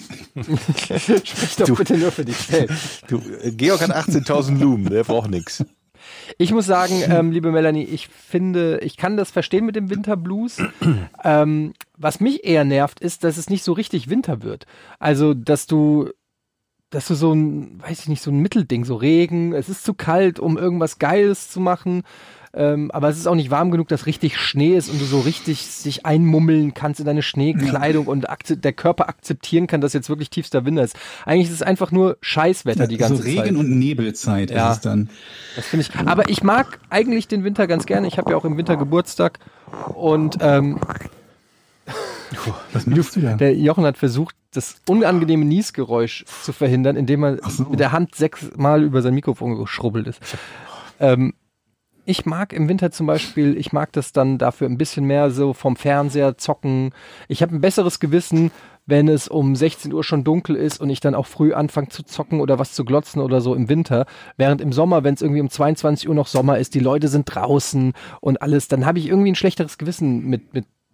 Sprich doch du, bitte nur für dich selbst. Du, Georg hat achtzehntausend Lumen, der braucht nichts. Ich muss sagen, ähm, liebe Melanie, ich finde, ich kann das verstehen mit dem Winterblues. ähm, was mich eher nervt, ist, dass es nicht so richtig Winter wird. Also, dass du, dass du so ein, weiß ich nicht, so ein Mittelding, so Regen, es ist zu kalt, um irgendwas Geiles zu machen. Ähm, aber es ist auch nicht warm genug, dass richtig Schnee ist und du so richtig sich einmummeln kannst in deine Schneekleidung ja. und akze- der Körper akzeptieren kann, dass jetzt wirklich tiefster Winter ist. Eigentlich ist es einfach nur Scheißwetter ja, die ganze so Regen Zeit. Regen- und Nebelzeit ja, ist es dann. Das finde ich. Aber ich mag eigentlich den Winter ganz gerne. Ich habe ja auch im Winter Geburtstag und ähm, was machst du da? Der Jochen hat versucht, das unangenehme Niesgeräusch zu verhindern, indem er so. mit der Hand sechsmal über sein Mikrofon geschrubbelt ist. Ähm, Ich mag im Winter zum Beispiel, ich mag das dann dafür ein bisschen mehr so vom Fernseher zocken. Ich habe ein besseres Gewissen, wenn es um sechzehn Uhr schon dunkel ist und ich dann auch früh anfange zu zocken oder was zu glotzen oder so im Winter. Während im Sommer, wenn es irgendwie um zweiundzwanzig Uhr noch Sommer ist, die Leute sind draußen und alles, dann habe ich irgendwie ein schlechteres Gewissen mit, mit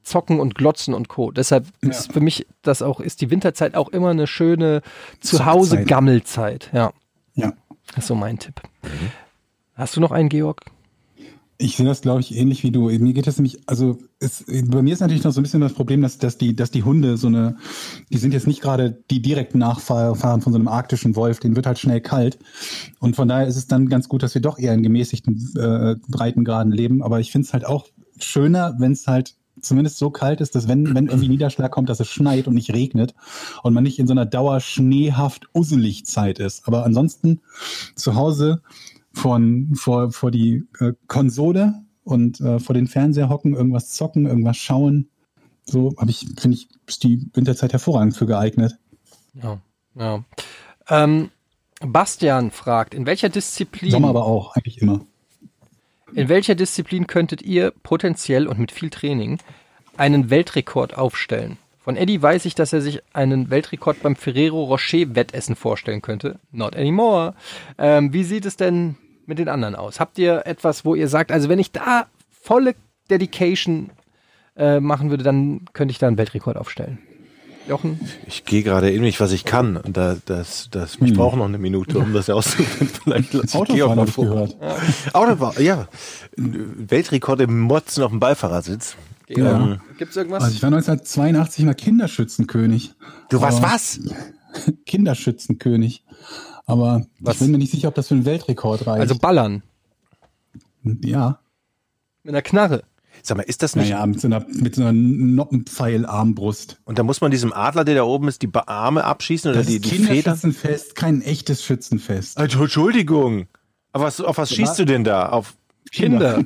zocken und glotzen und Co. Deshalb Ja. ist für mich das auch, ist die Winterzeit auch immer eine schöne Zuhause-Gammelzeit. Ja, Ja. das ist so mein Tipp. Hast du noch einen, Georg? Ich sehe das, glaube ich, ähnlich wie du. Mir geht das nämlich, also es, bei mir ist natürlich noch so ein bisschen das Problem, dass, dass, die, dass die Hunde so eine, die sind jetzt nicht gerade die direkten Nachfahren von so einem arktischen Wolf, denen wird halt schnell kalt. Und von daher ist es dann ganz gut, dass wir doch eher in gemäßigten äh, Breitengraden leben. Aber ich finde es halt auch schöner, wenn es halt zumindest so kalt ist, dass wenn, wenn irgendwie Niederschlag kommt, dass es schneit und nicht regnet und man nicht in so einer dauerschneehaft usselig Zeit ist. Aber ansonsten zu Hause von vor vor die äh, Konsole und äh, vor den Fernseher hocken, irgendwas zocken, irgendwas schauen. So habe ich, finde ich, ist die Winterzeit hervorragend für geeignet. Ja, ja. Ähm, Bastian fragt, in welcher Disziplin Sommer aber auch, eigentlich immer. In welcher Disziplin könntet ihr potenziell und mit viel Training einen Weltrekord aufstellen? Von Eddie weiß ich, dass er sich einen Weltrekord beim Ferrero Rocher Wettessen vorstellen könnte. Not anymore. Ähm, wie sieht es denn mit den anderen aus? Habt ihr etwas, wo ihr sagt, also wenn ich da volle Dedication äh, machen würde, dann könnte ich da einen Weltrekord aufstellen? Jochen? Ich gehe gerade in mich, was ich kann. Und da, das, das, ich Hm. brauche noch eine Minute, um das auszufinden. Vielleicht lasse ich Georg Autofahren mal habe ich vor. gehört. Autofahren, ja. Weltrekord im Motzen auf dem Beifahrersitz. Ja. Gibt's irgendwas? Also ich war neunzehnhundertzweiundachtzig mal Kinderschützenkönig. Du warst Aber- was? Kinderschützenkönig. Aber Was? ich bin mir nicht sicher, ob das für einen Weltrekord reicht. Also ballern. ja. Mit einer Knarre. Sag mal, ist das nicht? Naja, mit so einer, mit so einer Noppenpfeilarmbrust. Und da muss man diesem Adler, der da oben ist, die Ba- Arme abschießen oder Das die, ist die Federn? Kinderschützenfest, kein echtes Schützenfest. Also, Entschuldigung. Aber was, auf was schießt du denn da? Auf Kinder.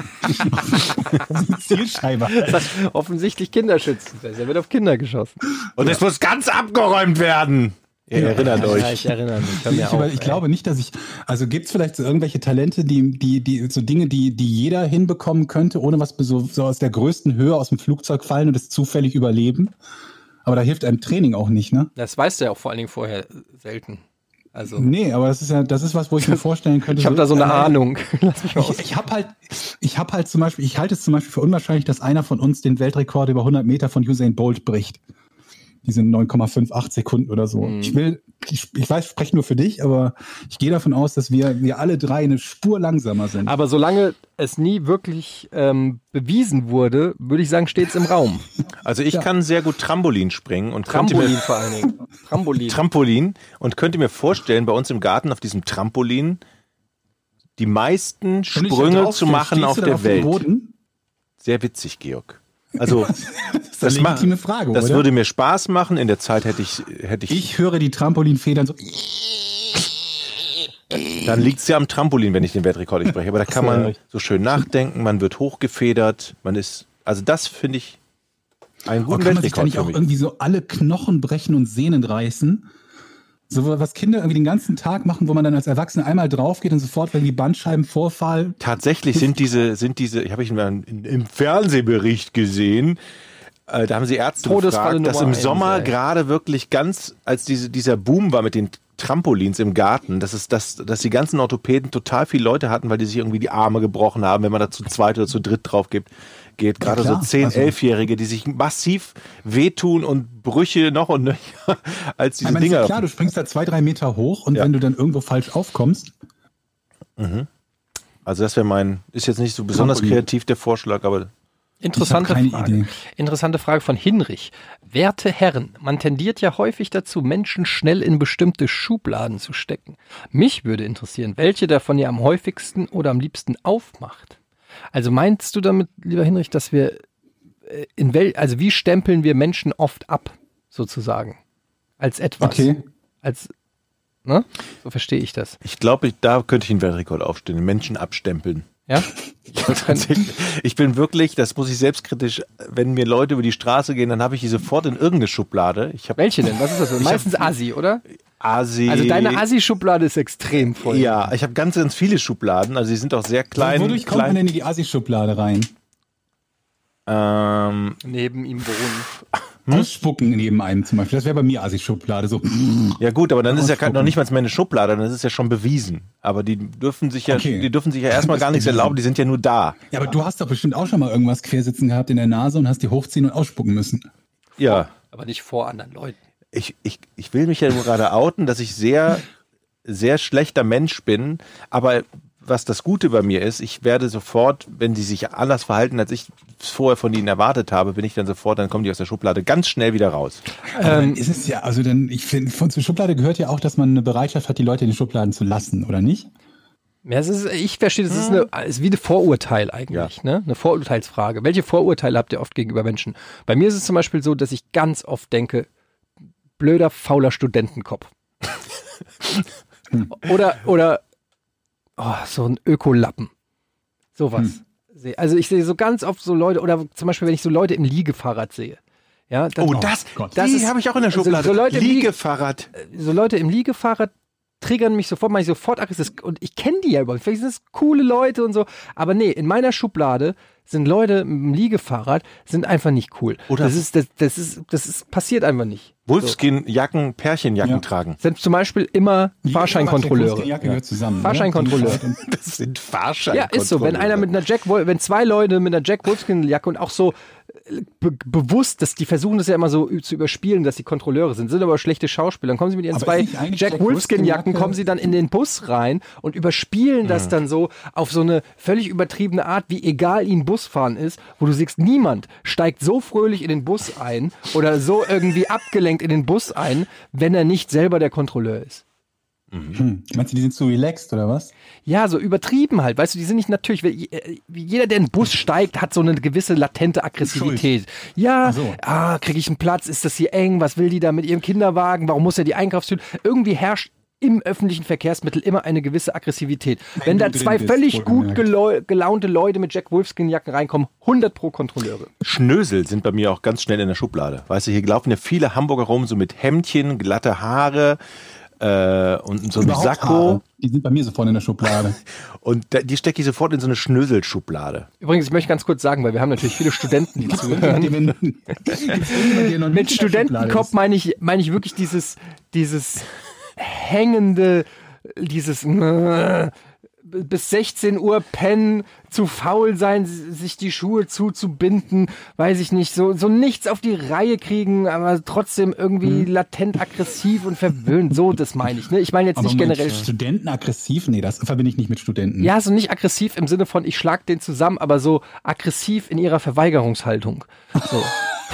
Zielscheibe. Das ist offensichtlich Kinderschützenfest. Er wird auf Kinder geschossen. Und es muss ganz abgeräumt werden. Ihr erinnert euch. Ja, ich erinnere mich. Hör Ich, mir ich, auf, ich ey. glaube nicht, dass ich, also gibt es vielleicht so irgendwelche Talente, die, die, die, so Dinge, die, die jeder hinbekommen könnte, ohne was so, so aus der größten Höhe aus dem Flugzeug fallen und es zufällig überleben. Aber da hilft einem Training auch nicht, ne? Das weißt du ja auch vor allen Dingen vorher selten. Also, Nee, aber das ist ja, das ist was, wo ich mir vorstellen könnte. ich habe da so eine äh, Ahnung. Lass mich mal aus. Ich, ich habe halt, ich habe halt zum Beispiel, ich halte es zum Beispiel für unwahrscheinlich, dass einer von uns den Weltrekord über hundert Meter von Usain Bolt bricht. Diese neun Komma acht Sekunden oder so. Mhm. Ich will, ich, ich weiß, ich spreche nur für dich, aber ich gehe davon aus, dass wir, wir alle drei eine Spur langsamer sind. Aber solange es nie wirklich ähm, bewiesen wurde, würde ich sagen, steht es im Raum. Also ich Ja. kann sehr gut Trampolin springen und könnte Trampolin mir vor allen Dingen. Trampolin. Trampolin und könnte mir vorstellen, bei uns im Garten auf diesem Trampolin die meisten Wenn du dich da Sprünge drauf zu stellst, machen stehst auf du dann der dem Welt. Boden? Sehr witzig, Georg. Also Das ist eine ma- legitime Frage, das oder? würde mir Spaß machen. In der Zeit hätte ich, hätte ich, Ich höre die Trampolinfedern so. dann liegt es ja am Trampolin, wenn ich den Weltrekord nicht breche. Aber da kann Ach so, man ja. so schön nachdenken, man wird hochgefedert, man ist, also das finde ich einen Oh, guten kann man sich da Weltrekord nicht für auch mich. irgendwie so alle Knochen brechen und Sehnen reißen? So was Kinder irgendwie den ganzen Tag machen, wo man dann als Erwachsener einmal drauf geht und sofort, wenn die Bandscheibenvorfall. Tatsächlich sind diese, sind diese, ich habe ich mal in- im Fernsehbericht gesehen, äh, da haben sie Ärzte Todesfalle gefragt, dass Nummer im eins, Sommer ey. gerade wirklich ganz, als diese, dieser Boom war mit den Trampolins im Garten, dass es, dass, dass die ganzen Orthopäden total viele Leute hatten, weil die sich irgendwie die Arme gebrochen haben, wenn man da zu zweit oder zu dritt drauf gibt, geht. Gerade klar. so zehn, Also- elfjährige, die sich massiv wehtun und Brüche noch und nöcher als diese Ich meine, ist Dinger. ja klar, du springst da zwei, drei Meter hoch und Ja. wenn du dann irgendwo falsch aufkommst, Also das wäre mein, ist jetzt nicht so besonders Trampolin. kreativ der Vorschlag, aber Interessante Ich hab keine Frage. Idee. Interessante Frage von Hinrich. Werte Herren, man tendiert ja häufig dazu, Menschen schnell in bestimmte Schubladen zu stecken. Mich würde interessieren, welche davon ihr am häufigsten oder am liebsten aufmacht. Also meinst du damit, lieber Hinrich, dass wir äh, in wel, also wie stempeln wir Menschen oft ab, sozusagen? Als etwas. okay. Als, ne? So verstehe ich das. ich glaube, ich, da könnte ich einen Weltrekord aufstellen, Menschen abstempeln. Ja? Tatsächlich. Ich bin wirklich, das muss ich selbstkritisch, wenn mir Leute über die Straße gehen, dann habe ich die sofort in irgendeine Schublade. Ich habe Welche denn? Was ist das? Meistens Assi, oder? Asi. Also deine Assi-Schublade ist extrem voll. Ja, ich habe ganz, ganz viele Schubladen. Also die sind auch sehr klein. Wodurch kommt man klein denn in die Assi-Schublade rein? ähm, Neben ihm wohnen. ausspucken neben einem zum Beispiel. Das wäre bei mir Assi-Schublade. So. Ja gut, aber dann ist ja kein, Ausspucken. noch nicht mal mehr eine Schublade, dann ist es ja schon bewiesen. Aber die dürfen sich ja, Okay. die dürfen sich ja erstmal gar nichts erlauben, die sind ja nur da. Ja, aber du hast doch bestimmt auch schon mal irgendwas quersitzen gehabt in der Nase und hast die hochziehen und ausspucken müssen. Ja. Aber nicht vor anderen Leuten. Ich, ich, ich will mich ja nur gerade outen, dass ich sehr, sehr schlechter Mensch bin, aber was das Gute bei mir ist, ich werde sofort, wenn die sich anders verhalten, als ich es vorher von ihnen erwartet habe, bin ich dann sofort, dann kommen die aus der Schublade ganz schnell wieder raus. Aber dann ist es ja, also dann, ich finde, von zur Schublade gehört ja auch, dass man eine Bereitschaft hat, die Leute in den Schubladen zu lassen, oder nicht? Ja, es ist, ich verstehe, das ist, eine, es ist wie ein Vorurteil eigentlich, Ja. ne? Eine Vorurteilsfrage. Welche Vorurteile habt ihr oft gegenüber Menschen? Bei mir ist es zum Beispiel so, dass ich ganz oft denke, blöder, fauler Studentenkopf. oder, oder, oh, so ein Ökolappen. Sowas. Seh- Also ich sehe so ganz oft so Leute, oder zum Beispiel, wenn ich so Leute im Liegefahrrad sehe. Ja, dann, Oh, das, Gott. das Das die ist- habe ich auch in der also Schublade. so Leute im Liege- Liegefahrrad. so Leute im Liegefahrrad triggern mich sofort, mache ich sofort aggressiv. Und ich kenne die ja überhaupt. Vielleicht sind es coole Leute und so. Aber nee, in meiner Schublade sind Leute mit dem Liegefahrrad sind einfach nicht cool. Oder- das ist, das, das ist, das ist, passiert einfach nicht. Wolfskin-Jacken, Pärchenjacken Ja. tragen. Sind zum Beispiel immer Die Fahrscheinkontrolleure. Jacke gehört zusammen. Fahrscheinkontrolleure. Oder? Das sind Ja, Fahrscheinkontrolleure. ist so. Wenn einer mit einer Jack, Wol- wenn zwei Leute mit einer Jack Wolfskin-Jacke und auch so äh, be bewusst, dass die versuchen das ja immer so ü- zu überspielen, dass die Kontrolleure sind, sind aber schlechte Schauspieler. Dann kommen sie mit ihren Aber zwei ist nicht eigentlich Jack Jack Wolfskin-Jacken, Wolfskin-Jacke- kommen sie dann in den Bus rein und überspielen das dann so auf so eine völlig übertriebene Art, wie egal ihnen Busfahren ist, wo du siehst, niemand steigt so fröhlich in den Bus ein oder so irgendwie abgelenkt in den Bus ein, wenn er nicht selber der Kontrolleur ist. Hm. Meinst du, die sind zu relaxed oder was? Ja, so übertrieben halt. Weißt du, die sind nicht natürlich. weil, äh, Jeder, der in den Bus steigt, hat so eine gewisse latente Aggressivität. Ja, Ach so. ah, kriege ich einen Platz? Ist das hier eng? Was will die da mit ihrem Kinderwagen? Warum muss er die Einkaufstüte? Irgendwie herrscht im öffentlichen Verkehrsmittel immer eine gewisse Aggressivität. Wenn da du drin zwei bist, völlig gut wohlgemerkt. gelau gelaunte Leute mit Jack Wolfskin-Jacken reinkommen, hundert pro Kontrolleure. Schnösel sind bei mir auch ganz schnell in der Schublade. Weißt du, hier laufen ja viele Hamburger rum, so mit Hemdchen, glatte Haare äh, und so einem Überhaupt Sakko. Haare. Die sind bei mir sofort in der Schublade. Und da, die stecke ich sofort in so eine Schnöselschublade. Übrigens, ich möchte ganz kurz sagen, weil wir haben natürlich viele Studenten, die zuhören. Mit Studentenkopf meine ich, meine ich wirklich dieses, dieses hängende, dieses äh, bis sechzehn Uhr pennen, zu faul sein, sich die Schuhe zuzubinden, weiß ich nicht, so, so nichts auf die Reihe kriegen, aber trotzdem irgendwie latent aggressiv und verwöhnt. So, das meine ich. Ne? Ich meine jetzt Aber nicht Moment, generell. Studenten aggressiv? Nee, das verbinde ich nicht mit Studenten. Ja, so nicht aggressiv im Sinne von, ich schlag den zusammen, aber so aggressiv in ihrer Verweigerungshaltung. So.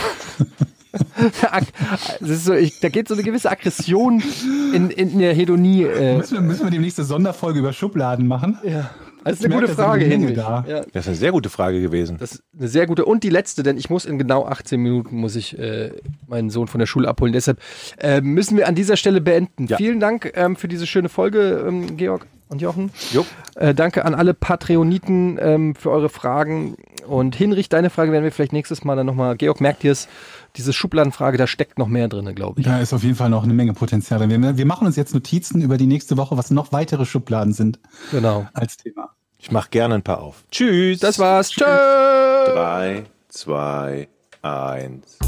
Das ist so, ich, da geht so eine gewisse Aggression in, in der Hedonie. Äh, Müssen wir, müssen wir demnächst eine Sonderfolge über Schubladen machen? ja. Das ist Ich eine merke, gute da sind Frage, eine Menge Henrich. da. Ja, Das ist eine sehr gute Frage gewesen. das ist eine sehr gute. Und die letzte, denn ich muss in genau achtzehn Minuten muss ich äh, meinen Sohn von der Schule abholen. Deshalb äh, müssen wir an dieser Stelle beenden. Ja. Vielen Dank ähm, für diese schöne Folge, ähm, Georg und Jochen. Jo. Äh, danke an alle Patreoniten ähm, für eure Fragen. Und Hinrich, deine Frage werden wir vielleicht nächstes Mal dann nochmal. Georg, merkt ihr es? Diese Schubladenfrage, da steckt noch mehr drin, glaube ich. Da ist auf jeden Fall noch eine Menge Potenzial drin. Wir, wir machen uns jetzt Notizen über die nächste Woche, was noch weitere Schubladen sind Genau. als Thema. Ich mache gerne ein paar auf. Tschüss. Das war's. Tschö. Drei, zwei, eins.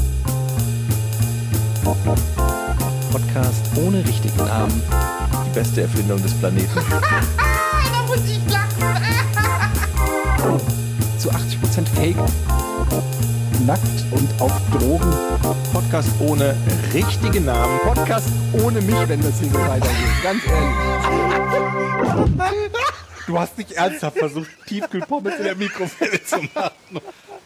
Podcast ohne richtigen Namen. Die beste Erfindung des Planeten. Da muss ich lachen. Zu achtzig Prozent Fake. Nackt und auf Drogen. Podcast ohne richtigen Namen. Podcast ohne mich, wenn das hier so weitergeht. Ganz ehrlich. Du hast nicht ernsthaft versucht, Tiefkühlpommes in der Mikrowelle zu machen.